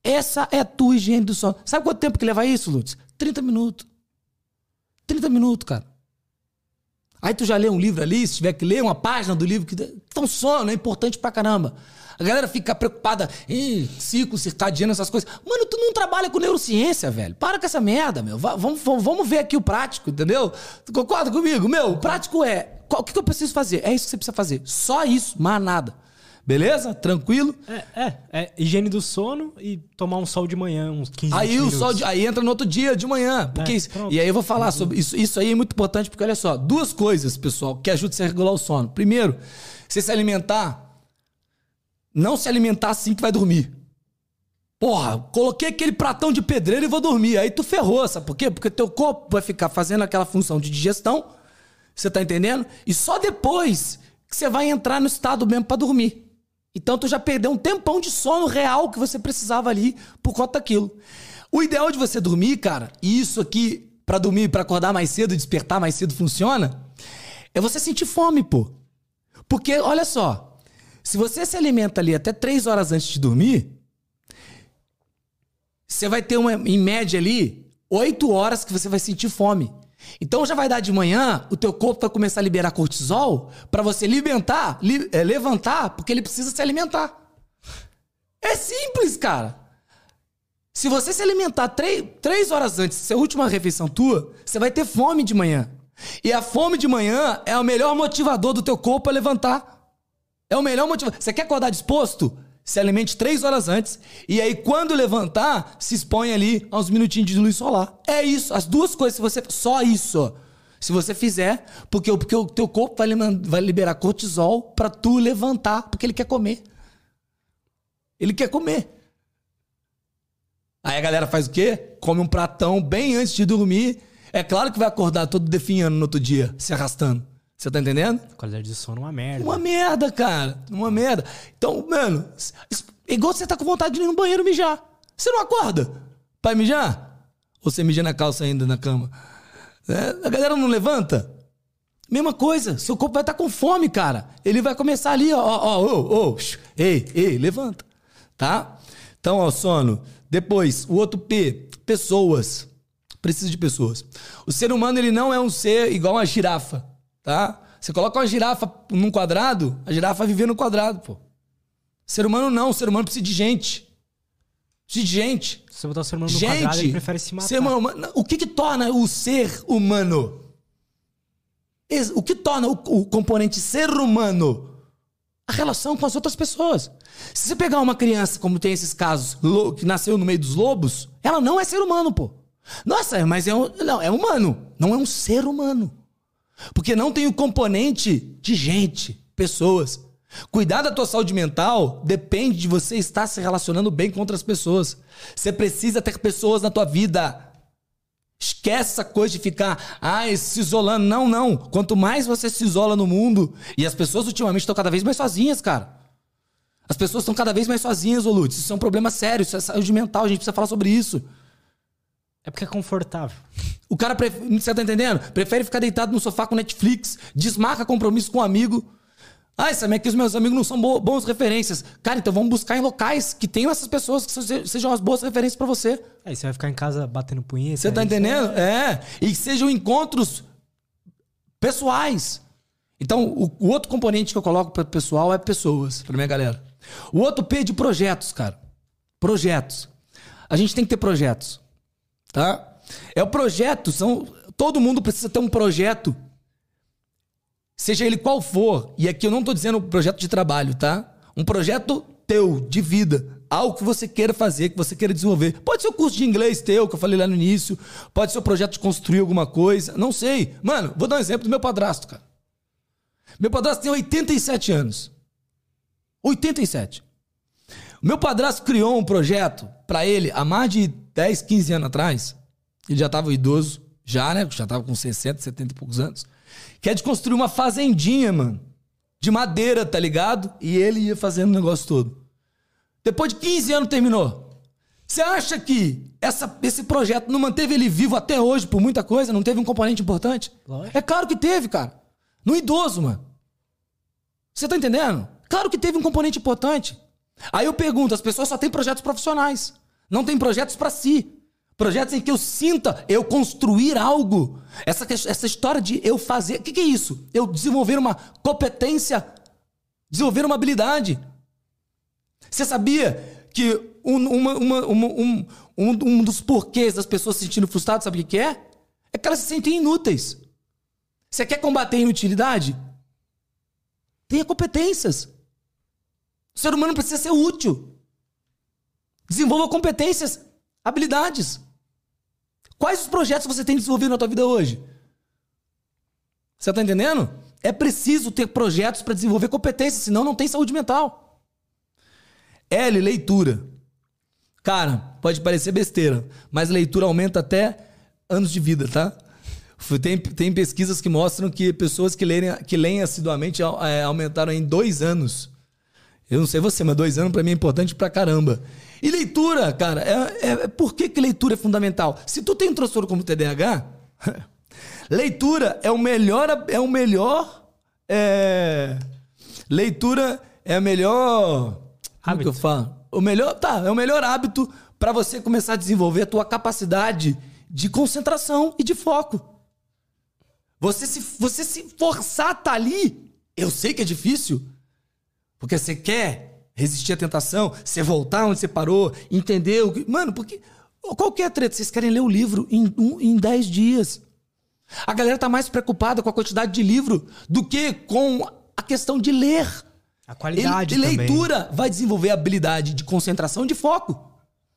S2: Essa é a tua higiene do sono. Sabe quanto tempo que leva isso, Lutz? trinta minutos. trinta minutos, cara. Aí tu já lê um livro ali, se tiver que ler uma página do livro. Que... Então sono é importante pra caramba. A galera fica preocupada em ciclo circadiano, essas coisas. Mano, tu não trabalha com neurociência, velho. Para com essa merda, meu. Vamos, vamos ver aqui o prático, entendeu? Tu concorda comigo? Meu, o prático é... O que eu preciso fazer? É isso que você precisa fazer. Só isso, mais nada. Beleza? Tranquilo?
S1: É, é, é higiene do sono e tomar um sol de manhã, uns quinze
S2: aí
S1: minutos.
S2: o sol de, Aí entra no outro dia, de manhã. Porque
S1: É,
S2: isso, e aí eu vou falar sobre isso. Isso aí é muito importante, porque olha só, duas coisas, pessoal, que ajudam você a regular o sono. Primeiro, você se alimentar, não se alimentar assim que vai dormir. Porra, coloquei aquele pratão de pedreiro e vou dormir. Aí tu ferrou, sabe por quê? Porque teu corpo vai ficar fazendo aquela função de digestão, você tá entendendo? E só depois que você vai entrar no estado mesmo pra dormir. Então tu já perdeu um tempão de sono real que você precisava ali por conta daquilo. O ideal de você dormir, cara, e isso aqui pra dormir, pra acordar mais cedo, despertar mais cedo funciona, é você sentir fome, pô. Porque, olha só, se você se alimenta ali até três horas antes de dormir, você vai ter uma, em média ali, oito horas que você vai sentir fome. Então já vai dar de manhã, o teu corpo vai começar a liberar cortisol pra você alimentar, li, é, levantar, porque ele precisa se alimentar. É simples, cara. Se você se alimentar três, três horas antes da última refeição tua, você vai ter fome de manhã. E a fome de manhã é o melhor motivador do teu corpo a levantar. É o melhor motivador. Você quer acordar disposto? Se alimente três horas antes. E aí, quando levantar, se expõe ali a uns minutinhos de luz solar. É isso. As duas coisas. Se você... Só isso. Se você fizer. Porque, porque o teu corpo vai, vai liberar cortisol pra tu levantar. Porque ele quer comer. Ele quer comer. Aí a galera faz o quê? Come um pratão bem antes de dormir. É claro que vai acordar todo definhando no outro dia. Se arrastando. Você tá entendendo?
S1: A qualidade de sono é uma merda.
S2: Uma merda, cara. Uma merda. Então, mano, é igual você tá com vontade de ir no banheiro mijar. Você não acorda pra mijar? Ou você mija na calça ainda na cama? É, a galera não levanta? Mesma coisa. Seu corpo vai estar com fome, cara. Ele vai começar ali, ó, ó, ó, ó. Ei, ei, levanta. Tá? Então, ó, sono. Depois, o outro P. Pessoas. Precisa de pessoas. O ser humano, ele não é um ser igual uma girafa. Tá? Você coloca uma girafa num quadrado, a girafa vai viver no quadrado, pô. Ser humano não, o ser humano precisa de gente. Precisa de gente.
S1: Se você botar o ser humano no
S2: gente,
S1: quadrado, ele prefere se matar.
S2: Ser humano, o que que torna o ser humano? O que torna o, o componente ser humano? A relação com as outras pessoas. Se você pegar uma criança, como tem esses casos, que nasceu no meio dos lobos, ela não é ser humano, pô. Nossa, mas é, um, não, é humano. Não é um ser humano. Porque não tem o componente de gente, pessoas. Cuidar da tua saúde mental depende de você estar se relacionando bem com outras pessoas. Você precisa ter pessoas na tua vida. Esquece essa coisa de ficar ah, se isolando. Não, não. Quanto mais você se isola no mundo... E as pessoas ultimamente estão cada vez mais sozinhas, cara. As pessoas estão cada vez mais sozinhas, ô Lutz. Isso é um problema sério. Isso é saúde mental. A gente precisa falar sobre isso.
S1: É porque é confortável.
S2: O cara, prefere, você tá entendendo? Prefere ficar deitado no sofá com Netflix, desmarca compromisso com um amigo. Ah, sabe que os meus amigos não são bo- bons referências. Cara, então vamos buscar em locais que tenham essas pessoas que sejam as boas referências pra você.
S1: Aí você vai ficar em casa batendo punheta.
S2: Você tá entendendo? É. E que sejam encontros pessoais. Então, o, o outro componente que eu coloco para pessoal é pessoas, pra minha galera. O outro P é de projetos, cara. Projetos. A gente tem que ter projetos. Tá? É o projeto, são, todo mundo precisa ter um projeto, seja ele qual for, e aqui eu não tô dizendo um projeto de trabalho, tá? Um projeto teu, de vida, algo que você queira fazer, que você queira desenvolver. Pode ser o curso de inglês teu, que eu falei lá no início, pode ser o projeto de construir alguma coisa, não sei. Mano, vou dar um exemplo do meu padrasto, cara. Meu padrasto tem oitenta e sete anos. oitenta e sete. O meu padrasto criou um projeto pra ele há mais de dez, quinze anos atrás. Ele já tava idoso, já, né? Já tava com sessenta, setenta e poucos anos. Que é de construir uma fazendinha, mano. De madeira, tá ligado? E ele ia fazendo o negócio todo. Depois de quinze anos terminou. Você acha que essa, esse projeto não manteve ele vivo até hoje por muita coisa? Não teve um componente importante? Lógico. É claro que teve, cara. No idoso, mano. Você tá entendendo? Claro que teve um componente importante. Aí eu pergunto, as pessoas só têm projetos profissionais. Não tem projetos para si. Projetos em que eu sinta eu construir algo. Essa, essa história de eu fazer... O que, que é isso? Eu desenvolver uma competência, desenvolver uma habilidade. Você sabia que um, uma, uma, uma, um, um, um dos porquês das pessoas se sentindo frustradas, sabe o que, que é? É que elas se sentem inúteis. Você quer combater a inutilidade? Tenha competências. O ser humano precisa ser útil. Desenvolva competências, habilidades. Quais os projetos você tem desenvolvido na tua vida hoje? Você está entendendo? É preciso ter projetos para desenvolver competências, senão não tem saúde mental. L, leitura. Cara, pode parecer besteira, mas leitura aumenta até anos de vida, tá? Tem, tem pesquisas que mostram que pessoas que leem, que leem assiduamente é, aumentaram em dois anos. Eu não sei você, mas dois anos para mim é importante pra caramba. E leitura, cara, é, é, por que, que leitura é fundamental? Se tu tem um transtorno como T D A H, leitura é o melhor... É o melhor é, leitura é a melhor... Como que eu falo? O melhor, tá, é o melhor hábito para você começar a desenvolver a tua capacidade de concentração e de foco. Você se, você se forçar a tá ali, eu sei que é difícil, porque você quer resistir à tentação, você voltar onde você parou, entender o que... Mano, porque... Qual que é a treta? Vocês querem ler o livro em, um, em dez dias. A galera tá mais preocupada com a quantidade de livro do que com a questão de ler.
S1: A qualidade
S2: e, e
S1: também.
S2: leitura vai desenvolver a habilidade de concentração e de foco.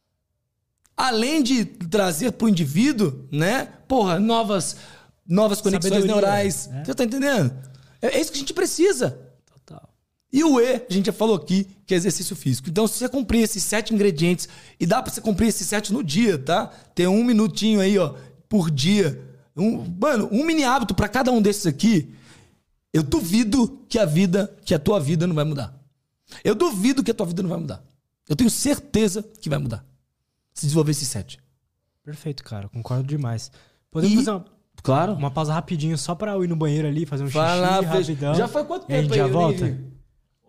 S2: Além de trazer pro indivíduo, né? Porra, novas... Novas conexões Sabedoria, neurais. É. Você tá entendendo? É, é isso que a gente precisa.
S1: Total.
S2: E o E, a gente já falou aqui, que é exercício físico. Então, se você cumprir esses sete ingredientes, e dá pra você cumprir esses sete no dia, tá? Tem um minutinho aí, ó, por dia. Um, mano, um mini hábito pra cada um desses aqui, eu duvido que a vida, que a tua vida não vai mudar. Eu duvido que a tua vida não vai mudar. Eu tenho certeza que vai mudar. Se desenvolver esses sete.
S1: Perfeito, cara. Concordo demais. Podemos
S2: E...
S1: fazer uma...
S2: Claro.
S1: Uma pausa rapidinho só pra eu ir no banheiro ali, fazer um xixi
S2: lá,
S1: rapidão.
S2: Já foi quanto tempo
S1: aí? A gente
S2: aí,
S1: já
S2: eu
S1: volta?
S2: nem vi.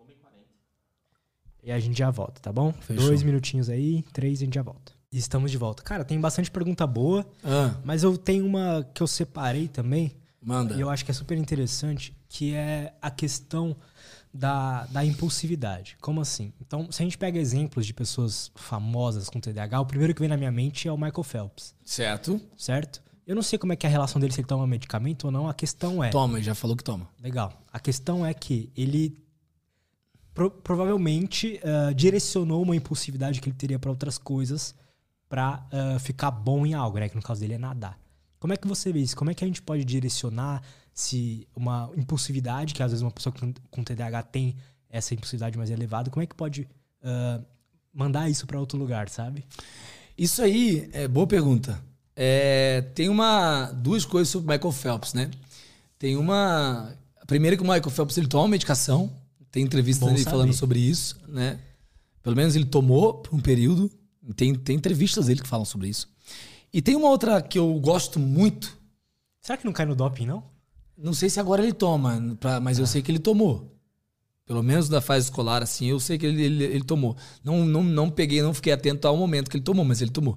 S1: E a gente já volta, tá bom?
S2: Fechou.
S1: Dois minutinhos aí, três e a gente já volta. E estamos de volta. Cara, tem bastante pergunta boa,
S2: Ah,
S1: mas eu tenho uma que eu separei também.
S2: manda.
S1: E eu acho que é super interessante, que é a questão da, da impulsividade. Como assim? Então, se a gente pega exemplos de pessoas famosas com T D A H, o primeiro que vem na minha mente é o Michael Phelps.
S2: Certo.
S1: Certo? Eu não sei como é que é a relação dele, se ele toma medicamento ou não. A questão é...
S2: Toma, já falou que toma.
S1: Legal. A questão é que ele pro, provavelmente uh, direcionou uma impulsividade que ele teria para outras coisas para uh, ficar bom em algo, né? Que no caso dele é nadar. Como é que você vê isso? Como é que a gente pode direcionar se uma impulsividade, que às vezes uma pessoa com, com T D A H tem essa impulsividade mais elevada, como é que pode uh, mandar isso para outro lugar, sabe?
S2: Isso aí é boa pergunta. É, tem uma duas coisas sobre o Michael Phelps, né? Tem uma... A primeira é que o Michael Phelps ele toma medicação. Tem entrevista
S1: Bom
S2: dele
S1: saber.
S2: falando sobre isso, né? Pelo menos ele tomou por um período. Tem, tem entrevistas dele que falam sobre isso. E tem uma outra que eu gosto muito.
S1: Será que não cai no doping, não?
S2: Não sei se agora ele toma, pra, mas ah. eu sei que ele tomou. Pelo menos da fase escolar, assim, eu sei que ele, ele, ele tomou. Não, não, não peguei, não fiquei atento ao momento que ele tomou, mas ele tomou.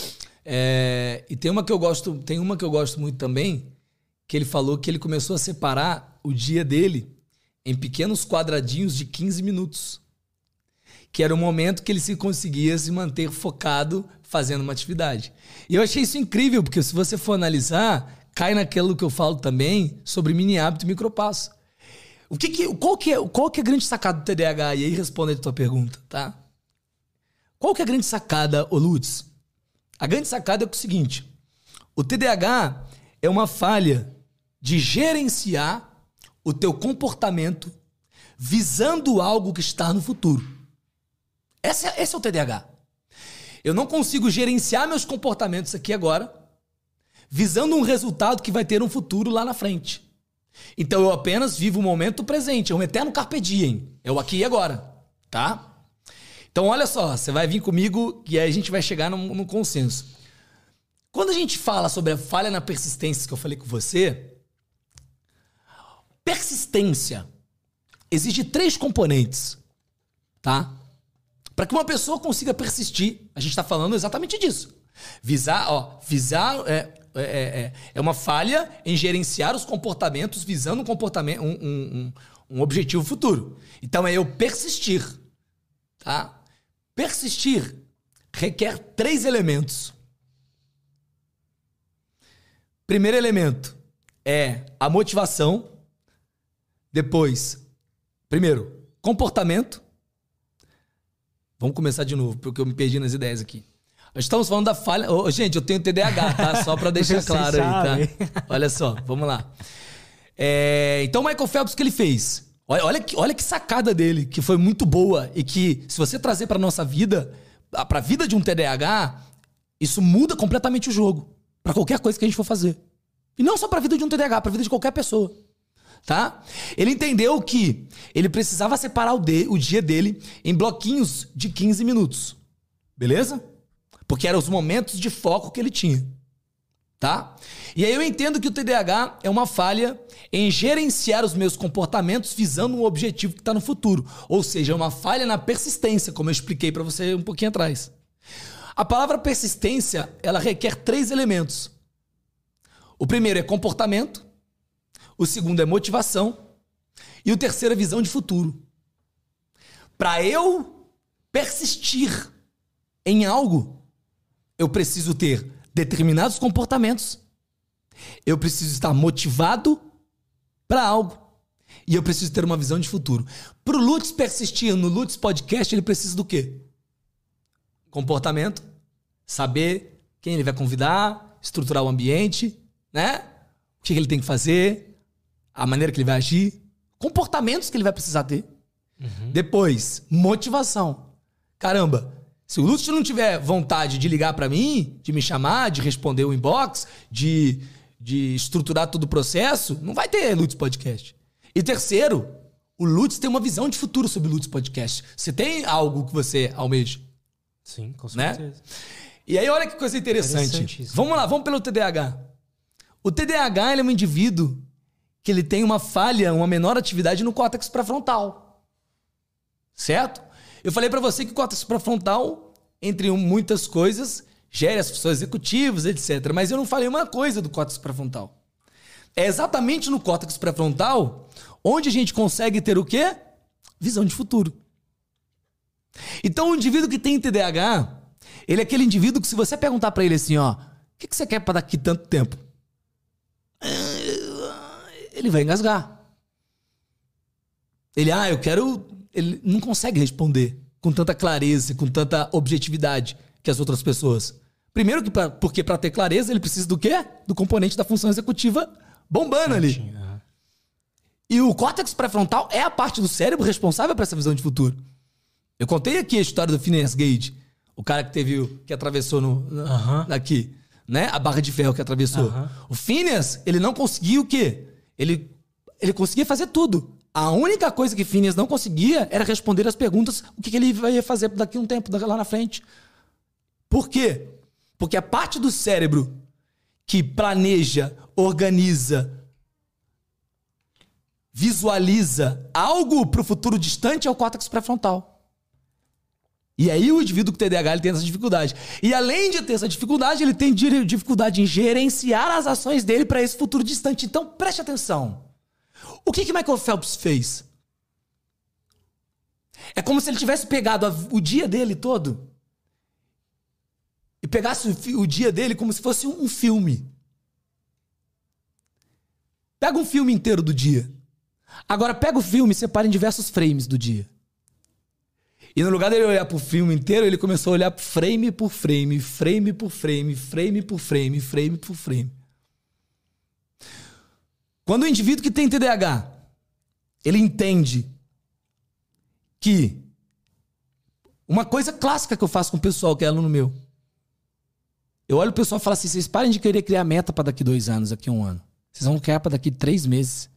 S2: É, e tem uma que eu gosto, tem uma que eu gosto muito também, que ele falou que ele começou a separar o dia dele em pequenos quadradinhos de quinze minutos. Que era o momento que ele se conseguia se manter focado fazendo uma atividade. E eu achei isso incrível, porque se você for analisar, cai naquilo que eu falo também sobre mini hábito e micropasso. O que que, qual, que é, qual que é a grande sacada do T D A H? E aí responde a tua pergunta, tá? Qual que é a grande sacada, ô Lutz? A grande sacada é o seguinte: o T D A H é uma falha de gerenciar o teu comportamento visando algo que está no futuro. Esse é, esse é o T D A H. Eu não consigo gerenciar meus comportamentos aqui agora visando um resultado que vai ter um futuro lá na frente. Então eu apenas vivo o momento presente. É um eterno carpe diem. É o aqui e agora. Tá? Então olha só, você vai vir comigo e aí a gente vai chegar num, num consenso. Quando a gente fala sobre a falha na persistência que eu falei com você, persistência exige três componentes, tá? Para que uma pessoa consiga persistir, a gente está falando exatamente disso. Visar, ó, visar é, é, é, é uma falha em gerenciar os comportamentos visando um comportamento, um, um, um, um objetivo futuro. Então é eu persistir, tá? Persistir requer três elementos. Primeiro elemento é a motivação. Depois, primeiro, comportamento. Vamos começar de novo, porque eu me perdi nas ideias aqui. Nós estamos falando da falha... Oh, gente, eu tenho T D A H, tá? Só para deixar claro aí, tá? Olha só, vamos lá. É, então, o Michael Phelps, o que ele fez? Olha, olha, que, olha que sacada dele, que foi muito boa e que, se você trazer para nossa vida, para a vida de um T D A H, isso muda completamente o jogo. Para qualquer coisa que a gente for fazer. E não só para a vida de um T D A H, para a vida de qualquer pessoa. Tá? Ele entendeu que ele precisava separar o, de, o dia dele em bloquinhos de quinze minutos. Beleza? Porque eram os momentos de foco que ele tinha. Tá? E aí eu entendo que o T D A H é uma falha em gerenciar os meus comportamentos visando um objetivo que está no futuro. Ou seja, é uma falha na persistência, como eu expliquei para você um pouquinho atrás. A palavra persistência, ela requer três elementos. O primeiro é comportamento. O segundo é motivação. E o terceiro é visão de futuro. Para eu persistir em algo, eu preciso ter determinados comportamentos. Eu preciso estar motivado para algo. E eu preciso ter uma visão de futuro. Para o Lutz persistir no Lutz Podcast, ele precisa do quê? Comportamento. Saber quem ele vai convidar, estruturar o ambiente, né? O que ele tem que fazer, a maneira que ele vai agir, comportamentos que ele vai precisar ter. Uhum. Depois, motivação. Caramba, se o Lúcio não tiver vontade de ligar pra mim, de me chamar, de responder o inbox, de, de estruturar todo o processo, não vai ter Lutz Podcast. E terceiro, o Lutz tem uma visão de futuro sobre o Lutz Podcast. Você tem algo que você almeja?
S1: Sim, com certeza.
S2: Né? E aí, olha que coisa interessante. Vamos lá, vamos pelo T D A H. O T D A H ele é um indivíduo que ele tem uma falha, uma menor atividade no córtex pré-frontal. Certo? Eu falei para você que o córtex pré-frontal, entre muitas coisas, gera as funções executivas, etcétera. Mas eu não falei uma coisa do córtex pré-frontal. É exatamente no córtex pré-frontal onde a gente consegue ter o quê? Visão de futuro. Então, o indivíduo que tem T D A H, ele é aquele indivíduo que, se você perguntar para ele assim, ó, o que, que você quer para daqui tanto tempo? Ele vai engasgar. Ele, ah, eu quero... Ele não consegue responder com tanta clareza, com tanta objetividade que as outras pessoas. Primeiro, que pra, porque para ter clareza, ele precisa do quê? Do componente da função executiva bombando ali. Uhum. E o córtex pré-frontal é a parte do cérebro responsável por essa visão de futuro. Eu contei aqui a história do Phineas Gage, o cara que teve, que atravessou no, uhum. aqui, né? A barra de ferro que atravessou. Uhum. O Phineas, ele não conseguia o quê? Ele, ele conseguia fazer tudo. A única coisa que Phineas não conseguia era responder as perguntas, o que, que ele ia fazer daqui a um tempo, lá na frente. Por quê? Porque a parte do cérebro que planeja, organiza, visualiza algo para o futuro distante é o córtex pré-frontal. E aí o indivíduo com T D A H ele tem essa dificuldade. E além de ter essa dificuldade, ele tem dificuldade em gerenciar as ações dele para esse futuro distante. Então, preste atenção. O que que Michael Phelps fez? É como se ele tivesse pegado o dia dele todo e pegasse o dia dele como se fosse um filme. Pega um filme inteiro do dia. Agora pega o filme e separa em diversos frames do dia. E no lugar dele olhar pro filme inteiro, ele começou a olhar frame por frame, frame por frame, frame por frame, frame por frame. Quando o indivíduo que tem T D A H, ele entende que uma coisa clássica que eu faço com o pessoal, que é aluno meu, eu olho o pessoal e falo assim, vocês parem de querer criar meta para daqui dois anos, daqui um ano. Vocês vão criar para daqui três meses.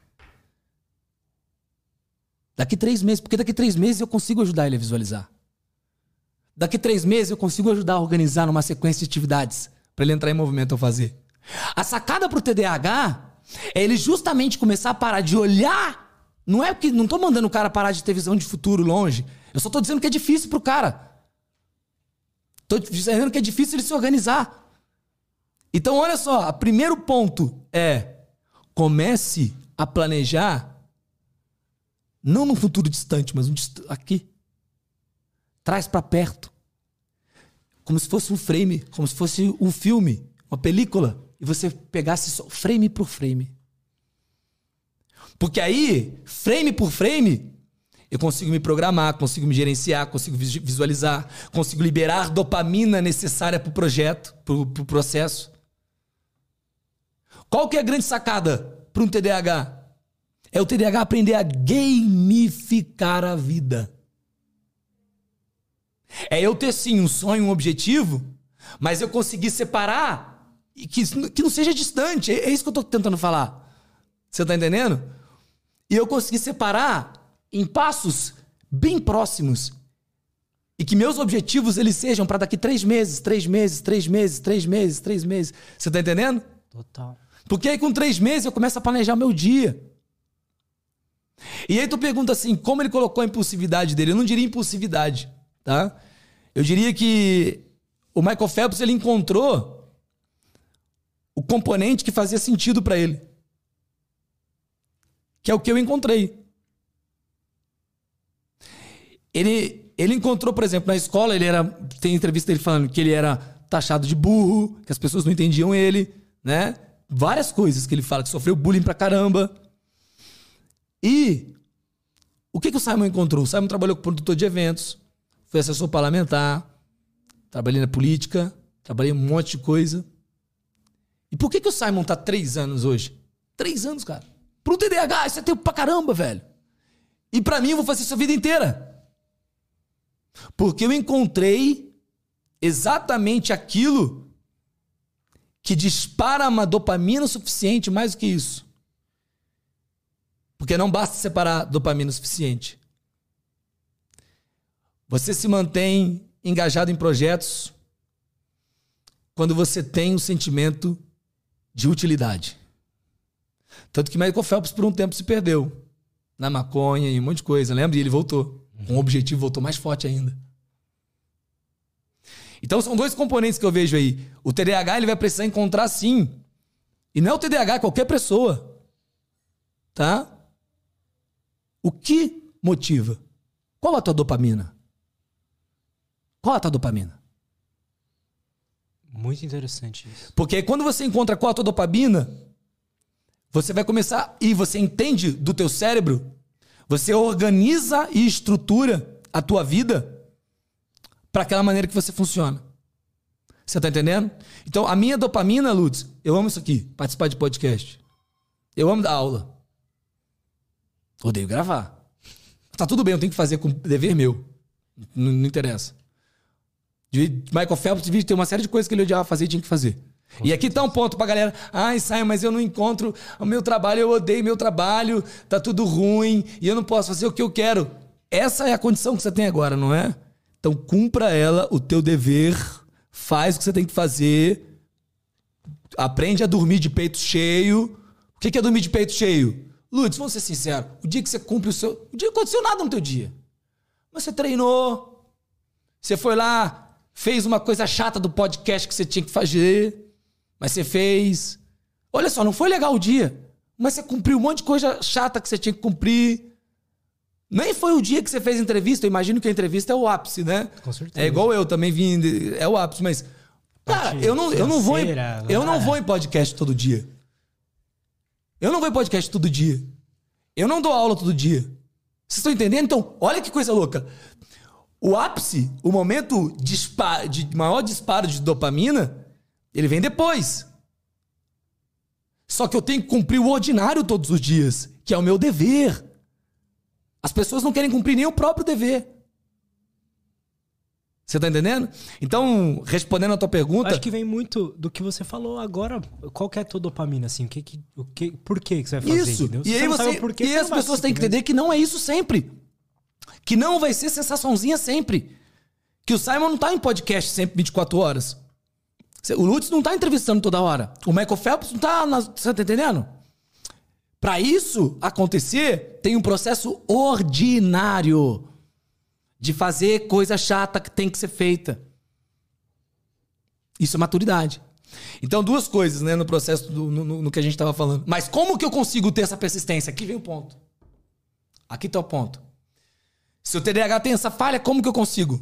S2: Daqui três meses, porque daqui três meses eu consigo ajudar ele a visualizar. Daqui três meses eu consigo ajudar a organizar numa sequência de atividades para ele entrar em movimento ao fazer. A sacada para o T D A H é ele justamente começar a parar de olhar Não é que não tô mandando o cara parar de ter visão de futuro longe. Eu só tô dizendo que é difícil pro cara. Tô dizendo que é difícil ele se organizar. Então, olha só, o primeiro ponto é comece a planejar não num futuro distante, mas um dist... aqui. Traz para perto. Como se fosse um frame, como se fosse um filme, uma película, e você pegasse só frame por frame. Porque aí, frame por frame, eu consigo me programar, consigo me gerenciar, consigo visualizar, consigo liberar dopamina necessária para o projeto, para o pro processo. Qual que é a grande sacada para um T D A H? É o T D A H aprender a gamificar a vida. É eu ter sim um sonho, um objetivo, mas eu conseguir separar e que, que não seja distante. É, é isso que eu estou tentando falar. Você está entendendo? E eu conseguir separar em passos bem próximos e que meus objetivos eles sejam para daqui três meses, três meses, três meses, três meses, três meses. Você está entendendo?
S1: Total.
S2: Porque aí com três meses eu começo a planejar meu dia. E aí tu pergunta assim, como ele colocou a impulsividade dele? Eu não diria impulsividade, tá? Eu diria que o Michael Phelps ele encontrou o componente que fazia sentido para ele. Que é o que eu encontrei. Ele, ele encontrou, por exemplo, na escola, ele era, tem entrevista dele falando que ele era taxado de burro, que as pessoas não entendiam ele, né? Várias coisas que ele fala, que sofreu bullying pra caramba. E o que, que o Simon encontrou? O Simon trabalhou com produtor de eventos, foi assessor parlamentar, trabalhei na política, trabalhei um monte de coisa. E por que, que o Simon tá três anos hoje? Três anos, cara. Pro T D A H, isso é tempo pra caramba, velho. E pra mim, eu vou fazer isso a vida inteira. Porque eu encontrei exatamente aquilo que dispara uma dopamina o suficiente, mais do que isso. Porque não basta separar dopamina o suficiente. Você se mantém engajado em projetos quando você tem o sentimento de utilidade. Tanto que Michael Phelps por um tempo se perdeu na maconha e um monte de coisa, lembra? E ele voltou. Com um objetivo, voltou mais forte ainda. Então são dois componentes que eu vejo aí. O T D A H ele vai precisar encontrar sim. E não é o T D A H, é qualquer pessoa. Tá? O que motiva? Qual a tua dopamina? Qual a tua dopamina?
S1: Muito interessante isso.
S2: Porque quando você encontra qual a tua dopamina, você vai começar e você entende do teu cérebro, você organiza e estrutura a tua vida para aquela maneira que você funciona. Você tá entendendo? Então, a minha dopamina, Lutz, eu amo isso aqui, participar de podcast. Eu amo dar aula. Odeio gravar. Tá tudo bem, eu tenho que fazer com dever meu. Não, não interessa. De Michael Phelps devia ter uma série de coisas que ele odiava fazer e tinha que fazer. Com e aqui certeza. Tá um ponto pra galera. Ai, Simon, mas eu não encontro o meu trabalho, eu odeio meu trabalho, tá tudo ruim e eu não posso fazer o que eu quero. Essa é a condição que você tem agora, não é? Então cumpra ela, o teu dever, faz o que você tem que fazer, aprende a dormir de peito cheio. O que é dormir de peito cheio? Lutz, vamos ser sinceros, o dia que você cumpre o seu... O dia não aconteceu nada no teu dia. Mas você treinou, você foi lá, fez uma coisa chata do podcast que você tinha que fazer, mas você fez. Olha só, não foi legal o dia, mas você cumpriu um monte de coisa chata que você tinha que cumprir. Nem foi o dia que você fez a entrevista, eu imagino que a entrevista é o ápice, né?
S1: Com certeza.
S2: É igual eu também vim, é o ápice, mas... Cara, eu não, eu, não vou em, eu não vou em podcast todo dia. Eu não vou em podcast todo dia. Eu não dou aula todo dia. Vocês estão entendendo? Então, olha que coisa louca. O ápice, o momento dispar, de maior disparo de dopamina, ele vem depois. Só que eu tenho que cumprir o ordinário todos os dias, que é o meu dever. As pessoas não querem cumprir nem o próprio dever. Você tá entendendo? Então, respondendo a tua pergunta...
S1: Acho que vem muito do que você falou agora. Qual que é a tua dopamina, assim? O que, que, o que, por que que você vai fazer,
S2: isso.
S1: Entendeu?
S2: E aí você,
S1: você
S2: e as pessoas têm que entender que não é isso sempre. Que não vai ser sensaçãozinha sempre. Que o Simon não tá em podcast sempre vinte e quatro horas. O Lutz não tá entrevistando toda hora. O Michael Phelps não tá... Na, você tá entendendo? Para isso acontecer, tem um processo ordinário de fazer coisa chata que tem que ser feita. Isso é maturidade. Então, duas coisas, né, no processo, do, no, no que a gente estava falando. Mas como que eu consigo ter essa persistência? Aqui vem o ponto. Aqui está o ponto. Se o T D A H tem essa falha, como que eu consigo?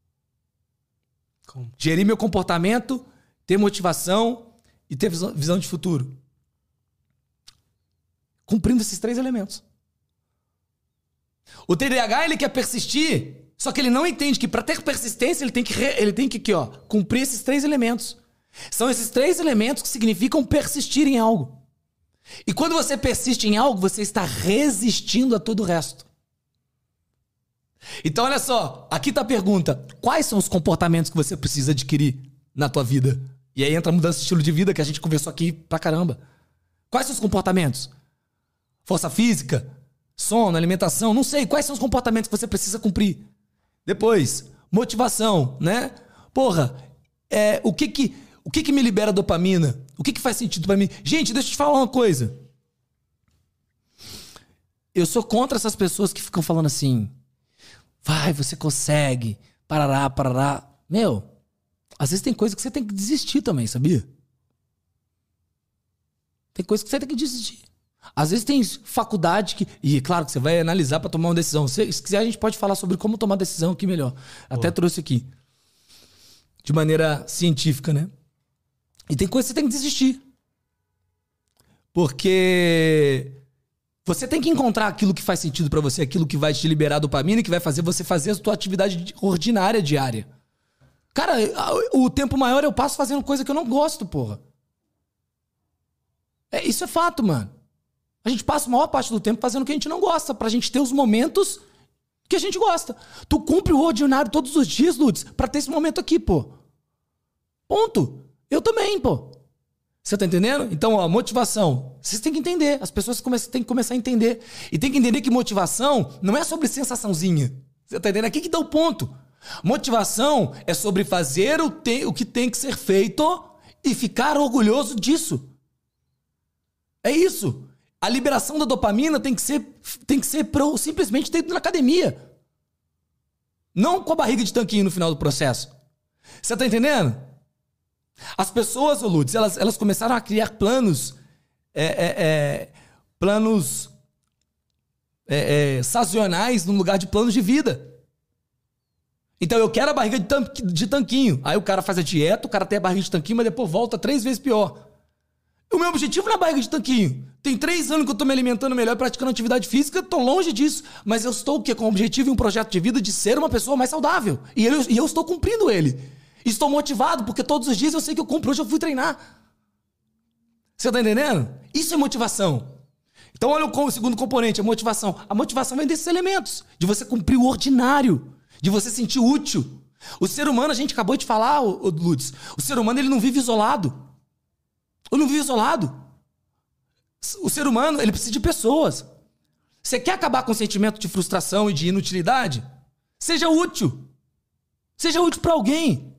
S2: Como? Gerir meu comportamento, ter motivação e ter visão, visão de futuro. Cumprindo esses três elementos. O T D A H, ele quer persistir, só que ele não entende que para ter persistência ele tem que, ele tem que aqui, ó, cumprir esses três elementos. São esses três elementos que significam persistir em algo. E quando você persiste em algo, você está resistindo a todo o resto. Então olha só, aqui está a pergunta. Quais são os comportamentos que você precisa adquirir na tua vida? E aí entra a mudança de estilo de vida que a gente conversou aqui pra caramba. Quais são os comportamentos? Força física? Sono, alimentação? Não sei. Quais são os comportamentos que você precisa cumprir? Depois, motivação, né? Porra, é, o que que... O que que me libera dopamina? O que que faz sentido pra mim? Gente, deixa eu te falar uma coisa. Eu sou contra essas pessoas que ficam falando assim, vai, você consegue, parará, parará. Meu, às vezes tem coisa que você tem que desistir também, sabia? Tem coisa que você tem que desistir. Às vezes tem faculdade que... E claro que você vai analisar pra tomar uma decisão. Se, se quiser, a gente pode falar sobre como tomar decisão aqui melhor. Até Pô. trouxe aqui. De maneira científica, né? E tem coisa que você tem que desistir. Porque você tem que encontrar aquilo que faz sentido pra você, aquilo que vai te liberar dopamina e que vai fazer você fazer a sua atividade ordinária diária. Cara, o tempo maior eu passo fazendo coisa que eu não gosto, porra. É, isso é fato, mano. A gente passa a maior parte do tempo fazendo o que a gente não gosta, pra gente ter os momentos que a gente gosta. Tu cumpre o ordinário todos os dias, Lutz, pra ter esse momento aqui, pô. Ponto. Eu também, pô. Você tá entendendo? Então, ó, motivação. Vocês têm que entender. As pessoas têm que começar a entender. E tem que entender que motivação não é sobre sensaçãozinha. Você tá entendendo? Aqui que dá o ponto. Motivação é sobre fazer o, te- o que tem que ser feito e ficar orgulhoso disso. É isso. A liberação da dopamina tem que ser, tem que ser pro, simplesmente dentro da academia. Não com a barriga de tanquinho no final do processo. Você tá entendendo? As pessoas, ô Lutz, elas, elas começaram a criar planos, é, é, é, planos é, é, sazonais no lugar de planos de vida. Então eu quero a barriga de, tan- de tanquinho. Aí o cara faz a dieta, o cara tem a barriga de tanquinho, mas depois volta três vezes pior. O meu objetivo não é a barriga de tanquinho. Tem três anos que eu tô me alimentando melhor, praticando atividade física, tô longe disso. Mas eu estou o quê? Com o objetivo e um projeto de vida de ser uma pessoa mais saudável. E eu, e eu estou cumprindo ele. Estou motivado, porque todos os dias eu sei que eu cumpro. Hoje eu fui treinar. Você tá entendendo? Isso é motivação. Então olha o segundo componente, a motivação. A motivação vem desses elementos. De você cumprir o ordinário. De você sentir útil. O ser humano, a gente acabou de falar, ô, ô, Lutz, o ser humano ele não vive isolado. Ele não vive isolado. O ser humano, ele precisa de pessoas. Você quer acabar com o sentimento de frustração e de inutilidade? Seja útil. Seja útil para alguém.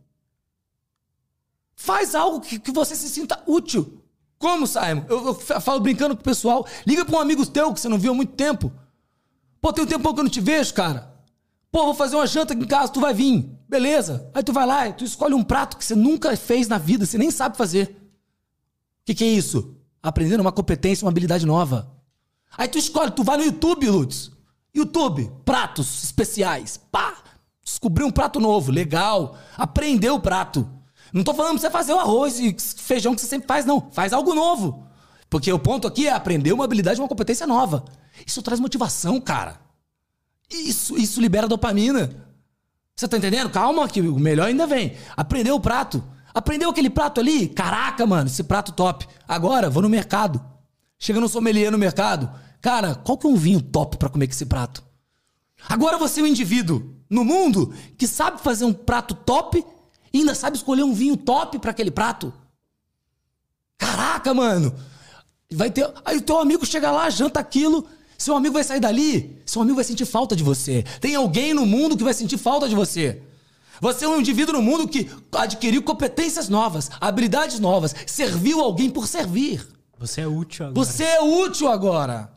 S2: Faz algo que, que você se sinta útil. Como, Simon? Eu, eu falo brincando com o pessoal. Liga para um amigo teu que você não viu há muito tempo. Pô, tem um tempão que eu não te vejo, cara. Pô, vou fazer uma janta aqui em casa, tu vai vir. Beleza. Aí tu vai lá e tu escolhe um prato que você nunca fez na vida, você nem sabe fazer. O que, que é isso? Aprendendo uma competência, uma habilidade nova. Aí tu escolhe, tu vai no YouTube, Lutz. YouTube, pratos especiais. Pá! Descobriu um prato novo, legal. Aprendeu o prato. Não tô falando pra você fazer o arroz e feijão que você sempre faz, não. Faz algo novo. Porque o ponto aqui é aprender uma habilidade, uma competência nova. Isso traz motivação, cara. Isso, isso libera dopamina. Você tá entendendo? Calma que o melhor ainda vem. Aprendeu o prato. Aprendeu aquele prato ali? Caraca, mano, esse prato top. Agora, vou no mercado. Chega no sommelier no mercado. Cara, qual que é um vinho top pra comer com esse prato? Agora você é um indivíduo no mundo que sabe fazer um prato top e ainda sabe escolher um vinho top pra aquele prato. Caraca, mano. Vai ter... Aí o teu amigo chega lá, janta aquilo, seu amigo vai sair dali, seu amigo vai sentir falta de você. Tem alguém no mundo que vai sentir falta de você. Você é um indivíduo no mundo que adquiriu competências novas, habilidades novas, serviu alguém por servir.
S1: Você é útil agora.
S2: Você é útil agora.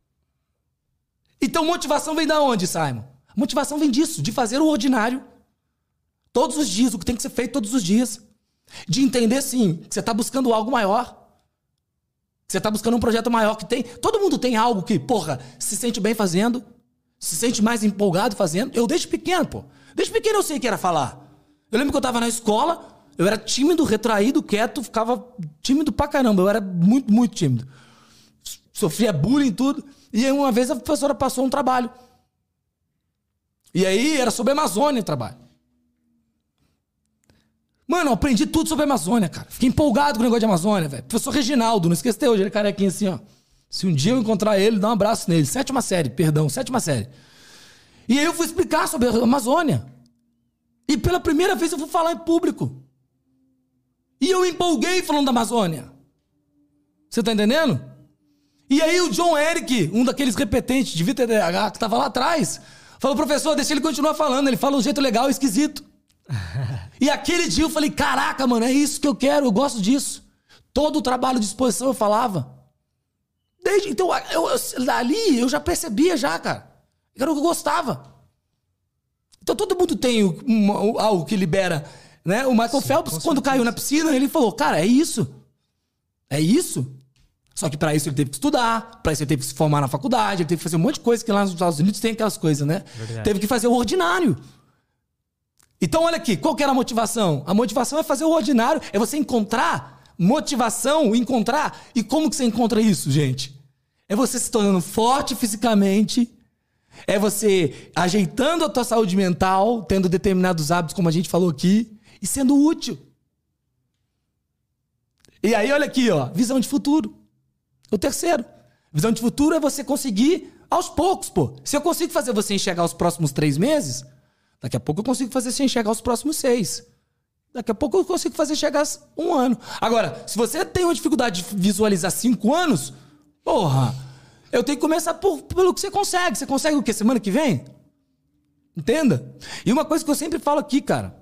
S2: Então motivação vem da onde, Simon? Motivação vem disso, de fazer o ordinário. Todos os dias, o que tem que ser feito todos os dias. De entender, sim, que você está buscando algo maior. Que você está buscando um projeto maior que tem. Todo mundo tem algo que, porra, se sente bem fazendo. Se sente mais empolgado fazendo. Eu desde pequeno, pô. Desde pequeno eu sei que era falar. Eu lembro que eu tava na escola, eu era tímido, retraído, quieto, ficava tímido pra caramba. Eu era muito, muito tímido. Sofria bullying e tudo. E aí uma vez a professora passou um trabalho. E aí era sobre a Amazônia o trabalho. Mano, eu aprendi tudo sobre a Amazônia, cara. Fiquei empolgado com o negócio de Amazônia, velho. Professor Reginaldo, não esquece até hoje, ele é carequinho assim, ó. Se um dia eu encontrar ele, dá um abraço nele. Sétima série, perdão, sétima série. E aí eu fui explicar sobre a Amazônia. E pela primeira vez eu fui falar em público. E eu empolguei falando da Amazônia. Você tá entendendo? E aí o John Eric, um daqueles repetentes de T D A H que tava lá atrás, falou, professor, deixa ele continuar falando. Ele fala um jeito legal e esquisito. E aquele dia eu falei, caraca, mano, é isso que eu quero, eu gosto disso. Todo o trabalho de exposição eu falava. Desde, então, eu, eu, dali eu já percebia já, cara. Era o que eu gostava. Então todo mundo tem um, algo que libera, né? O Michael Sim, Phelps, quando caiu na piscina, ele falou, cara, é isso. É isso. Só que pra isso ele teve que estudar, pra isso ele teve que se formar na faculdade, ele teve que fazer um monte de coisa que lá nos Estados Unidos tem aquelas coisas, né? Verdade. Teve que fazer o ordinário. Então olha aqui, qual que era a motivação? A motivação é fazer o ordinário, é você encontrar motivação, encontrar. E como que você encontra isso, gente? É você se tornando forte fisicamente, é você ajeitando a tua saúde mental, tendo determinados hábitos, como a gente falou aqui, e sendo útil. E aí, olha aqui, ó, visão de futuro. O terceiro. Visão de futuro é você conseguir aos poucos, pô. Se eu consigo fazer você enxergar os próximos três meses, daqui a pouco eu consigo fazer você enxergar os próximos seis. Daqui a pouco eu consigo fazer enxergar um ano. Agora, se você tem uma dificuldade de visualizar cinco anos, porra, eu tenho que começar por, pelo que você consegue. Você consegue o quê? Semana que vem? Entenda? E uma coisa que eu sempre falo aqui, cara,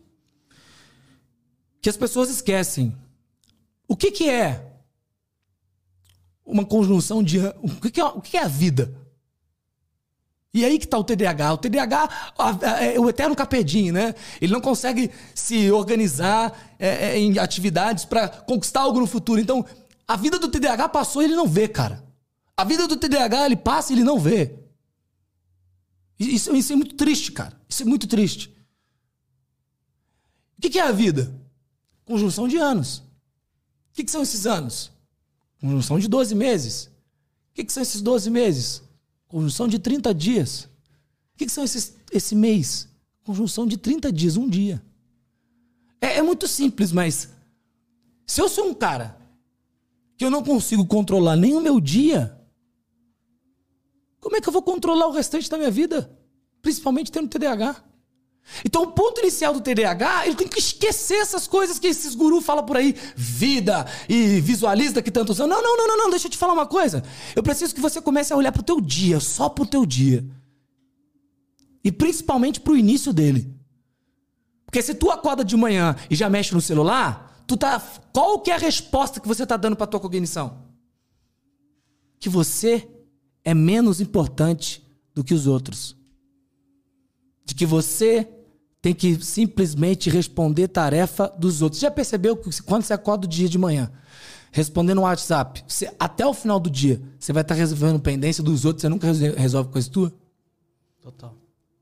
S2: que as pessoas esquecem. O que que é uma conjunção de... O que que é, o que que é a vida? E aí que tá o T D A H. O T D A H é o eterno capedinho, né? Ele não consegue se organizar é, é, em atividades para conquistar algo no futuro. Então, a vida do T D A H passou e ele não vê, cara. A vida do T D A H, ele passa e ele não vê. Isso, isso é muito triste, cara. Isso é muito triste. O que que é a vida? Conjunção de anos. O que que são esses anos? Conjunção de doze meses. O que que são esses doze meses? Conjunção de trinta dias. O que que são esses, esse mês? Conjunção de trinta dias, um dia. É, é muito simples, mas se eu sou um cara que eu não consigo controlar nem o meu dia, como é que eu vou controlar o restante da minha vida? Principalmente tendo T D A H. Então o ponto inicial do T D A H, ele tem que esquecer essas coisas que esses gurus falam por aí. Vida e visualiza que tantos anos. Não, não, não, não, não, deixa eu te falar uma coisa. Eu preciso que você comece a olhar pro teu dia, só pro teu dia. E principalmente pro início dele. Porque se tu acorda de manhã e já mexe no celular, tu tá... Qual que é a resposta que você tá dando pra tua cognição? Que você é menos importante do que os outros. De que você tem que simplesmente responder tarefa dos outros. Já percebeu que quando você acorda o dia de manhã, respondendo um WhatsApp, você, até o final do dia, você vai estar resolvendo pendência dos outros, você nunca resolve coisa tua?
S1: Total.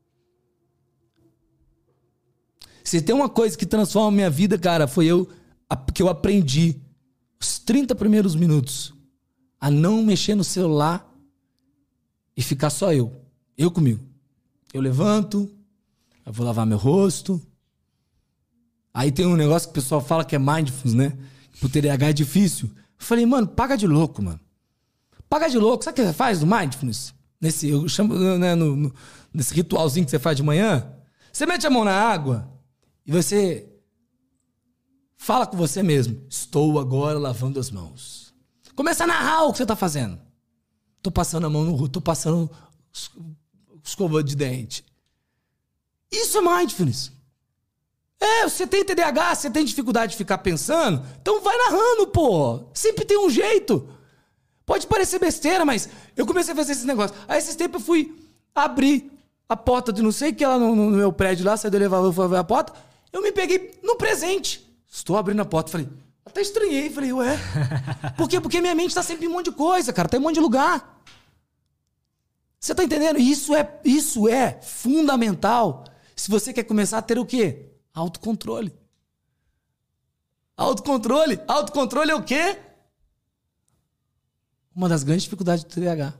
S2: Se tem uma coisa que transforma a minha vida, cara, foi eu que eu aprendi os trinta primeiros minutos a não mexer no celular e ficar só eu. Eu comigo. Eu levanto, eu vou lavar meu rosto. Aí tem um negócio que o pessoal fala que é mindfulness, né? Pro T D A H é difícil. Eu falei, mano, paga de louco, mano. Paga de louco. Sabe o que você faz no mindfulness? Nesse, eu chamo, né, no, no, nesse ritualzinho que você faz de manhã. Você mete a mão na água e você fala com você mesmo. Estou agora lavando as mãos. Começa a narrar o que você tá fazendo. Tô passando a mão no rosto, tô passando escova de dente. Isso é mindfulness. É, você tem T D A H, você tem dificuldade de ficar pensando, então vai narrando, pô. Sempre tem um jeito. Pode parecer besteira, mas eu comecei a fazer esses negócios. Aí, esses tempos, eu fui abrir a porta de não sei o que lá no, no meu prédio lá, saí do elevador, fui abrir a porta, eu me peguei no presente. Estou abrindo a porta, falei, até estranhei, falei, ué. Por quê? Porque minha mente tá sempre em um monte de coisa, cara, tá em um monte de lugar. Você tá entendendo? Isso é, isso é fundamental se você quer começar a ter o quê? Autocontrole. Autocontrole. Autocontrole é o quê? Uma das grandes dificuldades do T D A H.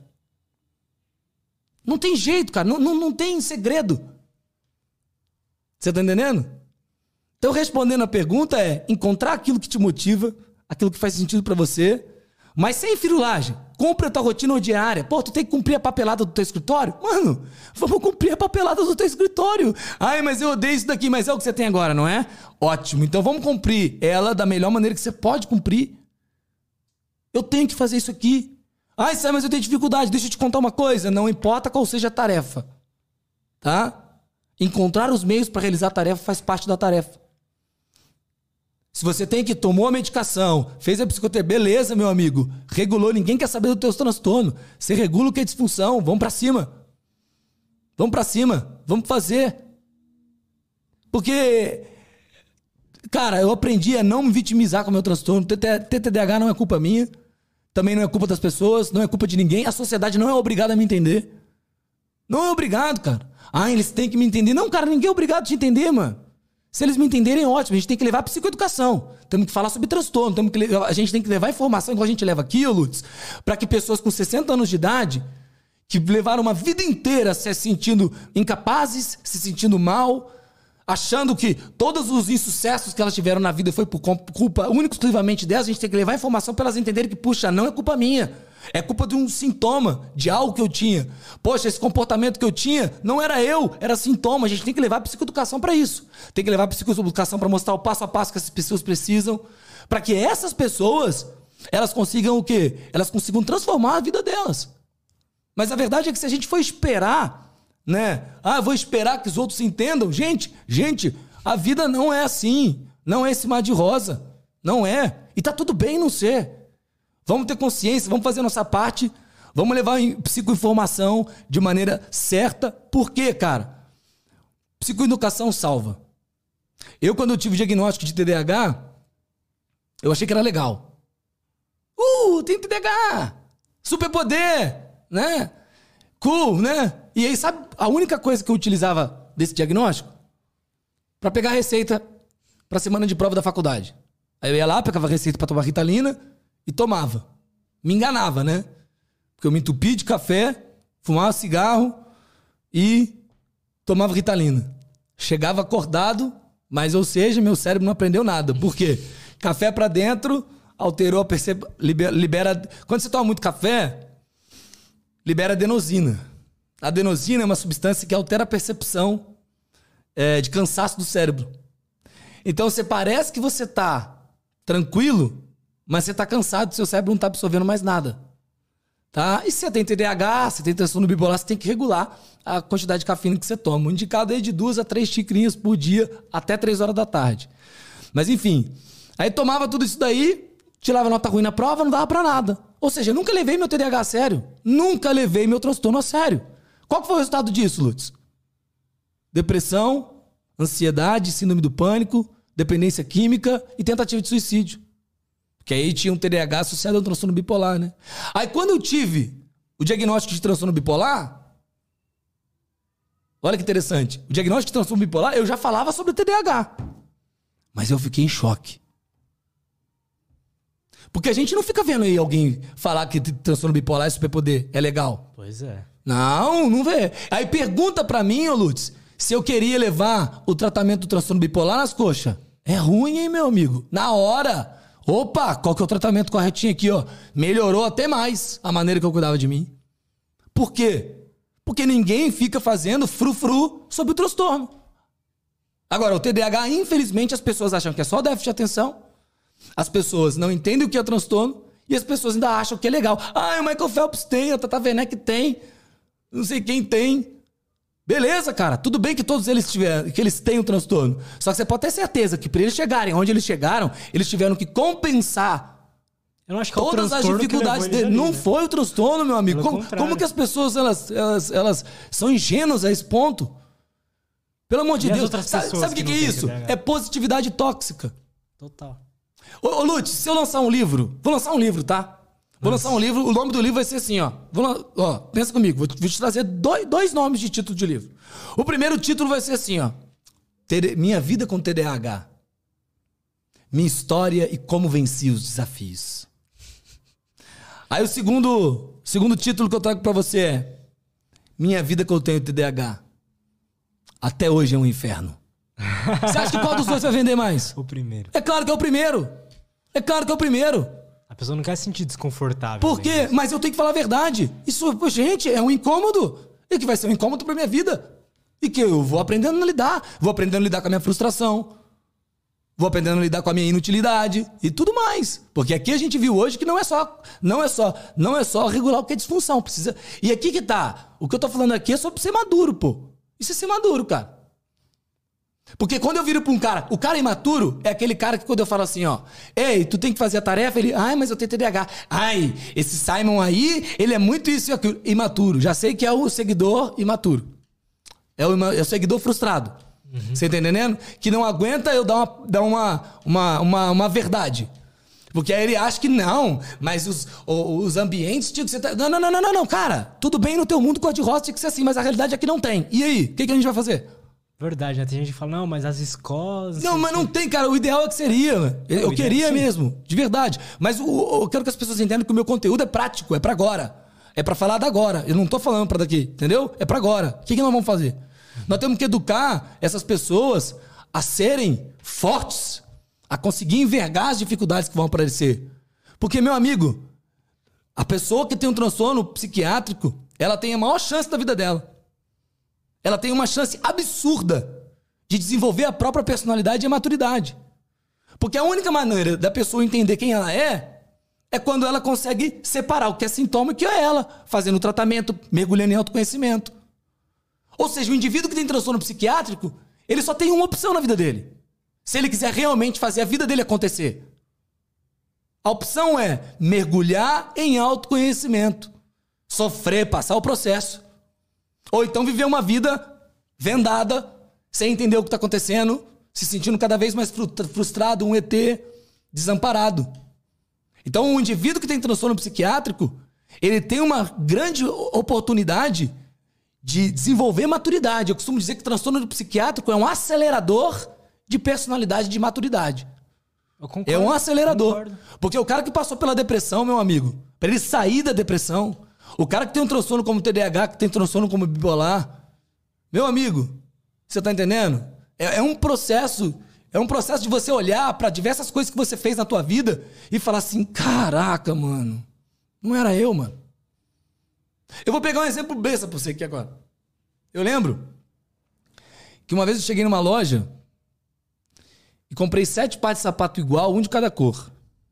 S2: Não tem jeito, cara. Não, não, não tem segredo. Você tá entendendo? Então, respondendo a pergunta é encontrar aquilo que te motiva, aquilo que faz sentido pra você, mas sem firulagem. Cumpre a tua rotina diária. Pô, tu tem que cumprir a papelada do teu escritório? Mano, vamos cumprir a papelada do teu escritório. Ai, mas eu odeio isso daqui, mas é o que você tem agora, não é? Ótimo. Então vamos cumprir ela da melhor maneira que você pode cumprir. Eu tenho que fazer isso aqui. Ai, Sam, mas eu tenho dificuldade. Deixa eu te contar uma coisa. Não importa qual seja a tarefa. Tá? Encontrar os meios para realizar a tarefa faz parte da tarefa. Se você tem que tomou a medicação, fez a psicoterapia, beleza, meu amigo. Regulou, ninguém quer saber do teu transtorno. Você regula o que é disfunção. Vamos pra cima. Vamos pra cima. Vamos fazer. Porque, cara, eu aprendi a não me vitimizar com o meu transtorno. Ter T D A H não é culpa minha. Também não é culpa das pessoas. Não é culpa de ninguém. A sociedade não é obrigada a me entender. Não é obrigado, cara. Ah, eles têm que me entender. Não, cara, ninguém é obrigado a te entender, mano. Se eles me entenderem, ótimo. A gente tem que levar a psicoeducação. Temos que falar sobre transtorno. Temos que levar, a gente tem que levar informação, igual a gente leva aqui, ô Lutz, para que pessoas com sessenta anos de idade, que levaram uma vida inteira se sentindo incapazes, se sentindo mal, achando que todos os insucessos que elas tiveram na vida foi por culpa única e exclusivamente delas, a gente tem que levar informação para elas entenderem que, puxa, não é culpa minha. É culpa de um sintoma, de algo que eu tinha. Poxa, esse comportamento que eu tinha não era eu, era sintoma. A gente tem que levar a psicoeducação para isso. Tem que levar a psicoeducação para mostrar o passo a passo que essas pessoas precisam, para que essas pessoas, elas consigam o quê? Elas consigam transformar a vida delas. Mas a verdade é que se a gente for esperar, né? Ah, vou esperar que os outros entendam. Gente, gente, a vida não é assim. Não é esse mar de rosa. Não é. E tá tudo bem não ser. Vamos ter consciência, vamos fazer a nossa parte, vamos levar a psicoinformação de maneira certa. Por quê, cara? Psicoeducação salva. Eu, quando eu tive o diagnóstico de T D A H, eu achei que era legal. Uh, tem T D A H! Superpoder! Né? Cool, né? E aí, sabe a única coisa que eu utilizava desse diagnóstico? Pra pegar a receita pra semana de prova da faculdade. Aí eu ia lá, pegava a receita pra tomar Ritalina e tomava. Me enganava, né? Porque eu me entupi de café, fumava cigarro e tomava Ritalina. Chegava acordado, mas, ou seja, meu cérebro não aprendeu nada. Por quê? Café pra dentro, alterou a percepção, libera, libera... Quando você toma muito café, libera adenosina. A adenosina é uma substância que altera a percepção é, de cansaço do cérebro. Então, você parece que você tá tranquilo, mas você tá cansado, seu cérebro não tá absorvendo mais nada. Tá? E se você tem T D A H, você tem transtorno bipolar, você tem que regular a quantidade de cafeína que você toma. O indicado é de duas a três xicrinhas por dia, até três horas da tarde. Mas enfim, aí tomava tudo isso daí, tirava nota ruim na prova, não dava pra nada. Ou seja, eu nunca levei meu T D A H a sério. Nunca levei meu transtorno a sério. Qual que foi o resultado disso, Lutz? Depressão, ansiedade, síndrome do pânico, dependência química e tentativa de suicídio. Que aí tinha um T D A H associado ao transtorno bipolar, né? Aí quando eu tive o diagnóstico de transtorno bipolar, olha que interessante, o diagnóstico de transtorno bipolar, eu já falava sobre o T D A H. Mas eu fiquei em choque. Porque a gente não fica vendo aí alguém falar que transtorno bipolar é superpoder, é legal.
S1: Pois é.
S2: Não, não vê. Aí pergunta pra mim, ô Lutz, se eu queria levar o tratamento do transtorno bipolar nas coxas. É ruim, hein, meu amigo? Na hora... Opa, qual que é o tratamento corretinho aqui, ó? Melhorou até mais a maneira que eu cuidava de mim. Por quê? Porque ninguém fica fazendo frufru sobre o transtorno. Agora, o T D A H, infelizmente, as pessoas acham que é só déficit de atenção. As pessoas não entendem o que é transtorno e as pessoas ainda acham que é legal. Ah, o Michael Phelps tem, a Tata Werneck tem, não sei quem tem. Beleza, cara. Tudo bem que todos eles tiveram, que eles têm um transtorno. Só que você pode ter certeza que para eles chegarem onde eles chegaram, eles tiveram que compensar
S1: Eu não acho que é o
S2: todas as
S1: transtorno que
S2: dificuldades
S1: levou eles
S2: dele.
S1: ali,
S2: Não
S1: né?
S2: foi o transtorno, meu amigo.
S1: Pelo
S2: Como,
S1: contrário.
S2: como que as pessoas elas, elas, elas são ingênuas a esse ponto? Pelo amor de
S1: E as
S2: Deus.
S1: outras
S2: Sabe,
S1: pessoas
S2: sabe o que,
S1: que
S2: que
S1: não
S2: é
S1: têm
S2: isso?
S1: T D A H?
S2: É positividade tóxica.
S1: Total.
S2: Ô, ô Lutz, se eu lançar um livro, vou lançar um livro, tá? Vou lançar um livro, o nome do livro vai ser assim, ó. Vou, lan- ó, pensa comigo, vou te, vou te trazer dois, dois nomes de título de livro. O primeiro título vai ser assim, ó. T D Minha vida com T D A H. Minha história e como venci os desafios. Aí o segundo, segundo título que eu trago pra você é Minha vida que eu tenho T D A H. Até hoje é um inferno. Você acha que qual dos dois vai vender mais?
S1: O primeiro.
S2: É claro que é o primeiro. É claro que é o primeiro.
S1: A pessoa não quer se sentir desconfortável.
S2: Por
S1: né?
S2: quê? Mas eu tenho que falar a verdade. Isso, pô, gente, é um incômodo. E que vai ser um incômodo pra minha vida. E que eu vou aprendendo a lidar. Vou aprendendo a lidar com a minha frustração. Vou aprendendo a lidar com a minha inutilidade. E tudo mais. Porque aqui a gente viu hoje que não é só, não é só, não é só regular o que é disfunção. Precisa... E aqui que tá. O que eu tô falando aqui é sobre ser maduro, pô. Isso é ser maduro, cara. Porque quando eu viro pra um cara, o cara imaturo é aquele cara que quando eu falo assim, ó, ei, tu tem que fazer a tarefa, ele, ai, mas eu tenho T D A H. Ai, esse Simon aí, ele é muito isso e aquilo. Imaturo. Já sei que é o seguidor imaturo. É o, ima- é o seguidor frustrado. Uhum. Você tá entendendo? Que não aguenta eu dar uma, dar uma, uma, uma, uma verdade. Porque aí ele acha que não, mas os, o- os ambientes tinham que ser... Não, não, não, não, não, não, cara. Tudo bem no teu mundo cor-de-rosa, tinha que ser assim, mas a realidade é que não tem. E aí? O que, que a gente vai fazer?
S1: Verdade, né? Tem gente que fala, não, mas as escolas...
S2: Não, mas não tem, cara. O ideal é que seria. Né? Eu, eu queria mesmo, de verdade. Mas o, o- eu quero que as pessoas entendam que o meu conteúdo é prático, é pra agora. É pra falar da agora. Eu não tô falando pra daqui, entendeu? É pra agora. O que, que nós vamos fazer? Uhum. Nós temos que educar essas pessoas a serem fortes, a conseguir envergar as dificuldades que vão aparecer. Porque, meu amigo, a pessoa que tem um transtorno psiquiátrico, ela tem a maior chance da vida dela. Ela tem uma chance absurda de desenvolver a própria personalidade e a maturidade. Porque a única maneira da pessoa entender quem ela é é quando ela consegue separar o que é sintoma e o que é ela, fazendo o tratamento, mergulhando em autoconhecimento. Ou seja, o indivíduo que tem transtorno psiquiátrico, ele só tem uma opção na vida dele. Se ele quiser realmente fazer a vida dele acontecer. A opção é mergulhar em autoconhecimento, sofrer, passar o processo. Ou então viver uma vida vendada, sem entender o que está acontecendo, se sentindo cada vez mais frustrado, um E T desamparado. Então, o indivíduo que tem transtorno psiquiátrico, ele tem uma grande oportunidade de desenvolver maturidade. Eu costumo dizer que transtorno psiquiátrico é um acelerador de personalidade e de maturidade.
S1: Eu concordo,
S2: é um acelerador.
S1: Concordo.
S2: Porque o cara que passou pela depressão, meu amigo, para ele sair da depressão, o cara que tem um transtorno como T D A H, que tem transtorno como bipolar, meu amigo, você tá entendendo? É, é um processo, é um processo de você olhar para diversas coisas que você fez na tua vida e falar assim, caraca, mano, não era eu, mano. Eu vou pegar um exemplo besta pra você aqui agora. Eu lembro que uma vez eu cheguei numa loja e comprei sete pares de sapato igual, um de cada cor.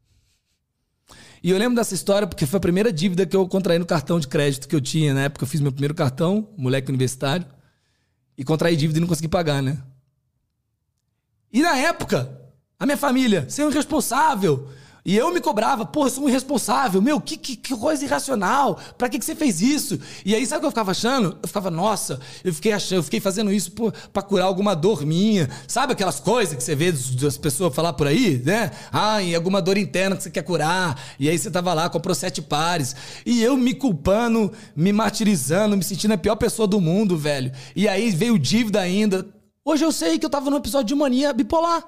S2: E eu lembro dessa história porque foi a primeira dívida que eu contraí no cartão de crédito que eu tinha. Na época eu fiz meu primeiro cartão, moleque universitário, e contraí dívida e não consegui pagar, né? E na época, a minha família, ser um irresponsável. E eu me cobrava, porra, eu sou um irresponsável. Meu, que, que, que coisa irracional. Pra que, que você fez isso? E aí, sabe o que eu ficava achando? Eu ficava, nossa, eu fiquei achando, eu fiquei fazendo isso por, pra curar alguma dor minha. Sabe aquelas coisas que você vê das pessoas falar por aí, né? Ah, e alguma dor interna que você quer curar. E aí você tava lá, comprou sete pares. E eu me culpando, me martirizando, me sentindo a pior pessoa do mundo, velho. E aí veio dívida ainda. Hoje eu sei que eu tava num episódio de mania bipolar.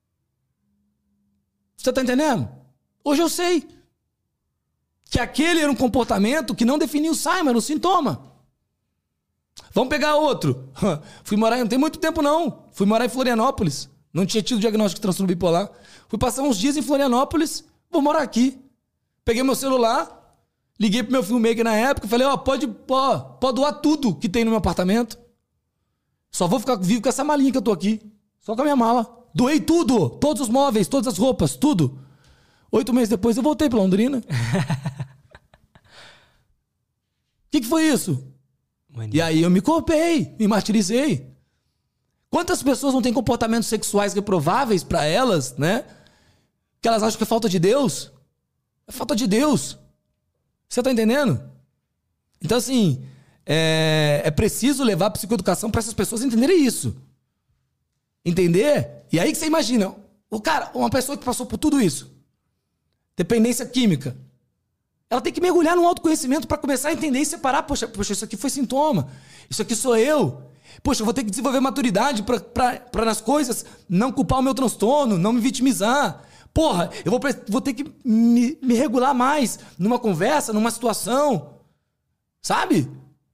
S2: Você tá entendendo? Hoje eu sei que aquele era um comportamento que não definia o Simon, era um sintoma. Vamos pegar outro. Fui morar, não tem muito tempo não. Fui morar em Florianópolis. Não tinha tido diagnóstico de transtorno bipolar. Fui passar uns dias em Florianópolis. Vou morar aqui. Peguei meu celular, liguei pro meu filmmaker na época, falei, ó, pode, pode, pode doar tudo que tem no meu apartamento. Só vou ficar vivo com essa malinha que eu tô aqui. Só com a minha mala. Doei tudo. Todos os móveis, todas as roupas, tudo. Oito meses depois eu voltei pra Londrina. O que, que foi isso?
S1: Mania.
S2: E aí eu me culpei, me martirizei. Quantas pessoas não têm comportamentos sexuais reprováveis pra elas, né? Que elas acham que é falta de Deus? É falta de Deus. Você tá entendendo? Então, assim, é, é preciso levar a psicoeducação pra essas pessoas entenderem isso. Entender? E aí que você imagina, o cara, uma pessoa que passou por tudo isso, dependência química, ela tem que mergulhar no autoconhecimento pra começar a entender e separar, poxa, poxa, isso aqui foi sintoma, isso aqui sou eu. Poxa, eu vou ter que desenvolver maturidade pra, pra, pra nas coisas não culpar o meu transtorno, não me vitimizar. Porra, eu vou, vou ter que me, me regular mais numa conversa, numa situação. Sabe?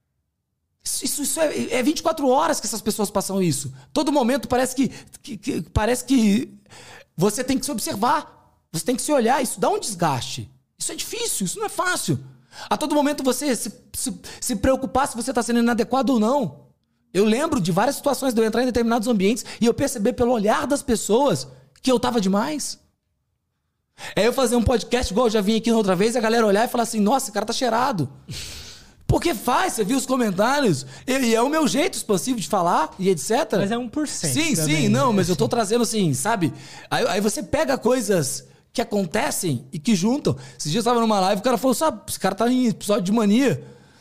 S2: Isso, isso, isso é, é vinte e quatro horas que essas pessoas passam isso. Todo momento parece que, que, que, parece que você tem que se observar. Você tem que se olhar. Isso dá um desgaste. Isso é difícil, isso não é fácil. A todo momento você se, se, se preocupar se você está sendo inadequado ou não. Eu lembro de várias situações de eu entrar em determinados ambientes e eu perceber pelo olhar das pessoas que eu tava demais. É eu fazer um podcast igual eu já vim aqui na outra vez e a galera olhar e falar assim, nossa, esse cara tá cheirado. Porque faz, você viu os comentários. E, e é o meu jeito expansivo de falar e etcétera.
S1: Mas é um por cento.
S2: Sim,
S1: também,
S2: sim, não,
S1: né?
S2: mas eu tô
S1: Assim.
S2: trazendo assim, sabe? Aí, aí você pega coisas que acontecem e que juntam. Esses dias eu tava numa live e o cara falou, sabe, esse cara tá em episódio de mania.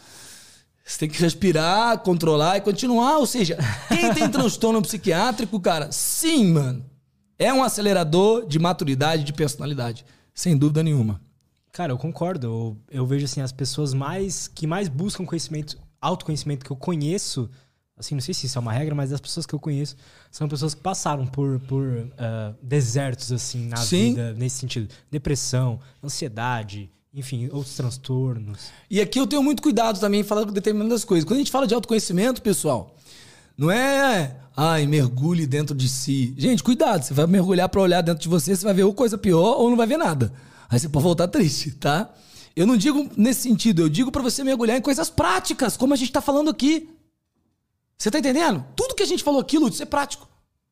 S2: Você tem que respirar, controlar e continuar. Ou seja, quem tem transtorno psiquiátrico, cara, sim, mano, é um acelerador de maturidade, de personalidade. Sem dúvida nenhuma.
S1: Cara, eu concordo. Eu, eu vejo assim, as pessoas mais que mais buscam conhecimento, autoconhecimento que eu conheço, assim, não sei se isso é uma regra, mas as pessoas que eu conheço são pessoas que passaram por, por uh, desertos, assim, na
S2: sim.
S1: vida, nesse sentido. Depressão, ansiedade, enfim, outros transtornos.
S2: E aqui eu tenho muito cuidado também em falar de determinadas coisas. Quando a gente fala de autoconhecimento, pessoal, não é, ai, mergulhe dentro de si. Gente, cuidado, você vai mergulhar pra olhar dentro de você, você vai ver ou coisa pior ou não vai ver nada. Aí você pode voltar triste, tá? Eu não digo nesse sentido, eu digo pra você mergulhar em coisas práticas, como a gente tá falando aqui. Você tá entendendo? Tudo que a gente falou aqui, Lúcio, é prático.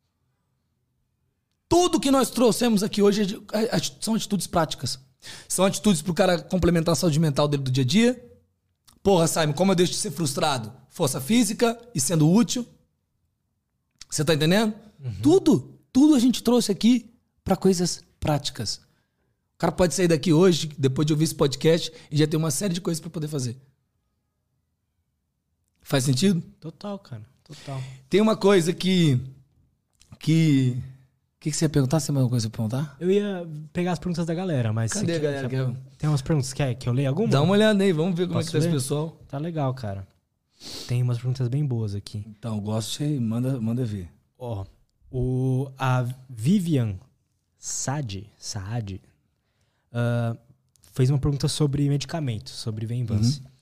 S2: Tudo que nós trouxemos aqui hoje são atitudes práticas. São atitudes pro cara complementar a saúde mental dele do dia a dia. Porra, Simon, como eu deixo de ser frustrado? Força física e sendo útil. Você tá entendendo? Uhum. Tudo, tudo a gente trouxe aqui pra coisas práticas. O cara pode sair daqui hoje, depois de ouvir esse podcast, e já ter uma série de coisas pra poder fazer. Faz sentido?
S1: Total, cara. Total.
S2: Tem uma coisa que... que... O que, que você ia perguntar? Você tem alguma coisa pra perguntar?
S1: Eu ia pegar as perguntas da galera, mas...
S2: Cadê a
S1: quer,
S2: galera?
S1: quer, tem umas perguntas, quer que eu leia alguma?
S2: Dá uma olhada aí, vamos ver como
S1: Posso
S2: é que tá esse
S1: ler?
S2: pessoal.
S1: Tá legal, cara. Tem umas perguntas bem boas aqui.
S2: Então, gosto de... Manda, manda ver.
S1: Ó, o, a Vivian Saad, Saad uh, fez uma pergunta sobre medicamento, sobre Venvance. Uhum.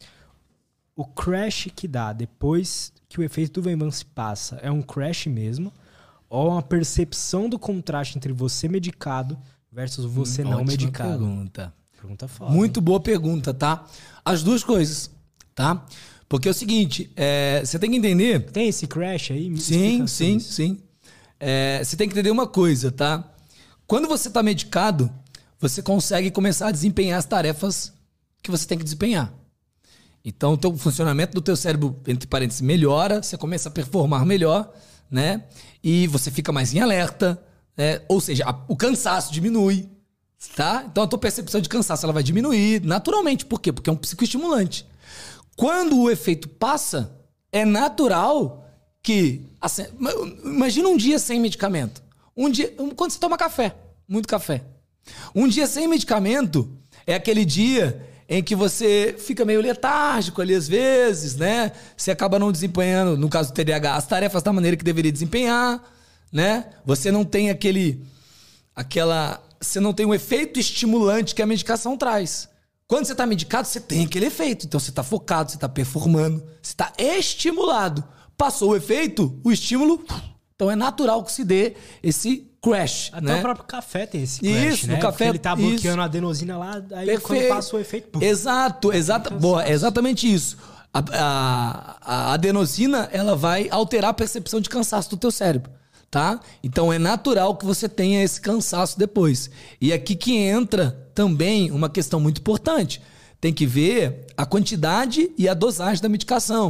S1: O crash que dá depois que o efeito do Venvance passa é um crash mesmo? Ou uma percepção do contraste entre você medicado versus você hum, não medicado?
S2: Pergunta.
S1: Pergunta foda.
S2: Muito boa pergunta, tá? As duas coisas, tá? Porque é o seguinte, é, você tem que entender...
S1: Tem esse crash aí? Me
S2: sim, sim, isso. sim. É, você tem que entender uma coisa, tá? Quando você tá medicado, você consegue começar a desempenhar as tarefas que você tem que desempenhar. Então, o teu funcionamento do teu cérebro, entre parênteses, melhora, você começa a performar melhor, né? E você fica mais em alerta, né? Ou seja, a, o cansaço diminui, tá? Então a tua percepção de cansaço ela vai diminuir naturalmente. Por quê? Porque é um psicoestimulante. Quando o efeito passa, é natural que... Assim, imagina um dia sem medicamento. Um dia, quando você toma café, muito café. Um dia sem medicamento é aquele dia em que você fica meio letárgico ali às vezes, né? Você acaba não desempenhando, no caso do T D A H, as tarefas da maneira que deveria desempenhar, né? Você não tem aquele... aquela... Você não tem o efeito estimulante que a medicação traz. Quando você está medicado, você tem aquele efeito. Então você está focado, você está performando, você está estimulado. Passou o efeito, o estímulo... Então é natural que se dê esse crash,
S1: Até
S2: né?
S1: o próprio café tem esse crash,
S2: isso,
S1: né?
S2: no café,
S1: porque ele tá bloqueando
S2: isso.
S1: a adenosina lá, aí
S2: Perfeito.
S1: quando passa o efeito... Puf,
S2: exato, exato. Boa, é exatamente isso. A, a, a adenosina, ela vai alterar a percepção de cansaço do teu cérebro, tá? Então é natural que você tenha esse cansaço depois. E aqui que entra também uma questão muito importante. Tem que ver a quantidade e a dosagem da medicação.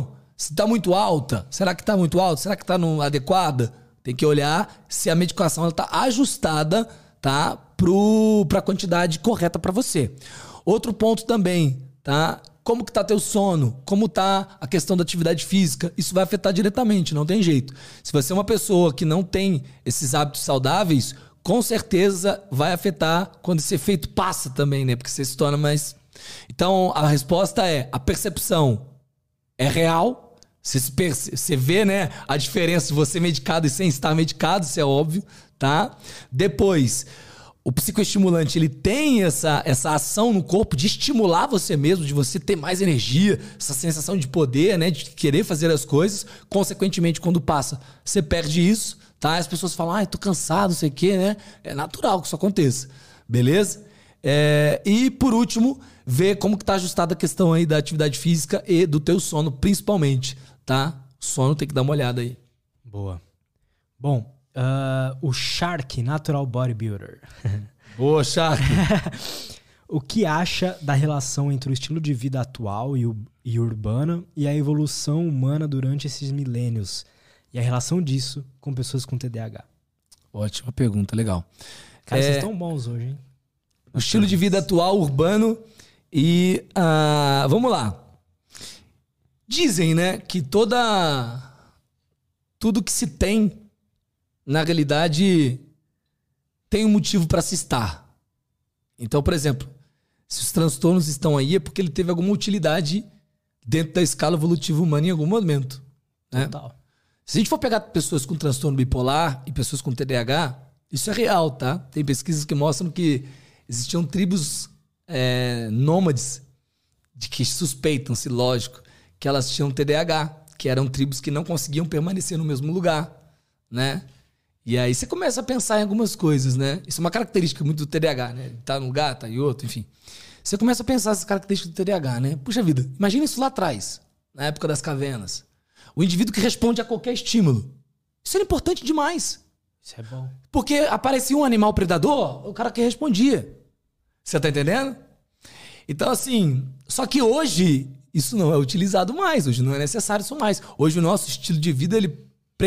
S2: Se tá muito alta, será que tá muito alta? Será que tá no adequada? Tem que olhar se a medicação ela tá ajustada, tá? Pro, pra quantidade correta para você. Outro ponto também, tá? Como que tá teu sono? Como tá a questão da atividade física? Isso vai afetar diretamente, não tem jeito. Se você é uma pessoa que não tem esses hábitos saudáveis, com certeza vai afetar quando esse efeito passa também, né? Porque você se torna mais... Então, a resposta é, a percepção é real. Você, se perce... você vê, né, a diferença de você medicado e sem estar medicado, isso é óbvio, tá? Depois... O psicoestimulante, ele tem essa, essa ação no corpo de estimular você mesmo, de você ter mais energia, essa sensação de poder, né? De querer fazer as coisas. Consequentemente, quando passa, você perde isso, tá? As pessoas falam, ah, eu tô cansado, não sei o quê, né? É natural que isso aconteça, beleza? É, e, por último, ver como que tá ajustada a questão aí da atividade física e do teu sono, principalmente, tá? O sono tem que dar uma olhada aí.
S1: Boa. Bom... Uh, o Shark, Natural Bodybuilder.
S2: Boa, Shark.
S1: O que acha da relação entre o estilo de vida atual e, o, e urbano e a evolução humana durante esses milênios? E a relação disso com pessoas com T D A H?
S2: Ótima pergunta, legal.
S1: Cara,
S2: é,
S1: vocês estão bons hoje, hein?
S2: O estilo de vida atual, urbano e... Uh, vamos lá. Dizem, né, que toda... Tudo que se tem... na realidade, tem um motivo para se estar. Então, por exemplo, se os transtornos estão aí é porque ele teve alguma utilidade dentro da escala evolutiva humana em algum momento. Né?
S1: Total.
S2: Se a gente for pegar pessoas com transtorno bipolar e pessoas com T D A H, isso é real, tá? Tem pesquisas que mostram que existiam tribos é, nômades de que suspeitam-se, lógico, que elas tinham T D A H, que eram tribos que não conseguiam permanecer no mesmo lugar, né? E aí você começa a pensar em algumas coisas, né? Isso é uma característica muito do T D A H, né? Tá num lugar, tá em outro, enfim. Você começa a pensar essas características do T D A H, né? Puxa vida, imagina isso lá atrás, na época das cavernas. O indivíduo que responde a qualquer estímulo. Isso era importante demais.
S1: Isso é bom.
S2: Porque aparecia um animal predador, o cara que respondia. Você tá entendendo? Então, assim, só que hoje isso não é utilizado mais, hoje não é necessário isso mais. Hoje o nosso estilo de vida, ele...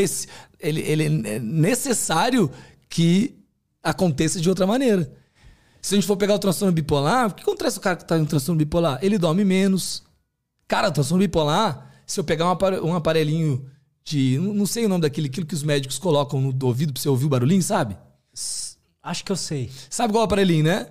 S2: Ele, ele é necessário que aconteça de outra maneira. Se a gente for pegar o transtorno bipolar, o que acontece com o cara que está em transtorno bipolar? Ele dorme menos. Cara, o transtorno bipolar, se eu pegar um aparelhinho de... Não sei o nome daquele aquilo que os médicos colocam no ouvido para você ouvir o barulhinho, sabe?
S1: Acho que eu sei.
S2: Sabe qual é o aparelhinho, né?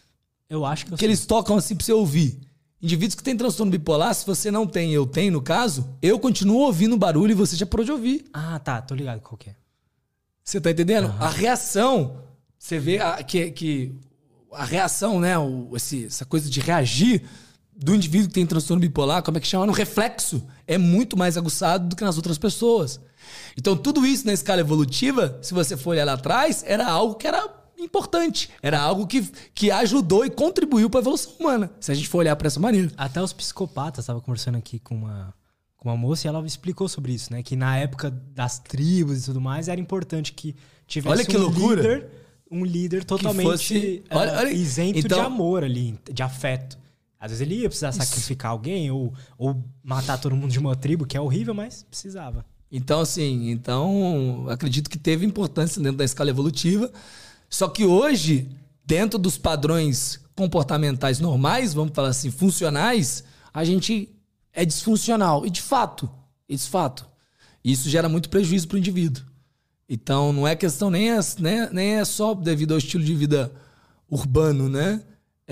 S1: Eu acho que eu
S2: que
S1: sei.
S2: Eles tocam assim para você ouvir. Indivíduos que têm transtorno bipolar, se você não tem, eu tenho, no caso, eu continuo ouvindo o barulho e você já parou de ouvir.
S1: Ah, tá. Tô ligado qual que é.
S2: Você tá entendendo?
S1: Uhum.
S2: A reação, você vê a, que, que a reação, né? O, esse, essa coisa de reagir do indivíduo que tem transtorno bipolar, como é que chama? No reflexo, é muito mais aguçado do que nas outras pessoas. Então, tudo isso na escala evolutiva, se você for olhar lá atrás, era algo que era... importante. Era algo que, que ajudou e contribuiu para a evolução humana, se a gente for olhar para essa maneira.
S1: Até os psicopatas, estava conversando aqui com uma, com uma moça e ela explicou sobre isso, né? Que na época das tribos e tudo mais, era importante que tivesse
S2: olha que
S1: um
S2: loucura.
S1: líder, um líder totalmente
S2: fosse,
S1: uh,
S2: olha, olha,
S1: isento
S2: então,
S1: de amor ali, de afeto. Às vezes ele ia precisar isso. sacrificar alguém ou, ou matar todo mundo de uma tribo, que é horrível, mas precisava.
S2: Então, assim, então, acredito que teve importância dentro da escala evolutiva. Só que hoje, dentro dos padrões comportamentais normais, vamos falar assim, funcionais, a gente é disfuncional. E de fato, e de fato, isso gera muito prejuízo para o indivíduo. Então, não é questão nem é, né, nem é só devido ao estilo de vida urbano, né?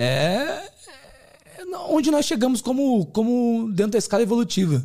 S2: É, é onde nós chegamos como, como dentro da escala evolutiva.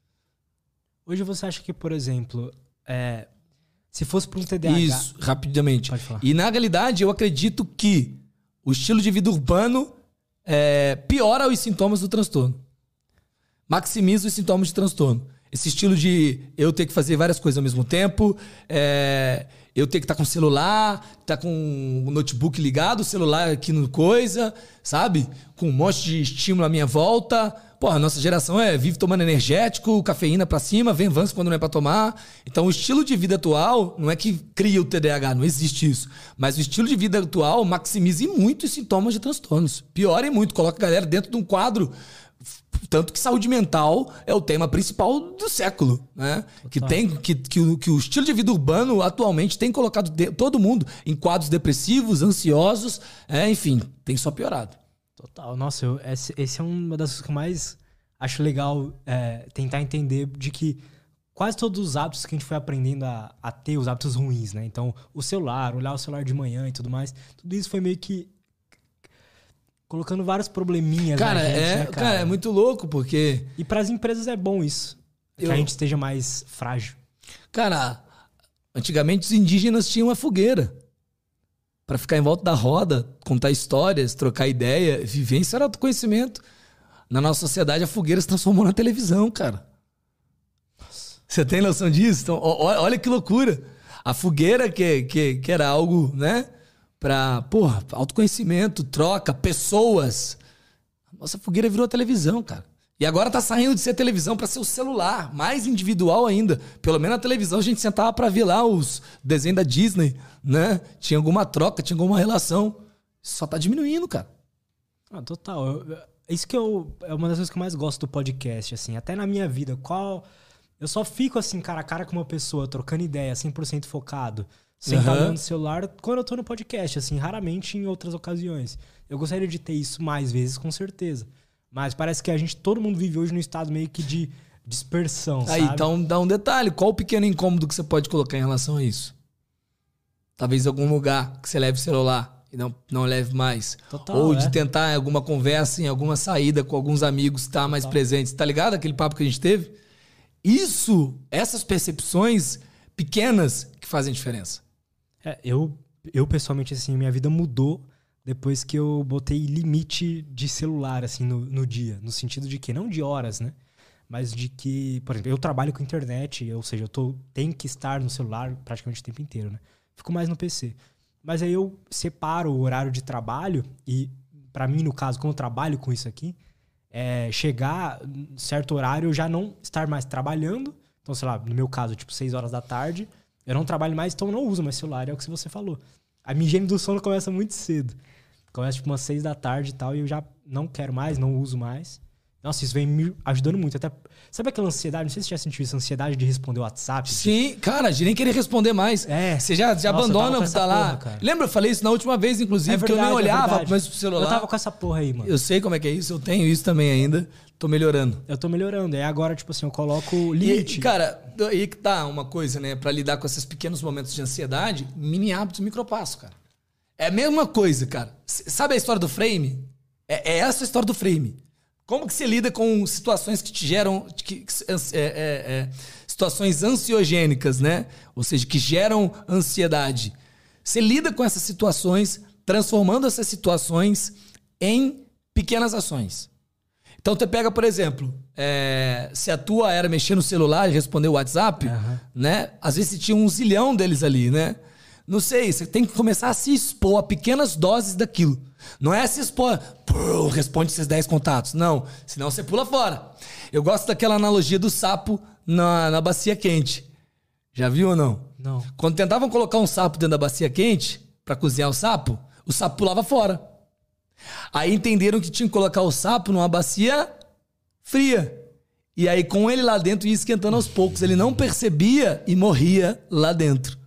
S1: Hoje você acha que, por exemplo... É... Se fosse para um T D A H...
S2: Isso, rapidamente.
S1: Pode falar.
S2: E na realidade, eu acredito que o estilo de vida urbano é, piora os sintomas do transtorno. Maximiza os sintomas de transtorno. Esse estilo de eu ter que fazer várias coisas ao mesmo tempo, é, eu ter que estar com o celular, estar com o notebook ligado, o celular aqui no coisa, sabe? Com um monte de estímulo à minha volta. Porra, a nossa geração é vive tomando energético, cafeína pra cima, vem vans quando não é pra tomar. Então o estilo de vida atual não é que cria o T D A H, não existe isso. Mas o estilo de vida atual maximiza muito os sintomas de transtornos. Piora muito, coloca a galera dentro de um quadro Tanto que saúde mental é o tema principal do século, né? Que, tem, que, que, o, que o estilo de vida urbano atualmente tem colocado de, todo mundo em quadros depressivos, ansiosos, é, enfim, tem só piorado.
S1: Total. Nossa, eu, esse, esse é uma das coisas que eu mais acho legal é, tentar entender de que quase todos os hábitos que a gente foi aprendendo a, a ter, os hábitos ruins, né? Então, o celular, olhar o celular de manhã e tudo mais, tudo isso foi meio que colocando vários probleminhas
S2: cara,
S1: na gente,
S2: é,
S1: né,
S2: cara?
S1: cara,
S2: é muito louco, porque...
S1: E para as empresas é bom isso, eu... que a gente esteja mais frágil.
S2: Cara, antigamente os indígenas tinham uma fogueira para ficar em volta da roda, contar histórias, trocar ideia, vivência era autoconhecimento. Na nossa sociedade, a fogueira se transformou na televisão, cara. Você tem noção disso? Então, ó, olha que loucura. A fogueira que, que, que era algo, né? Pra, porra, autoconhecimento, troca, pessoas. Nossa fogueira virou a televisão, cara. E agora tá saindo de ser televisão pra ser o celular, mais individual ainda. Pelo menos na televisão a gente sentava pra ver lá os desenhos da Disney, né? Tinha alguma troca, tinha alguma relação. Só tá diminuindo, cara.
S1: Ah, total. Eu, isso que eu, é uma das coisas que eu mais gosto do podcast, assim. Até na minha vida, qual... Eu só fico assim, cara a cara com uma pessoa, trocando ideia, cem por cento focado. Sentado uhum. no celular, quando eu tô no podcast, assim, raramente em outras ocasiões. Eu gostaria de ter isso mais vezes, com certeza. Mas parece que a gente, todo mundo vive hoje num estado meio que de dispersão,
S2: Aí,
S1: sabe?
S2: então dá um detalhe. Qual o pequeno incômodo que você pode colocar em relação a isso? Talvez algum lugar que você leve o celular e não, não leve mais.
S1: Total,
S2: Ou
S1: é.
S2: de tentar alguma conversa, em alguma saída com alguns amigos, estar mais presentes. Tá ligado? Aquele papo que a gente teve? Isso, essas percepções pequenas que fazem diferença.
S1: É, eu, eu pessoalmente, assim, minha vida mudou depois que eu botei limite de celular, assim, no, no dia. No sentido de que, não de horas, né? Mas de que, por exemplo, eu trabalho com internet, ou seja, eu tô, tenho que estar no celular praticamente o tempo inteiro, né? Fico mais no P C. Mas aí eu separo o horário de trabalho e, pra mim, no caso, como eu trabalho com isso aqui, é chegar em certo horário, eu já não estar mais trabalhando. Então, sei lá, no meu caso, tipo, seis horas da tarde, eu não trabalho mais, então eu não uso mais celular, é o que você falou. A minha higiene do sono começa muito cedo. Começa tipo umas seis da tarde e tal, e eu já não quero mais, não uso mais. Nossa, isso vem me ajudando muito. Até, sabe aquela ansiedade? Não sei se você já sentiu isso, ansiedade de responder o WhatsApp.
S2: Sim, tipo... cara, de nem querer responder mais.
S1: É.
S2: Você já, já
S1: Nossa,
S2: abandona o que tá lá.
S1: Porra,
S2: Lembra? Eu falei isso na última vez, inclusive, é verdade, que eu nem olhava
S1: é
S2: mais pro celular.
S1: Eu tava com essa porra aí, mano.
S2: Eu sei como é que é isso, eu tenho isso também ainda. Tô melhorando.
S1: Eu tô melhorando. É agora, tipo assim, eu coloco limite.
S2: E, cara, aí que tá uma coisa, né? Pra lidar com esses pequenos momentos de ansiedade, mini hábitos, micropasso, cara. É a mesma coisa, cara. Sabe a história do frame? É, é essa a história do frame. Como que você lida com situações que te geram... Que, que, é, é, é, situações ansiogênicas, né? Ou seja, que geram ansiedade. Você lida com essas situações, transformando essas situações em pequenas ações. Então, você pega, por exemplo, é, se a tua era mexer no celular e responder o WhatsApp, uhum. né? Às vezes você tinha um zilhão deles ali, né? Não sei, você tem que começar a se expor a pequenas doses daquilo. Não é se expor, pô, responde esses dez contatos. Não, senão você pula fora. Eu gosto daquela analogia do sapo na, na bacia quente. Já viu ou não?
S1: Não.
S2: Quando tentavam colocar um sapo dentro da bacia quente, pra cozinhar o sapo, o sapo pulava fora. Aí entenderam que tinha que colocar o sapo numa bacia fria. E aí com ele lá dentro ia esquentando aos poucos. Ele não percebia e morria lá dentro.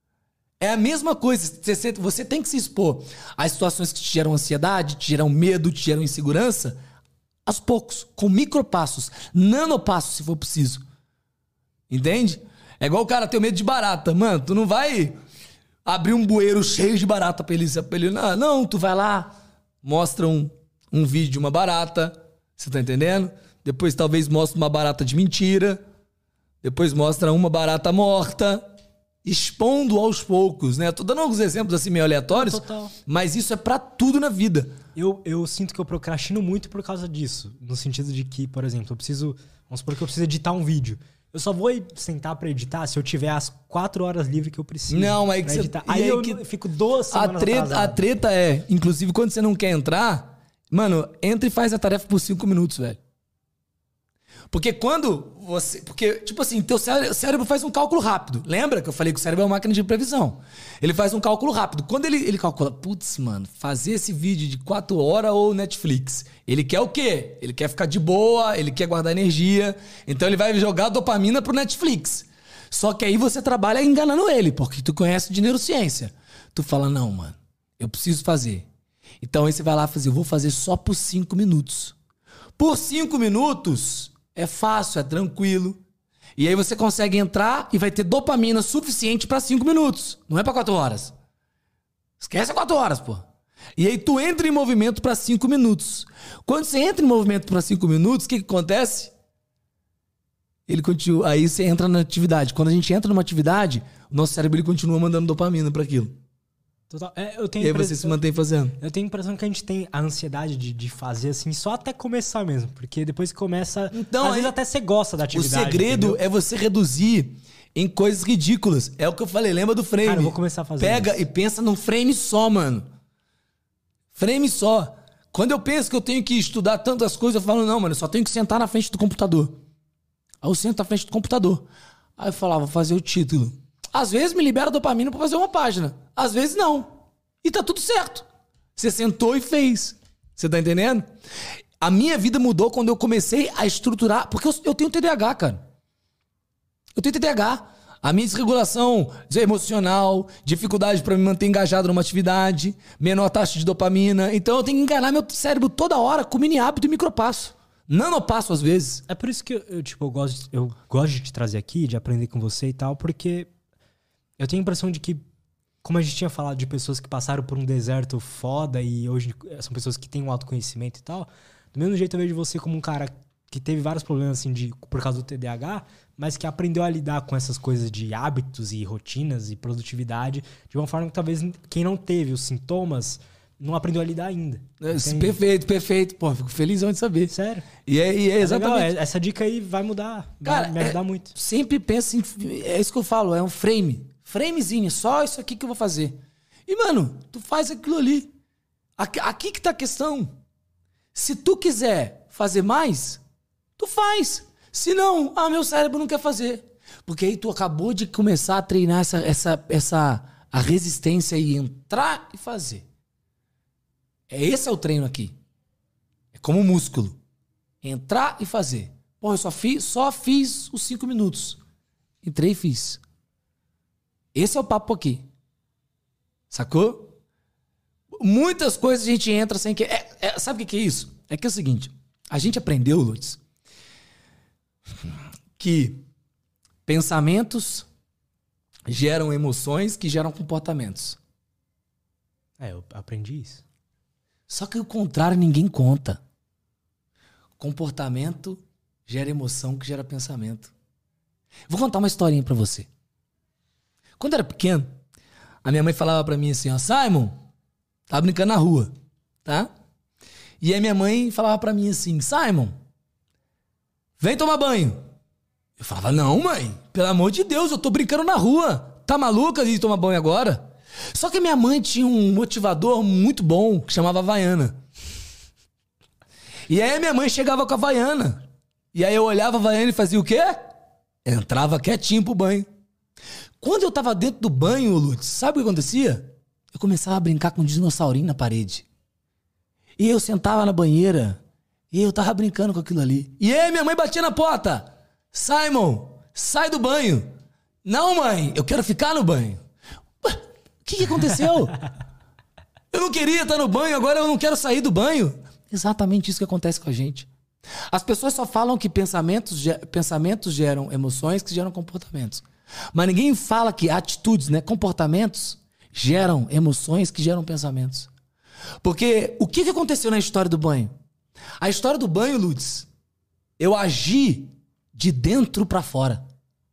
S2: É a mesma coisa. Você tem que se expor às situações que te geram ansiedade, te geram medo, te geram insegurança, aos poucos, com micropassos, nanopassos se for preciso. Entende? É igual o cara ter medo de barata. Mano, tu não vai abrir um bueiro cheio de barata pra ele. Pra ele não, não, tu vai lá, mostra um, um vídeo de uma barata, você tá entendendo? Depois talvez mostra uma barata de mentira, depois mostra uma barata morta, expondo aos poucos, né? Tô dando alguns exemplos assim meio aleatórios,
S1: Total.
S2: Mas isso é pra tudo na vida.
S1: Eu, eu sinto que eu procrastino muito por causa disso. No sentido de que, por exemplo, eu preciso... Vamos supor que eu preciso editar um vídeo. Eu só vou sentar pra editar se eu tiver as quatro horas livres que eu preciso.
S2: Não, aí que você...
S1: Editar. Aí, aí eu que... fico duas semanas
S2: a treta,
S1: atrasado.
S2: A treta é, inclusive quando você não quer entrar, mano, entra e faz a tarefa por cinco minutos, velho. Porque quando você... Porque, tipo assim, teu cérebro, cérebro faz um cálculo rápido. Lembra que eu falei que o cérebro é uma máquina de previsão? Ele faz um cálculo rápido. Quando ele, ele calcula, putz, mano, fazer esse vídeo de quatro horas ou Netflix, ele quer o quê? Ele quer ficar de boa, ele quer guardar energia. Então ele vai jogar dopamina pro Netflix. Só que aí você trabalha enganando ele, porque tu conhece de neurociência. Tu fala, não, mano, eu preciso fazer. Então aí você vai lá fazer, eu vou fazer só por cinco minutos. Por cinco minutos é fácil, é tranquilo. E aí você consegue entrar e vai ter dopamina suficiente para cinco minutos. Não é para quatro horas. Esquece quatro horas, pô. E aí tu entra em movimento para cinco minutos. Quando você entra em movimento para cinco minutos, o que, que acontece? Ele continua, aí você entra na atividade. Quando a gente entra numa atividade, o nosso cérebro ele continua mandando dopamina para aquilo.
S1: Total. É, eu tenho
S2: e aí você se mantém fazendo.
S1: Eu tenho a impressão que a gente tem a ansiedade de, de fazer assim, só até começar mesmo. Porque depois que começa,
S2: então,
S1: às vezes até você gosta da atividade.
S2: O segredo entendeu? É você reduzir em coisas ridículas. É o que eu falei, lembra do frame?
S1: Cara, eu vou começar a fazer
S2: Pega
S1: isso.
S2: e pensa num frame só, mano. Frame só. Quando eu penso que eu tenho que estudar tantas coisas, eu falo, não, mano, eu só tenho que sentar na frente do computador. Aí eu sento na frente do computador. Aí eu falava, vou fazer o título. Às vezes me libera dopamina pra fazer uma página. Às vezes não. E tá tudo certo. Você sentou e fez. Você tá entendendo? A minha vida mudou quando eu comecei a estruturar... Porque eu, eu tenho T D A H, cara. Eu tenho T D A H. A minha desregulação emocional, dificuldade pra me manter engajado numa atividade, menor taxa de dopamina. Então eu tenho que enganar meu cérebro toda hora com mini hábito e micropasso. Nanopasso, às vezes.
S1: É por isso que eu, eu, tipo, eu, gosto, eu gosto de te trazer aqui, de aprender com você e tal, porque eu tenho a impressão de que, como a gente tinha falado de pessoas que passaram por um deserto foda e hoje são pessoas que têm um autoconhecimento e tal, do mesmo jeito eu vejo você como um cara que teve vários problemas assim de, por causa do T D A H, mas que aprendeu a lidar com essas coisas de hábitos e rotinas e produtividade de uma forma que talvez quem não teve os sintomas não aprendeu a lidar ainda.
S2: É, perfeito, perfeito. Pô, fico felizão de saber.
S1: Sério.
S2: E é, e é exatamente...
S1: É legal, essa dica aí vai mudar,
S2: Cara,
S1: vai me ajudar
S2: é,
S1: muito.
S2: Sempre pensa em... É isso que eu falo, é um frame. Framezinho, só isso aqui que eu vou fazer. E, mano, tu faz aquilo ali. Aqui, aqui que tá a questão. Se tu quiser fazer mais, tu faz. Se não, ah, meu cérebro não quer fazer. Porque aí tu acabou de começar a treinar essa, essa, essa, a resistência e entrar e fazer. É esse é o treino aqui. É como músculo. Entrar e fazer. Pô, eu só fiz, só fiz os cinco minutos. Entrei e fiz. Esse é o papo aqui. Sacou? Muitas coisas a gente entra sem que... É, é, sabe o que é isso? É que é o seguinte. A gente aprendeu, Lutz, que pensamentos geram emoções que geram comportamentos.
S1: É, eu aprendi isso.
S2: Só que o contrário ninguém conta. Comportamento gera emoção que gera pensamento. Vou contar uma historinha pra você. Quando eu era pequeno, a minha mãe falava pra mim assim, ó, Simon, tava brincando na rua, tá? E aí minha mãe falava pra mim assim, Simon, vem tomar banho. Eu falava, não, mãe, pelo amor de Deus, eu tô brincando na rua. Tá maluca de tomar banho agora? Só que minha mãe tinha um motivador muito bom que chamava Havaiana. E aí minha mãe chegava com a Havaiana. E aí eu olhava a Havaiana e fazia o quê? Entrava quietinho pro banho. Quando eu tava dentro do banho, Lutz, sabe o que acontecia? Eu começava a brincar com um dinossaurinho na parede. E eu sentava na banheira e eu tava brincando com aquilo ali. E aí minha mãe batia na porta. Simon, sai do banho. Não, mãe, eu quero ficar no banho. O que, que aconteceu? Eu não queria estar no banho, agora eu não quero sair do banho. Exatamente isso que acontece com a gente. As pessoas só falam que pensamentos, pensamentos geram emoções que geram comportamentos. Mas ninguém fala que atitudes, né, comportamentos, geram emoções que geram pensamentos. Porque o que, que aconteceu na história do banho? A história do banho, Lutz, eu agi de dentro para fora.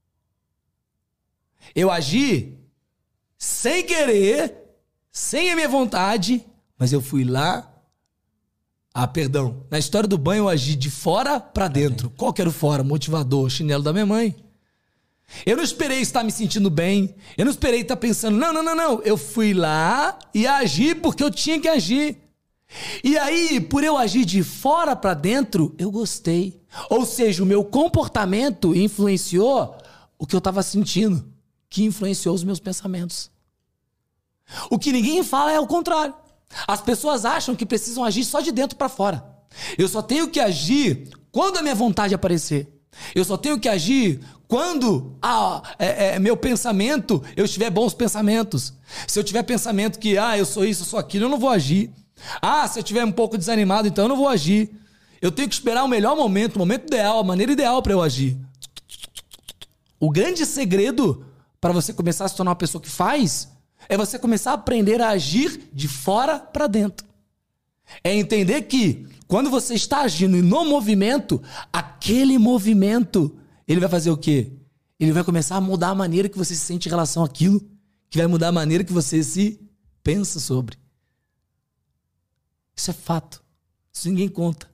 S2: Eu agi sem querer, sem a minha vontade, mas eu fui lá. Ah, perdão. Na história do banho eu agi de fora para dentro. Qual que era o fora? Motivador, chinelo da minha mãe. Eu não esperei estar me sentindo bem. Eu não esperei estar pensando, não, não, não, não. Eu fui lá e agi porque eu tinha que agir. E aí, por eu agir de fora para dentro, eu gostei. Ou seja, o meu comportamento influenciou o que eu estava sentindo, que influenciou os meus pensamentos. O que ninguém fala é o contrário. As pessoas acham que precisam agir só de dentro para fora. Eu só tenho que agir quando a minha vontade aparecer. Eu só tenho que agir quando ah, é, é, meu pensamento, eu tiver bons pensamentos. Se eu tiver pensamento que ah, eu sou isso, eu sou aquilo, eu não vou agir. Ah, se eu tiver um pouco desanimado, então eu não vou agir. Eu tenho que esperar o melhor momento, o momento ideal, a maneira ideal para eu agir. O grande segredo para você começar a se tornar uma pessoa que faz é você começar a aprender a agir de fora para dentro. É entender que quando você está agindo no movimento, aquele movimento, ele vai fazer o quê? Ele vai começar a mudar a maneira que você se sente em relação àquilo, que vai mudar a maneira que você se pensa sobre. Isso é fato. Isso ninguém conta.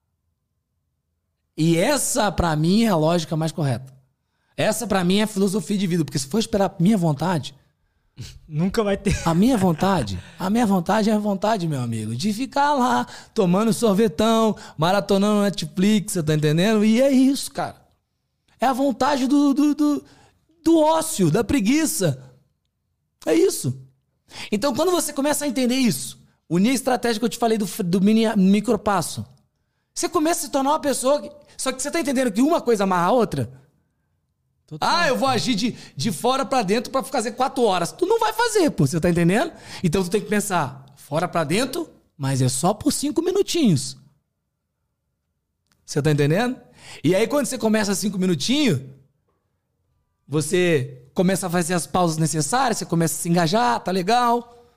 S2: E essa, pra mim, é a lógica mais correta. Essa, pra mim, é a filosofia de vida. Porque se for esperar a minha vontade...
S1: Nunca vai ter.
S2: A minha vontade, a minha vontade é a vontade, meu amigo, de ficar lá, tomando sorvetão, maratonando Netflix, você tá entendendo? E é isso, cara. É a vontade do, do, do, do ócio, da preguiça. É isso. Então, quando você começa a entender isso, unir a estratégia que eu te falei do, do mini, micropasso, você começa a se tornar uma pessoa... Que, só que você tá entendendo que uma coisa amarra a outra? Total. Ah, eu vou agir de, de fora pra dentro pra fazer quatro horas. Tu não vai fazer, pô, você tá entendendo? Então tu tem que pensar, fora pra dentro, mas é só por cinco minutinhos. Você tá entendendo? E aí quando você começa cinco minutinhos, você começa a fazer as pausas necessárias, você começa a se engajar, tá legal.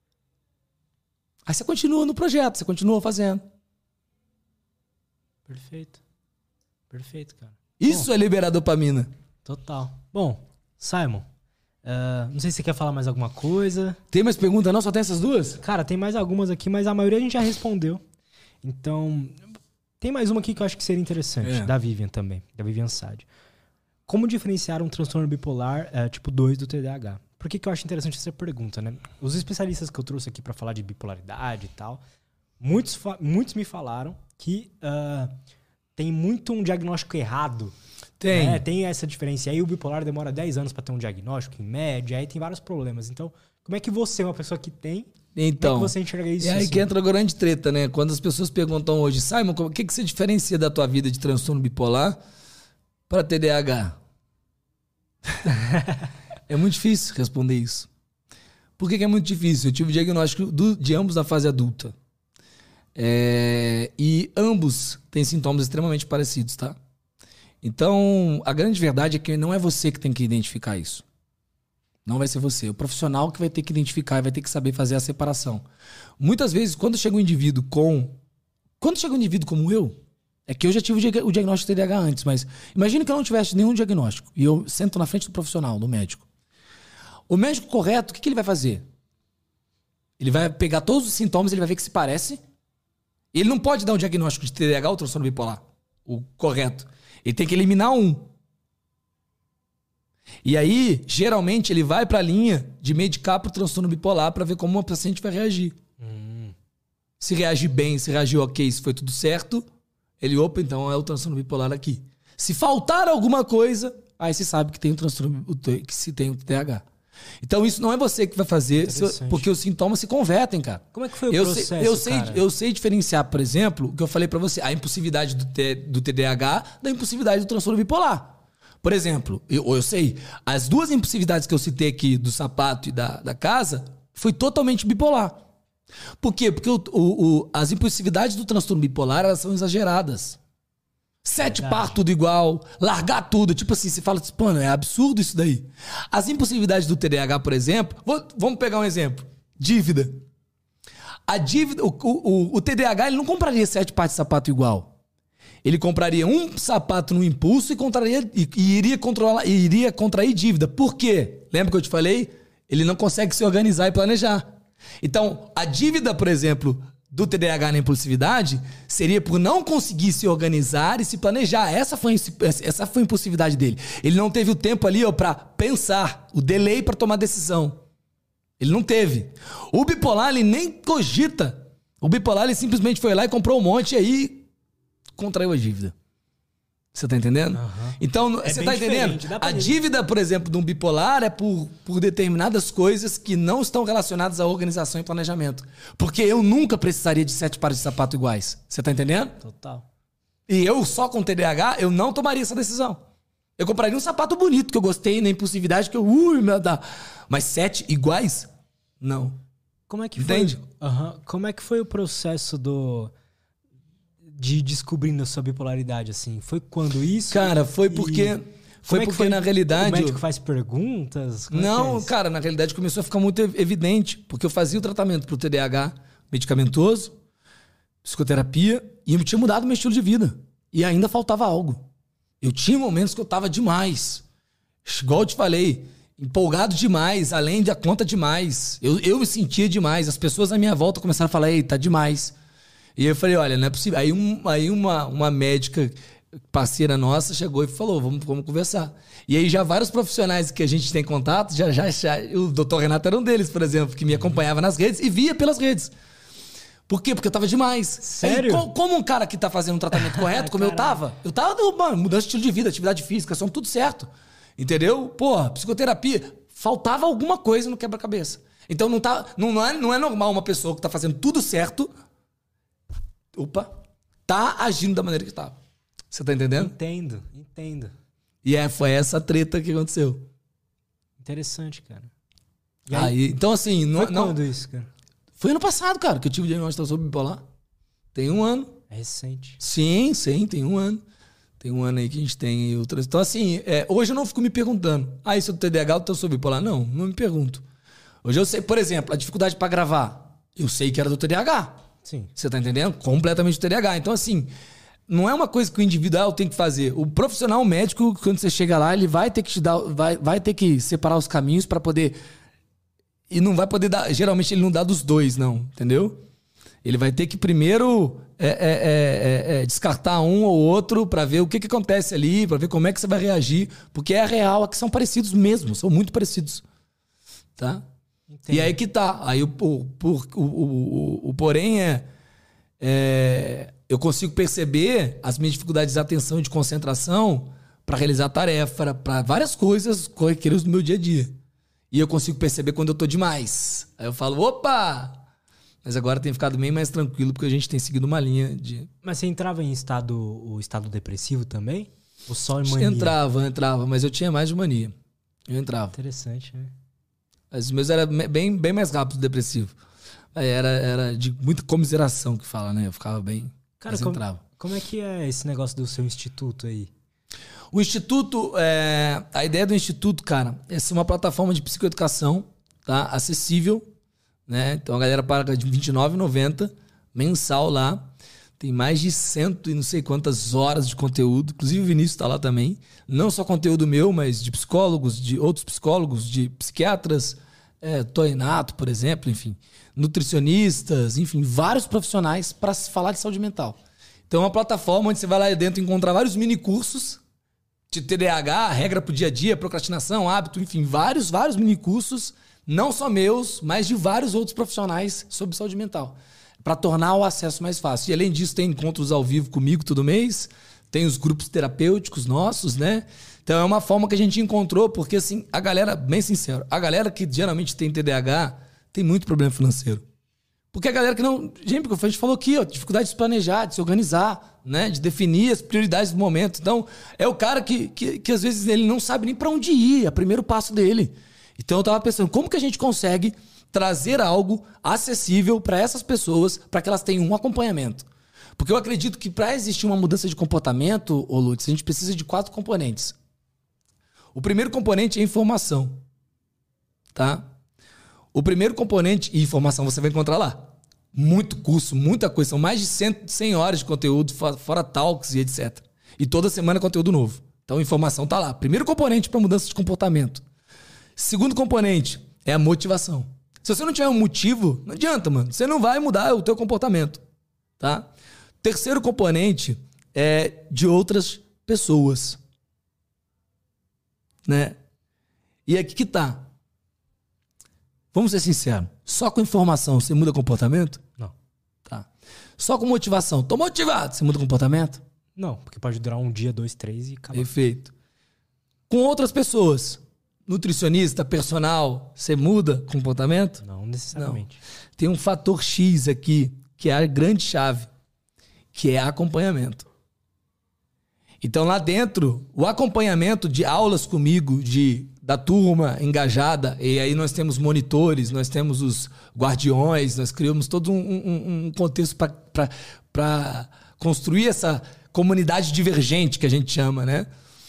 S2: Aí você continua no projeto, você continua fazendo.
S1: Perfeito. Perfeito, cara.
S2: Isso Bom, é liberar dopamina.
S1: Total. Bom, Simon, uh, não sei se você quer falar mais alguma coisa.
S2: Tem mais pergunta não? Só tem essas duas?
S1: Cara, tem mais algumas aqui, mas a maioria a gente já respondeu. Então, tem mais uma aqui que eu acho que seria interessante, é. da Vivian também, da Vivian Sade. Como diferenciar um transtorno bipolar uh, tipo dois do T D A H? Por que, que eu acho interessante essa pergunta, né? Os especialistas que eu trouxe aqui pra falar de bipolaridade e tal, muitos, muitos me falaram que uh, tem muito um diagnóstico errado.
S2: Tem.
S1: Né? Tem essa diferença. E aí o bipolar demora dez anos pra ter um diagnóstico, em média, aí tem vários problemas. Então, como é que você, uma pessoa que tem,
S2: então,
S1: como é que você enxerga isso?
S2: E aí
S1: assim?
S2: que entra a grande treta, né? Quando as pessoas perguntam hoje, Simon, o que, que você diferencia da tua vida de transtorno bipolar para T D A H? É muito difícil responder isso. Por que, que é muito difícil? Eu tive o diagnóstico do, de ambos na fase adulta. É, e ambos têm sintomas extremamente parecidos, tá? Então, a grande verdade é que não é você que tem que identificar isso. Não vai ser você. É o profissional que vai ter que identificar e vai ter que saber fazer a separação. Muitas vezes, quando chega um indivíduo com... Quando chega um indivíduo como eu, é que eu já tive o diagnóstico de T D A H antes, mas imagine que eu não tivesse nenhum diagnóstico e eu sento na frente do profissional, do médico. O médico correto, o que, que ele vai fazer? Ele vai pegar todos os sintomas, ele vai ver que se parece. Ele não pode dar um diagnóstico de T D A H ou transtorno bipolar. O correto. Ele tem que eliminar um. E aí, geralmente, ele vai para a linha de medicar para o transtorno bipolar para ver como o paciente vai reagir. Hum. Se reagir bem, se reagir ok, se foi tudo certo, ele, opa, então é o transtorno bipolar aqui. Se faltar alguma coisa, aí você sabe que tem o transtorno, que se tem o T D A H. Então isso não é você que vai fazer, porque os sintomas se convertem, cara.
S1: Como é que foi o
S2: eu
S1: processo,
S2: sei, eu sei,
S1: cara?
S2: Eu sei diferenciar, por exemplo, o que eu falei pra você, a impulsividade do, T, do T D A H da impulsividade do transtorno bipolar. Por exemplo, eu, eu sei, as duas impulsividades que eu citei aqui, do sapato e da, da casa, foi totalmente bipolar. Por quê? Porque o, o, o, as impulsividades do transtorno bipolar, elas são exageradas. Sete par tudo igual, largar tudo. Tipo assim, você fala assim, mano, é absurdo isso daí. As impulsividades do T D A H, por exemplo, vou, vamos pegar um exemplo. Dívida. A dívida, o, o, o T D A H, ele não compraria sete pares de sapato igual. Ele compraria um sapato no impulso e, compraria, e, e iria, controlar, e iria contrair dívida. Por quê? Lembra que eu te falei? Ele não consegue se organizar e planejar. Então, a dívida, por exemplo, do T D A H na impulsividade seria por não conseguir se organizar e se planejar. Essa foi, essa foi a impulsividade dele. Ele não teve o tempo ali para pensar, o delay para tomar decisão. Ele não teve. O bipolar, ele nem cogita. O bipolar, ele simplesmente foi lá e comprou um monte e aí contraiu a dívida. Você tá entendendo?
S1: Aham.
S2: Então,
S1: É
S2: você
S1: bem
S2: tá entendendo?
S1: diferente, dá pra
S2: A
S1: gente-
S2: dívida, por exemplo, de um bipolar é por, por determinadas coisas que não estão relacionadas à organização e planejamento. Porque eu nunca precisaria de sete pares de sapato iguais. Você tá entendendo?
S1: Total.
S2: E eu, só com T D A H, eu não tomaria essa decisão. Eu compraria um sapato bonito, que eu gostei, na impulsividade, que eu... Ui, meu Deus. Mas sete iguais? Não.
S1: Como é que
S2: Entende?
S1: foi? Aham. Como é que foi o processo do de descobrindo a sua bipolaridade assim? Foi quando isso?
S2: Cara, foi
S1: E
S2: porque...
S1: como
S2: Foi
S1: é que
S2: porque, na realidade...
S1: O médico faz perguntas? Como é que é
S2: Não,
S1: isso?
S2: cara, na realidade começou a ficar muito evidente, porque eu fazia o tratamento pro T D A H medicamentoso, psicoterapia, e eu tinha mudado meu estilo de vida. E ainda faltava algo. Eu tinha momentos que eu tava demais. Igual eu te falei, empolgado demais, além da conta demais. Eu, eu me sentia demais. As pessoas à minha volta começaram a falar, ei, tá demais. E eu falei, olha, não é possível. Aí, um, aí uma, uma médica parceira nossa chegou e falou, vamos, vamos conversar. E aí já vários profissionais que a gente tem contato, já, já, já o doutor Renato era um deles, por exemplo, que me acompanhava nas redes e via pelas redes. Por quê? Porque eu tava demais.
S1: Sério?
S2: Aí, co- como um cara que tá fazendo um tratamento correto, como eu tava, eu tava, mano, mudança de estilo de vida, atividade física, são tudo certo. Entendeu? Porra, psicoterapia. Faltava alguma coisa no quebra-cabeça. Então não, tá, não, não, é, não é normal uma pessoa que tá fazendo tudo certo, opa, tá agindo da maneira que tava. Você tá entendendo?
S1: Entendo, entendo.
S2: E é, foi essa treta que aconteceu.
S1: Interessante, cara. E aí,
S2: Aí, então, assim, não,
S1: foi
S2: não,
S1: quando isso, cara?
S2: foi ano passado, cara, que eu tive diagnóstico de transtorno bipolar. Tem um ano.
S1: É recente.
S2: Sim, sim, tem um ano. Tem um ano aí que a gente tem aí outras. Então, assim, é, hoje eu não fico me perguntando. Ah, isso é do T D A H ou do transtorno bipolar? Não, não me pergunto. Hoje eu sei, por exemplo, a dificuldade pra gravar. Eu sei que era do T D A H.
S1: Sim.
S2: Você tá entendendo? Completamente do T D A H. Então, assim, não é uma coisa que o individual tem que fazer. O profissional médico, quando você chega lá, ele vai ter que te dar, vai, vai ter que separar os caminhos pra poder. E não vai poder dar. Geralmente ele não dá dos dois, não. Entendeu? Ele vai ter que primeiro é, é, é, é, é, descartar um ou outro pra ver o que, que acontece ali, pra ver como é que você vai reagir. Porque é real, é que são parecidos mesmo, são muito parecidos. Tá?
S1: Entendo.
S2: E aí que tá. Aí o, o, o, o, o, o porém é, é. Eu consigo perceber as minhas dificuldades de atenção e de concentração pra realizar tarefa, pra várias coisas corriqueiras do meu dia a dia. E eu consigo perceber quando eu tô demais. Aí eu falo, opa! Mas agora tem ficado bem mais tranquilo, porque a gente tem seguido uma linha de...
S1: Mas você entrava em estado, o estado depressivo também? Ou só em mania?
S2: Entrava, entrava, mas eu tinha mais de mania. Eu entrava.
S1: Interessante, né?
S2: Mas os meus era bem, bem mais rápido depressivo. Aí Era, era de muita comiseração que fala, né? Eu ficava bem,
S1: Cara,
S2: mas
S1: como,
S2: entrava.
S1: como é que é esse negócio do seu instituto aí?
S2: O Instituto, é, a ideia do Instituto, cara, é ser uma plataforma de psicoeducação, tá? Acessível, né? Então a galera paga de vinte e nove reais e noventa centavos mensal lá. Tem mais de cento e não sei quantas horas de conteúdo. Inclusive o Vinícius tá lá também. Não só conteúdo meu, mas de psicólogos, de outros psicólogos, de psiquiatras, é, Toinato, por exemplo, enfim, nutricionistas, enfim, vários profissionais para se falar de saúde mental. Então é uma plataforma onde você vai lá dentro encontrar vários mini cursos de T D A H, regra pro dia a dia, procrastinação, hábito, enfim, vários, vários mini cursos, não só meus, mas de vários outros profissionais sobre saúde mental, para tornar o acesso mais fácil. E além disso, tem encontros ao vivo comigo todo mês, tem os grupos terapêuticos nossos, né? Então é uma forma que a gente encontrou, porque assim, a galera, bem sincero, a galera que geralmente tem T D A H tem muito problema financeiro. Porque a galera que não... Gente, porque a gente falou aqui, ó, dificuldade de se planejar, de se organizar, né? De definir as prioridades do momento. Então, é o cara que, que, que às vezes ele não sabe nem para onde ir, é o primeiro passo dele. Então eu tava pensando, como que a gente consegue trazer algo acessível para essas pessoas, para que elas tenham um acompanhamento? Porque eu acredito que para existir uma mudança de comportamento, ô Lutz, a gente precisa de quatro componentes. O primeiro componente é informação, tá? O primeiro componente, e informação você vai encontrar lá. Muito curso, muita coisa. São mais de cem horas de conteúdo, fora talks e etcétera. E toda semana é conteúdo novo. Então, informação tá lá. Primeiro componente para mudança de comportamento. Segundo componente é a motivação. Se você não tiver um motivo, não adianta, mano. Você não vai mudar o teu comportamento, tá? Terceiro componente é de outras pessoas, né? E aqui que tá. Vamos ser sinceros. Só com informação você muda comportamento?
S1: Não.
S2: Tá. Só com motivação. Tô motivado. Você muda comportamento?
S1: Não, porque pode durar um dia, dois, três e acabou.
S2: Perfeito. Com outras pessoas, nutricionista, personal, você muda comportamento?
S1: Não necessariamente.
S2: Não. Tem um fator X aqui, que é a grande chave, que é acompanhamento. Então lá dentro, o acompanhamento de aulas comigo, de, da turma engajada, e aí nós temos monitores, nós temos os guardiões, nós criamos todo um, um, um contexto para construir essa comunidade divergente que a gente chama, né?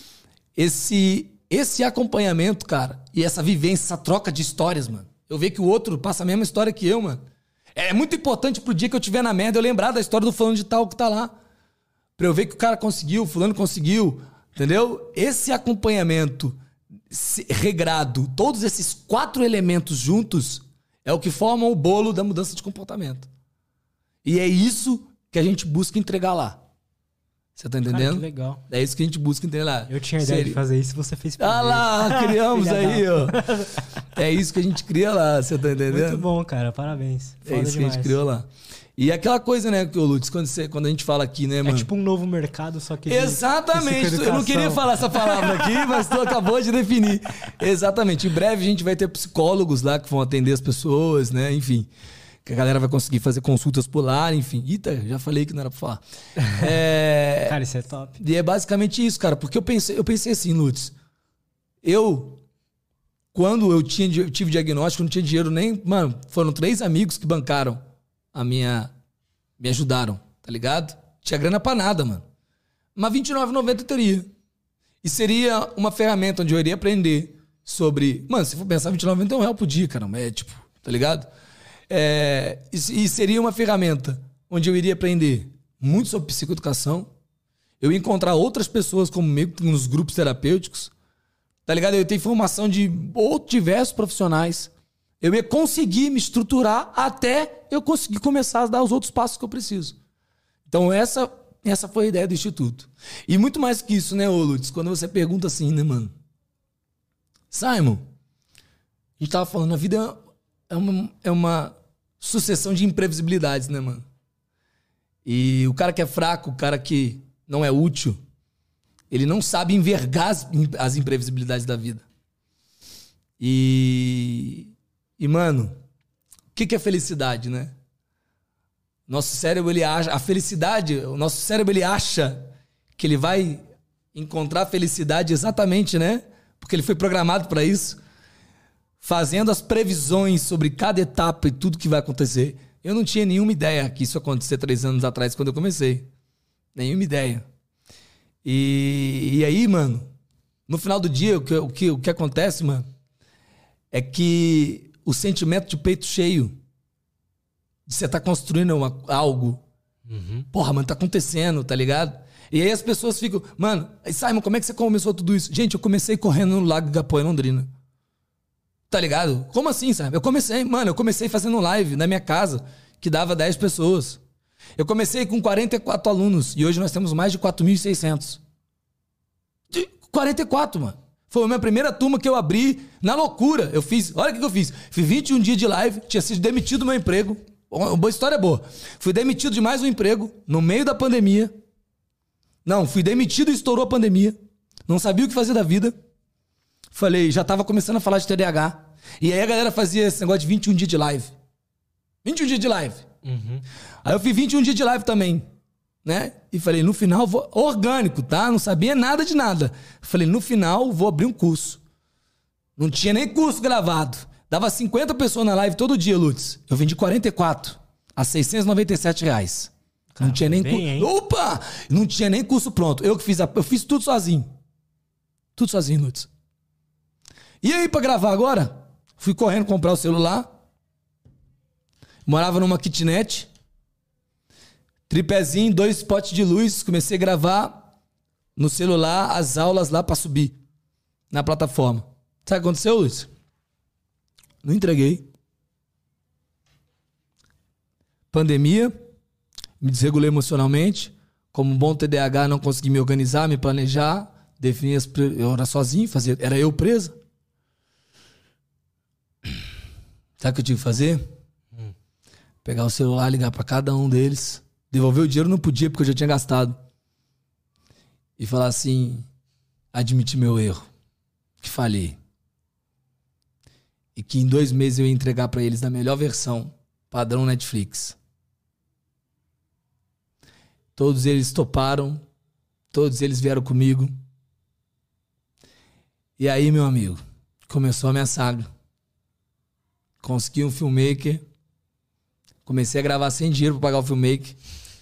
S2: Esse, esse acompanhamento, cara, e essa vivência, essa troca de histórias, mano. Eu ver que o outro passa a mesma história que eu, mano. É muito importante pro dia que eu tiver na merda eu lembrar da história do fulano de tal que tá lá. Pra eu ver que o cara conseguiu, o fulano conseguiu, entendeu? Esse acompanhamento regrado, todos esses quatro elementos juntos, é o que formam o bolo da mudança de comportamento. E é isso que a gente busca entregar lá. Você tá entendendo?
S1: Cara, que legal.
S2: É isso que a gente busca entender lá.
S1: Eu tinha a ideia
S2: Seria...
S1: de fazer isso e você fez primeiro.
S2: Ah lá, criamos aí, ó. É isso que a gente cria lá, você tá entendendo?
S1: Muito bom, cara. Parabéns. Foda
S2: é isso
S1: demais.
S2: que a gente criou lá. E aquela coisa, né, que o Lutz, quando, você, quando a gente fala aqui, né, mano?
S1: É tipo um novo mercado, só que...
S2: Exatamente. Eu não queria falar essa palavra aqui, mas tu acabou de definir. Exatamente. Em breve a gente vai ter psicólogos lá que vão atender as pessoas, né, enfim. Que a galera vai conseguir fazer consultas por lá, enfim. Eita, já falei que não era pra falar. É...
S1: Cara, isso é top.
S2: E é basicamente isso, cara. Porque eu pensei, eu pensei assim, Lutz. Eu, quando eu, tinha, eu tive diagnóstico, não tinha dinheiro nem... Mano, foram três amigos que bancaram a minha... Me ajudaram, tá ligado? Tinha grana pra nada, mano. Mas vinte e nove reais e noventa centavos eu teria. E seria uma ferramenta onde eu iria aprender sobre... Mano, se for pensar, vinte e nove reais e noventa centavos é um real por dia, caramba. É tipo, tá ligado? É, e seria uma ferramenta onde eu iria aprender muito sobre psicoeducação, eu ia encontrar outras pessoas comigo nos grupos terapêuticos, tá ligado? Eu ia ter informação de outros diversos profissionais, eu ia conseguir me estruturar até eu conseguir começar a dar os outros passos que eu preciso. Então essa, essa foi a ideia do Instituto. E muito mais que isso, né, ô Lutz? Quando você pergunta assim, né, mano? Simon, a gente tava falando, a vida é uma... É uma sucessão de imprevisibilidades, né, mano? E o cara que é fraco, o cara que não é útil, ele não sabe envergar as, as imprevisibilidades da vida. E, e mano, o que, que é felicidade, né? Nosso cérebro, ele acha... A felicidade, o nosso cérebro, ele acha que ele vai encontrar felicidade exatamente, né? Porque ele foi programado para isso. Fazendo as previsões sobre cada etapa e tudo que vai acontecer. Eu não tinha nenhuma ideia que isso ia acontecer três anos atrás, quando eu comecei. Nenhuma ideia. E, e aí, mano, no final do dia, o que, o, que, o que acontece, mano, é que o sentimento de peito cheio, de você tá construindo uma, algo, uhum. Porra, mano, tá acontecendo, tá ligado? E aí as pessoas ficam, mano, Simon, como é que você começou tudo isso? Gente, eu comecei correndo no Lago Igapó, em Londrina. Tá ligado? Como assim, sabe? Eu comecei, mano, eu comecei fazendo live na minha casa, que dava dez pessoas. Eu comecei com quarenta e quatro alunos e hoje nós temos mais de quatro mil e seiscentos. De quarenta e quatro, mano. Foi a minha primeira turma que eu abri na loucura. Eu fiz, olha o que eu fiz. Fiz vinte e um dias de live, tinha sido demitido do meu emprego. Uma boa história boa. Fui demitido de mais um emprego no meio da pandemia. Não, fui demitido e estourou a pandemia. Não sabia o que fazer da vida. Falei, já tava começando a falar de T D A H. E aí a galera fazia esse negócio de vinte e um dias de live. vinte e um dias de live. Uhum. Aí eu fiz vinte e um dias de live também, né? E falei, no final, vou... orgânico, tá? Não sabia nada de nada. Falei, no final, vou abrir um curso. Não tinha nem curso gravado. Dava cinquenta pessoas na live todo dia, Lutz. Eu vendi quarenta e quatro a seiscentos e noventa e sete reais. Cara, não tinha nem curso. Opa! Não tinha nem curso pronto. Eu que fiz, a... eu fiz tudo sozinho. Tudo sozinho, Lutz. E aí, pra gravar agora, fui correndo comprar o celular. Morava numa kitnet. Tripézinho, dois spots de luz. Comecei a gravar no celular as aulas lá pra subir na plataforma. Sabe o que aconteceu, Luiz? Não entreguei. Pandemia. Me desregulei emocionalmente. Como um bom T D A H, não consegui me organizar, me planejar. Definir as... Eu era sozinho, fazia... era eu preso. Sabe o que eu tive que fazer? Hum. Pegar o celular, ligar pra cada um deles. Devolver o dinheiro não podia, porque eu já tinha gastado. e falar assim, admitir meu erro, que falhei. E que em dois meses eu ia entregar pra eles na melhor versão, padrão Netflix. Todos eles toparam, todos eles vieram comigo. E aí, meu amigo, começou a minha saga. Consegui um filmmaker, comecei a gravar sem dinheiro pra pagar o filmmaker.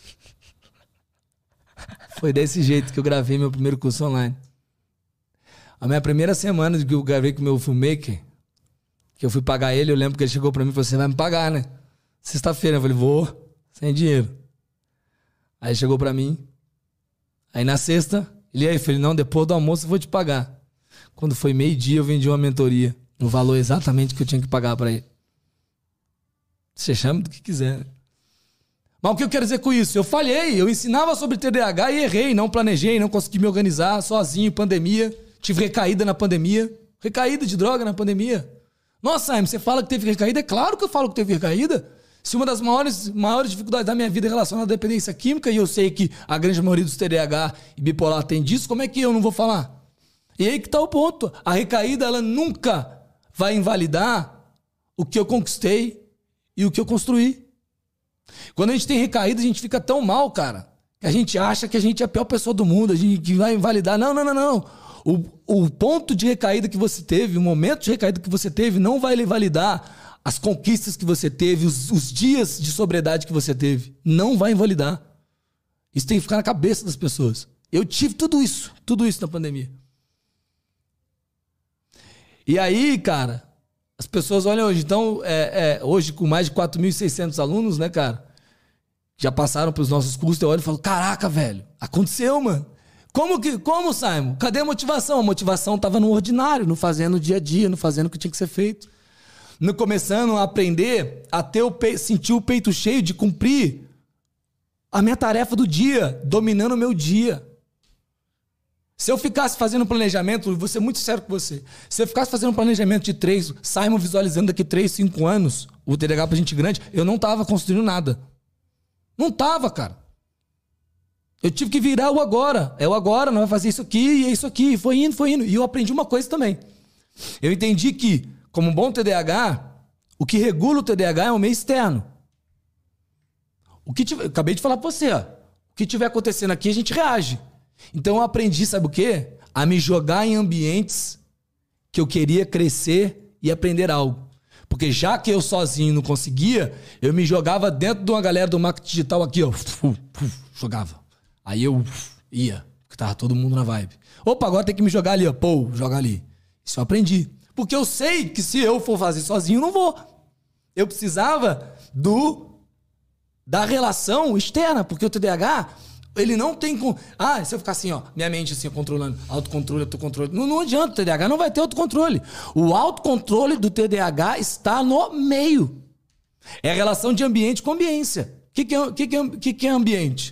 S2: Foi desse jeito que eu gravei meu primeiro curso online. A minha primeira semana que eu gravei com o meu filmmaker, que eu fui pagar ele, eu lembro que ele chegou pra mim e falou, você vai me pagar, né? Sexta-feira, eu falei, vou, sem dinheiro. Aí chegou pra mim, aí na sexta, ele aí, falei, não, depois do almoço eu vou te pagar. Quando foi meio-dia, eu vendi uma mentoria, no valor exatamente que eu tinha que pagar pra ele. Você chama do que quiser, né? Mas o que eu quero dizer com isso? Eu falhei, eu ensinava sobre T D A H e errei, não planejei, não consegui me organizar, sozinho, pandemia, tive recaída na pandemia, recaída de droga na pandemia. Nossa, Simon, você fala que teve recaída? É claro que eu falo que teve recaída. Se uma das maiores, maiores dificuldades da minha vida é relacionada à dependência química, e eu sei que a grande maioria dos T D A H e bipolar tem disso, como é que eu não vou falar? E aí que tá o ponto. A recaída, ela nunca vai invalidar o que eu conquistei e o que eu construí. Quando a gente tem recaída, a gente fica tão mal, cara, que a gente acha que a gente é a pior pessoa do mundo, a gente vai invalidar. Não, não, não, não. O, o ponto de recaída que você teve, o momento de recaída que você teve, não vai invalidar as conquistas que você teve, os, os dias de sobriedade que você teve. Não vai invalidar. Isso tem que ficar na cabeça das pessoas. Eu tive tudo isso, tudo isso na pandemia. E aí, cara, as pessoas olham hoje. Então, é, é, hoje com mais de quatro mil e seiscentos alunos, né, cara? Já passaram pelos nossos cursos, eu olho e falo, caraca, velho, aconteceu, mano. Como que, como, Simon? Cadê a motivação? A motivação tava no ordinário, no fazendo o dia a dia, no fazendo o que tinha que ser feito. No começando a aprender a ter o peito, sentir o peito cheio de cumprir a minha tarefa do dia, dominando o meu dia. Se eu ficasse fazendo um planejamento, vou ser muito sério com você, se eu ficasse fazendo um planejamento de três, Simon visualizando daqui três, cinco anos, o T D A H pra gente grande, eu não tava construindo nada. Não tava, cara. Eu tive que virar o agora. É o agora, não vai fazer isso aqui e é isso aqui. Foi indo, foi indo. E eu aprendi uma coisa também. Eu entendi que, como um bom T D A H, o que regula o T D A H é o meio externo. O que tiver, eu acabei de falar pra você, ó. O que tiver acontecendo aqui, a gente reage. Então eu aprendi, sabe o quê? A me jogar em ambientes que eu queria crescer e aprender algo. Porque já que eu sozinho não conseguia, eu me jogava dentro de uma galera do marketing digital aqui, ó. Jogava. Aí eu ia, porque tava todo mundo na vibe. Opa, agora tem que me jogar ali, ó. Pô, joga ali. Isso eu aprendi. Porque eu sei que se eu for fazer sozinho, não vou. Eu precisava do da relação externa, porque o T D A H... Ele não tem... Com... Ah, se eu ficar assim, ó, minha mente assim, controlando, autocontrole, autocontrole. Não, não adianta, o T D A H não vai ter autocontrole. O autocontrole do T D A H está no meio. É a relação de ambiente com ambiência. O que, que, é, que, que, é, que, que é ambiente?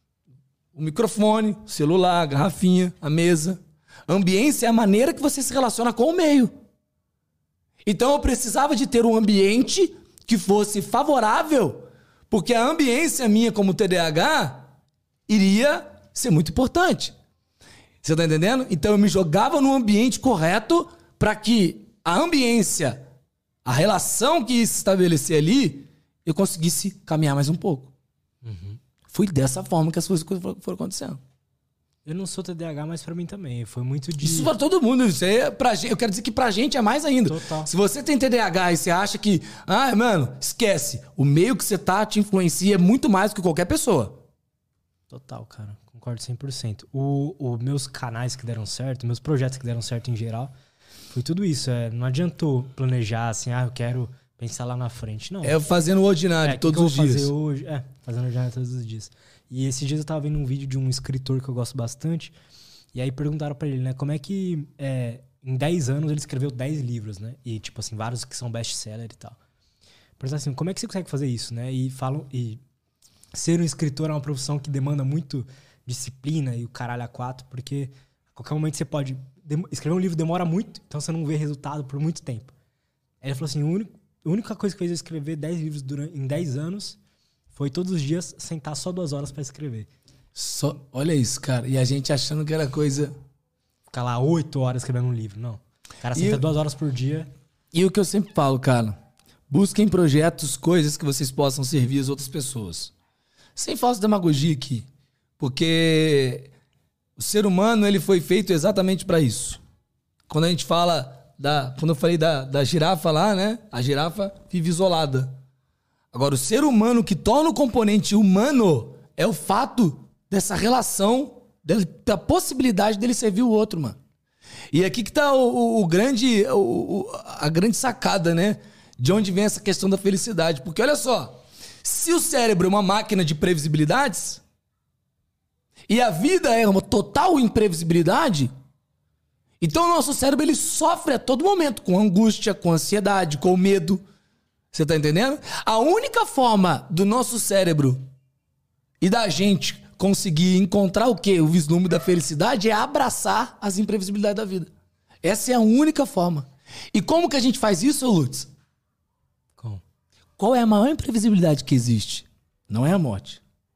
S2: O microfone, o celular, a garrafinha, a mesa. Ambiência é a maneira que você se relaciona com o meio. Então eu precisava de ter um ambiente que fosse favorável, porque a ambiência minha como T D A H... iria ser muito importante. Você tá entendendo? Então eu me jogava no ambiente correto para que a ambiência, a relação que ia se estabelecer ali, eu conseguisse caminhar mais um pouco. Uhum. Foi dessa forma que as coisas foram acontecendo.
S1: Eu não sou T D A H, mas pra mim também. Foi muito de...
S2: Isso pra todo mundo. Isso é pra gente, eu quero dizer que pra gente é mais ainda.
S1: Total.
S2: Se você tem T D A H e você acha que... Ah, mano, esquece. O meio que você tá te influencia muito mais do que qualquer pessoa.
S1: Total, cara. Concordo cem por cento. Os o meus canais que deram certo, meus projetos que deram certo em geral, foi tudo isso. É, não adiantou planejar assim, ah, eu quero pensar lá na frente. Não.
S2: É fazendo o ordinário
S1: é,
S2: todos
S1: que
S2: os
S1: que eu vou
S2: dias.
S1: Fazer hoje? É, fazendo o ordinário todos os dias. E esses dias eu tava vendo um vídeo de um escritor que eu gosto bastante. E aí perguntaram pra ele, né, como é que é, em dez anos ele escreveu dez livros, né? E tipo assim, vários que são best-seller e tal. Perguntaram assim, como é que você consegue fazer isso, né? E falam... E, ser um escritor é uma profissão que demanda muito disciplina e o caralho a quatro, porque a qualquer momento você pode... Escrever um livro demora muito, então você não vê resultado por muito tempo. Aí ele falou assim, a única coisa que fez eu escrever dez livros durante, em dez anos foi todos os dias sentar só duas horas para escrever.
S2: Só, olha isso, cara. E a gente achando que era coisa...
S1: Ficar lá oito horas escrevendo um livro, não. O cara senta
S2: E-
S1: duas horas por dia.
S2: E o que eu sempre falo, cara, busquem projetos, coisas que vocês possam servir as outras pessoas. Sem falsa demagogia aqui. Porque o ser humano, ele foi feito exatamente para isso. Quando a gente fala da... Quando eu falei da, da girafa lá, né? A girafa vive isolada. Agora, o ser humano que torna o componente humano é o fato dessa relação, dele- da possibilidade dele servir o outro, mano. E aqui que tá o, o- o grande, o- o- a grande sacada, né? De onde vem essa questão da felicidade. Porque olha só, se o cérebro é uma máquina de previsibilidades e a vida é uma total imprevisibilidade, então o nosso cérebro ele sofre a todo momento com angústia, com ansiedade, com medo. Você tá entendendo? A única forma do nosso cérebro e da gente conseguir encontrar o quê? O vislumbre da felicidade é abraçar as imprevisibilidades da vida. Essa é a única forma. E como que a gente faz isso, Lutz?
S1: Como?
S2: Qual é a maior imprevisibilidade que existe? Não é a morte.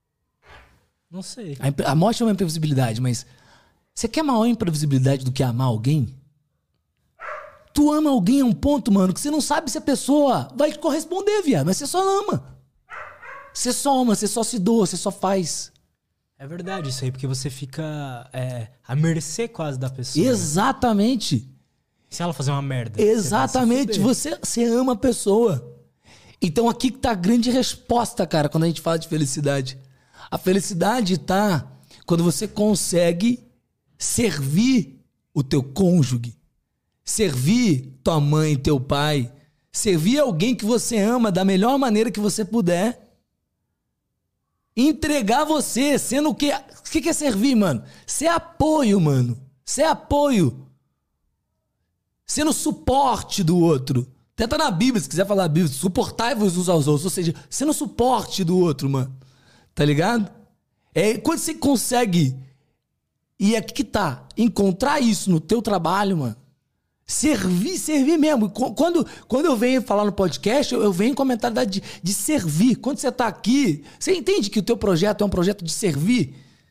S1: Não sei.
S2: A, impre- a morte é uma imprevisibilidade, mas você quer maior imprevisibilidade do que amar alguém? Tu ama alguém a um ponto, mano, que você não sabe se a pessoa vai te corresponder, viado, mas você só ama. Você só ama, você só se doa, você só faz.
S1: É verdade isso aí, porque você fica é, à mercê quase da pessoa. né?
S2: Exatamente.
S1: Se ela fazer uma merda.
S2: Exatamente.
S1: Você vai se
S2: Você, você ama a pessoa. Então aqui que tá a grande resposta, cara, quando a gente fala de felicidade. A felicidade tá quando você consegue servir o teu cônjuge, servir tua mãe, teu pai, servir alguém que você ama da melhor maneira que você puder. Entregar você, sendo o que... O que é servir, mano? Ser apoio, mano. Ser apoio. Sendo suporte do outro. Até tá na Bíblia, se quiser falar a Bíblia. Suportai-vos uns aos outros. Ou seja, sendo suporte do outro, mano. Tá ligado? É quando você consegue... E aqui que tá. Encontrar isso no teu trabalho, mano. Servir, servir mesmo. Quando, quando eu venho falar no podcast, eu, eu venho com a mentalidade de, de servir. Quando você tá aqui, você entende que o teu projeto é um projeto de servir?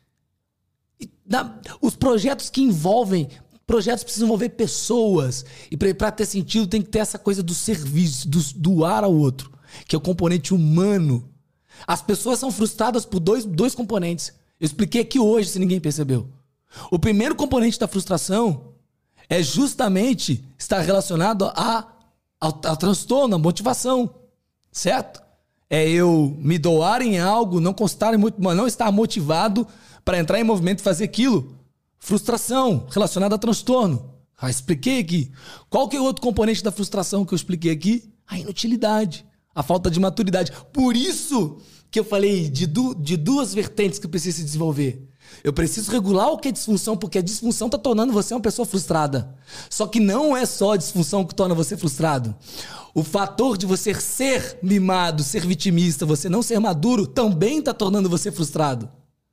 S2: E na- os projetos que envolvem... Projetos precisam envolver pessoas. E para ter sentido tem que ter essa coisa do serviço, do doar ao outro. Que é o componente humano. As pessoas são frustradas por dois, dois componentes. Eu expliquei aqui hoje, se ninguém percebeu. O primeiro componente da frustração é justamente estar relacionado a, ao, ao transtorno, à motivação. Certo? É eu me doar em algo, não, constar, não estar motivado para entrar em movimento e fazer aquilo. Frustração relacionada a transtorno. Já expliquei aqui. Qual que é o outro componente da frustração que eu expliquei aqui? A inutilidade. A falta de maturidade. Por isso que eu falei de, du de duas vertentes que eu preciso desenvolver. Eu preciso regular o que é disfunção, porque a disfunção está tornando você uma pessoa frustrada. Só que não é só a disfunção que torna você frustrado. O fator de você ser mimado, ser vitimista, você não ser maduro, também está tornando você frustrado.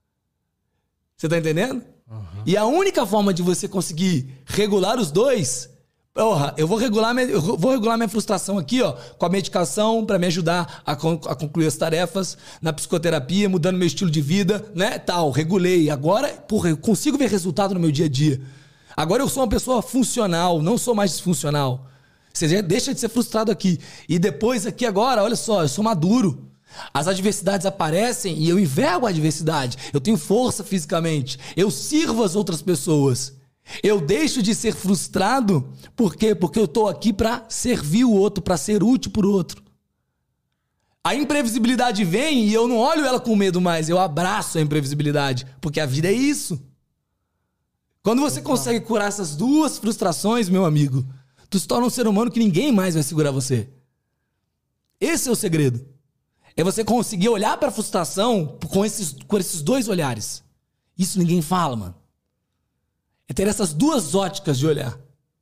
S2: Você está entendendo? Uhum. E a única forma de você conseguir regular os dois... Porra, eu vou regular minha, eu vou regular minha frustração aqui, ó, com a medicação para me ajudar a, con a concluir as tarefas, na psicoterapia, mudando meu estilo de vida, né? Tal, regulei. Agora, porra, eu consigo ver resultado no meu dia a dia. Agora eu sou uma pessoa funcional, não sou mais disfuncional. Você já deixa de ser frustrado aqui. E depois aqui agora, olha só, eu sou maduro. As adversidades aparecem e eu envergo a adversidade. Eu tenho força fisicamente. Eu sirvo as outras pessoas. Eu deixo de ser frustrado. Por quê? Porque eu tô aqui para servir o outro, para ser útil pro outro. A imprevisibilidade vem e eu não olho ela com medo mais. Eu abraço a imprevisibilidade. Porque a vida é isso. Quando você consegue curar essas duas frustrações, meu amigo, tu se torna um ser humano que ninguém mais vai segurar você. Esse é o segredo. É você conseguir olhar para a frustração com esses, com esses dois olhares. Isso ninguém fala, mano. É ter essas duas óticas de olhar.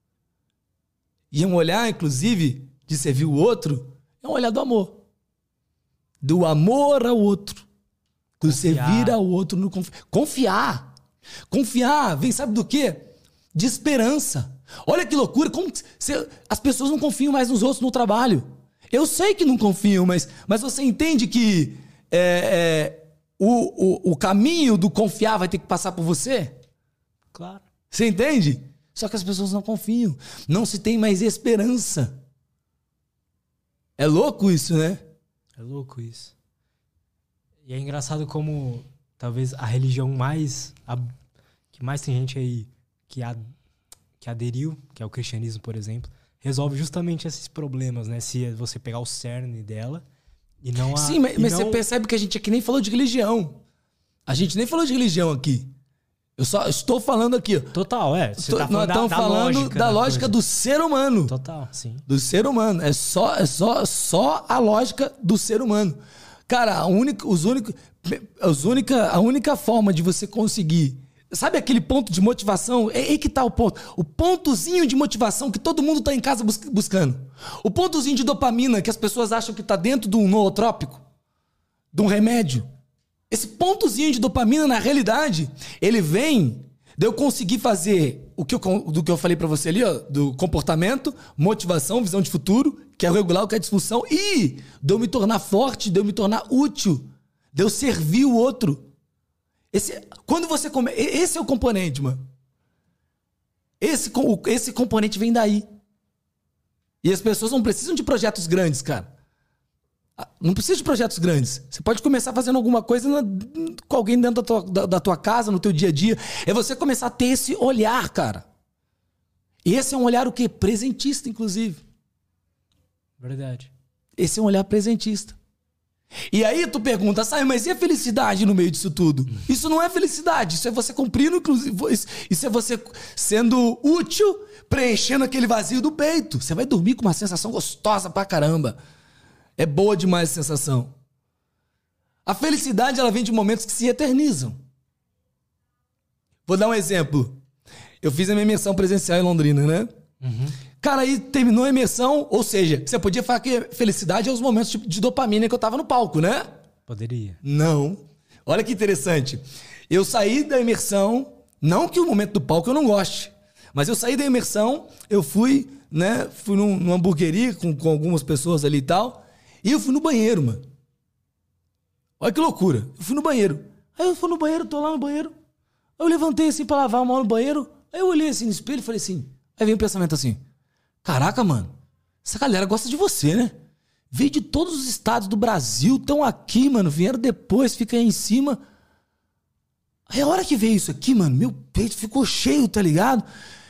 S2: E um olhar, inclusive, de servir o outro, é um olhar do amor. Do amor ao outro. Do confiar. Servir ao outro. No confi... Confiar. Confiar vem, sabe do quê? De esperança. Olha que loucura. Como você... As pessoas não confiam mais nos outros no trabalho. Eu sei que não confiam, mas, mas você entende que é, é, o, o, o caminho do confiar vai ter que passar por você?
S1: Claro.
S2: Você entende? Só que as pessoas não confiam. Não se tem mais esperança. É louco isso, né?
S1: É louco isso. E é engraçado como talvez a religião mais... A, que mais tem gente aí que, a, que aderiu, que é o cristianismo, por exemplo, resolve justamente esses problemas, né? Se você pegar o cerne dela e não a...
S2: Sim, mas, mas
S1: não...
S2: você percebe que a gente aqui nem falou de religião. A gente nem falou de religião aqui. Eu só estou falando aqui. Ó.
S1: Total, é. Você
S2: Tô,
S1: tá
S2: nós
S1: falando
S2: estamos
S1: da, da
S2: falando
S1: lógica,
S2: da
S1: da
S2: lógica
S1: coisa.
S2: do ser humano.
S1: Total, sim.
S2: Do ser humano. É só, é só, só a lógica do ser humano. Cara, a única, os únicos, as única, a única forma de você conseguir... Sabe aquele ponto de motivação? É aí que tá o ponto. O pontozinho de motivação que todo mundo tá em casa bus- buscando. O pontozinho de dopamina que as pessoas acham que tá dentro de um nootrópico, de um remédio. Esse pontozinho de dopamina, na realidade, ele vem de eu conseguir fazer o que eu, do que eu falei pra você ali, ó, do comportamento, motivação, visão de futuro, que é o regular, o que é a disfunção, e de eu me tornar forte, de eu me tornar útil, de eu servir o outro. Esse, quando você come, esse é o componente, mano. Esse, esse componente vem daí. E as pessoas não precisam de projetos grandes, cara. Não precisa de projetos grandes. Você pode começar fazendo alguma coisa na, com alguém dentro da tua, da, da tua casa, no teu dia a dia. É você começar a ter esse olhar, cara. E esse é um olhar o quê? Presentista, inclusive.
S1: Verdade.
S2: Esse é um olhar presentista. E aí tu pergunta, sai, mas e a felicidade no meio disso tudo? Isso não é felicidade, isso é você cumprindo, inclusive, isso é você sendo útil, preenchendo aquele vazio do peito. Você vai dormir com uma sensação gostosa pra caramba. É boa demais a sensação. A felicidade, ela vem de momentos que se eternizam. Vou dar um exemplo. Eu fiz a minha imersão presencial em Londrina, né?
S1: Uhum.
S2: Cara, aí terminou a imersão, ou seja, você podia falar que felicidade é os momentos de dopamina que eu tava no palco, né?
S1: Poderia.
S2: Não. Olha que interessante. Eu saí da imersão, não que o momento do palco eu não goste, mas eu saí da imersão, eu fui, né, fui num, numa hamburgueria com, com algumas pessoas ali e tal, e eu fui no banheiro, mano. Olha que loucura. Eu fui no banheiro. Aí eu fui no banheiro, tô lá no banheiro. Eu levantei assim pra lavar a mão no banheiro, aí eu olhei assim no espelho e falei assim, aí veio um pensamento assim, caraca, mano, essa galera gosta de você, né? Veio de todos os estados do Brasil, estão aqui, mano, vieram depois, fica aí em cima. Aí a hora que veio isso aqui, mano, meu peito ficou cheio, tá ligado?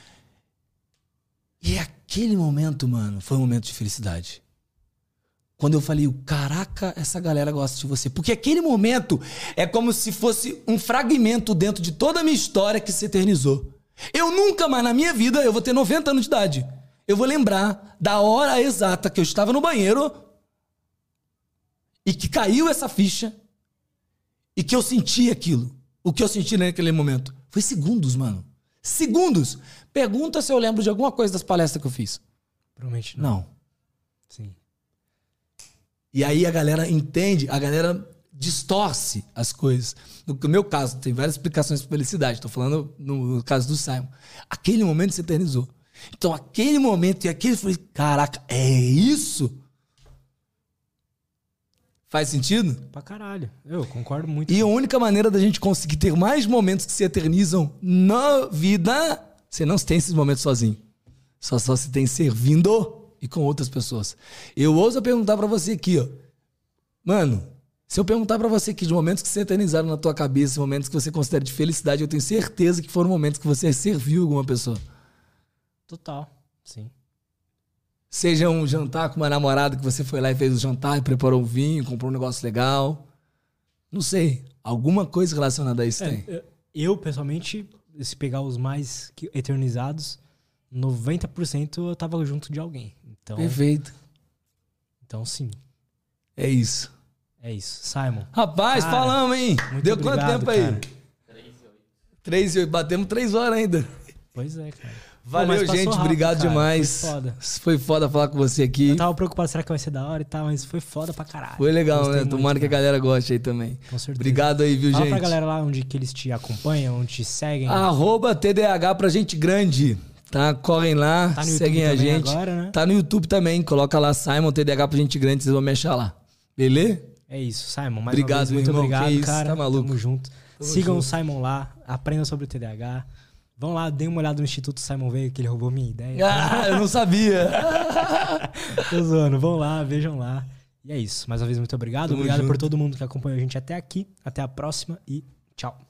S2: E aquele momento, mano, foi um momento de felicidade. Quando eu falei, caraca, essa galera gosta de você. Porque aquele momento é como se fosse um fragmento dentro de toda a minha história que se eternizou. Eu nunca mais na minha vida, eu vou ter noventa anos de idade, eu vou lembrar da hora exata que eu estava no banheiro e que caiu essa ficha e que eu senti aquilo. O que eu senti naquele momento foi segundos, mano. Segundos. Pergunta se eu lembro de alguma coisa das palestras que eu fiz.
S1: Provavelmente não.
S2: Não.
S1: Sim.
S2: E aí a galera entende, a galera distorce as coisas. No meu caso, tem várias explicações para felicidade. Estou falando no caso do Simon. Aquele momento se eternizou. Então, aquele momento e aquele... Eu falei, caraca, é isso? Faz sentido?
S1: Pra caralho. Eu concordo muito.
S2: E a única maneira da gente conseguir ter mais momentos que se eternizam na vida, você não tem esses momentos sozinho. Só só se tem servindo e com outras pessoas. Eu ouso perguntar pra você aqui, ó. Mano, se eu perguntar pra você aqui de momentos que se eternizaram na tua cabeça, momentos que você considera de felicidade, eu tenho certeza que foram momentos que você serviu alguma pessoa.
S1: Total, sim.
S2: Seja um jantar com uma namorada que você foi lá e fez o jantar e preparou um vinho, comprou um negócio legal. Não sei. Alguma coisa relacionada a isso
S1: É,
S2: tem.
S1: eu, pessoalmente, se pegar os mais que- eternizados, noventa por cento eu tava junto de alguém. Então,
S2: Perfeito.
S1: então sim.
S2: É isso.
S1: É isso. Simon.
S2: Rapaz,
S1: Cara,
S2: falamos, hein?
S1: muito
S2: Deu quanto
S1: obrigado,
S2: tempo aí?
S1: cara.
S2: Três e oito. Batemos três horas ainda.
S1: Pois é, cara. Pô,
S2: Valeu,
S1: mas passou
S2: gente.
S1: rápido,
S2: Obrigado
S1: cara.
S2: demais.
S1: Foi foda.
S2: Foi foda falar com você aqui.
S1: Eu tava preocupado, será que vai ser da hora e tal, mas foi foda pra caralho.
S2: Foi legal,
S1: Gostei
S2: né?
S1: muito,
S2: Tomara que a
S1: cara.
S2: galera goste aí também.
S1: Com certeza.
S2: Obrigado aí, viu,
S1: Fala
S2: gente?
S1: pra galera lá onde que eles te acompanham, onde te seguem.
S2: Arroba T D A H pra gente grande. Tá? Correm lá,
S1: Tá no YouTube
S2: seguem a
S1: também
S2: gente.
S1: agora, né?
S2: Tá no YouTube também. Coloca lá Simon T D A H pra gente grande, vocês vão me achar lá. Beleza?
S1: É isso, Simon. Mais
S2: Obrigado,
S1: uma vez, muito
S2: meu irmão.
S1: obrigado,
S2: Que isso,
S1: cara.
S2: tá maluco.
S1: Tamo junto.
S2: Tamo
S1: Sigam
S2: junto.
S1: o Simon lá, aprendam sobre o T D A H. Vão lá, deem uma olhada no Instituto Simon Veio, que ele roubou minha ideia.
S2: Ah, eu não sabia.
S1: Tô zoando. Vão lá, vejam lá. E é isso. Mais uma vez, muito obrigado.
S2: Tamo
S1: obrigado
S2: junto.
S1: por todo mundo que acompanhou a gente até aqui. Até a próxima e tchau.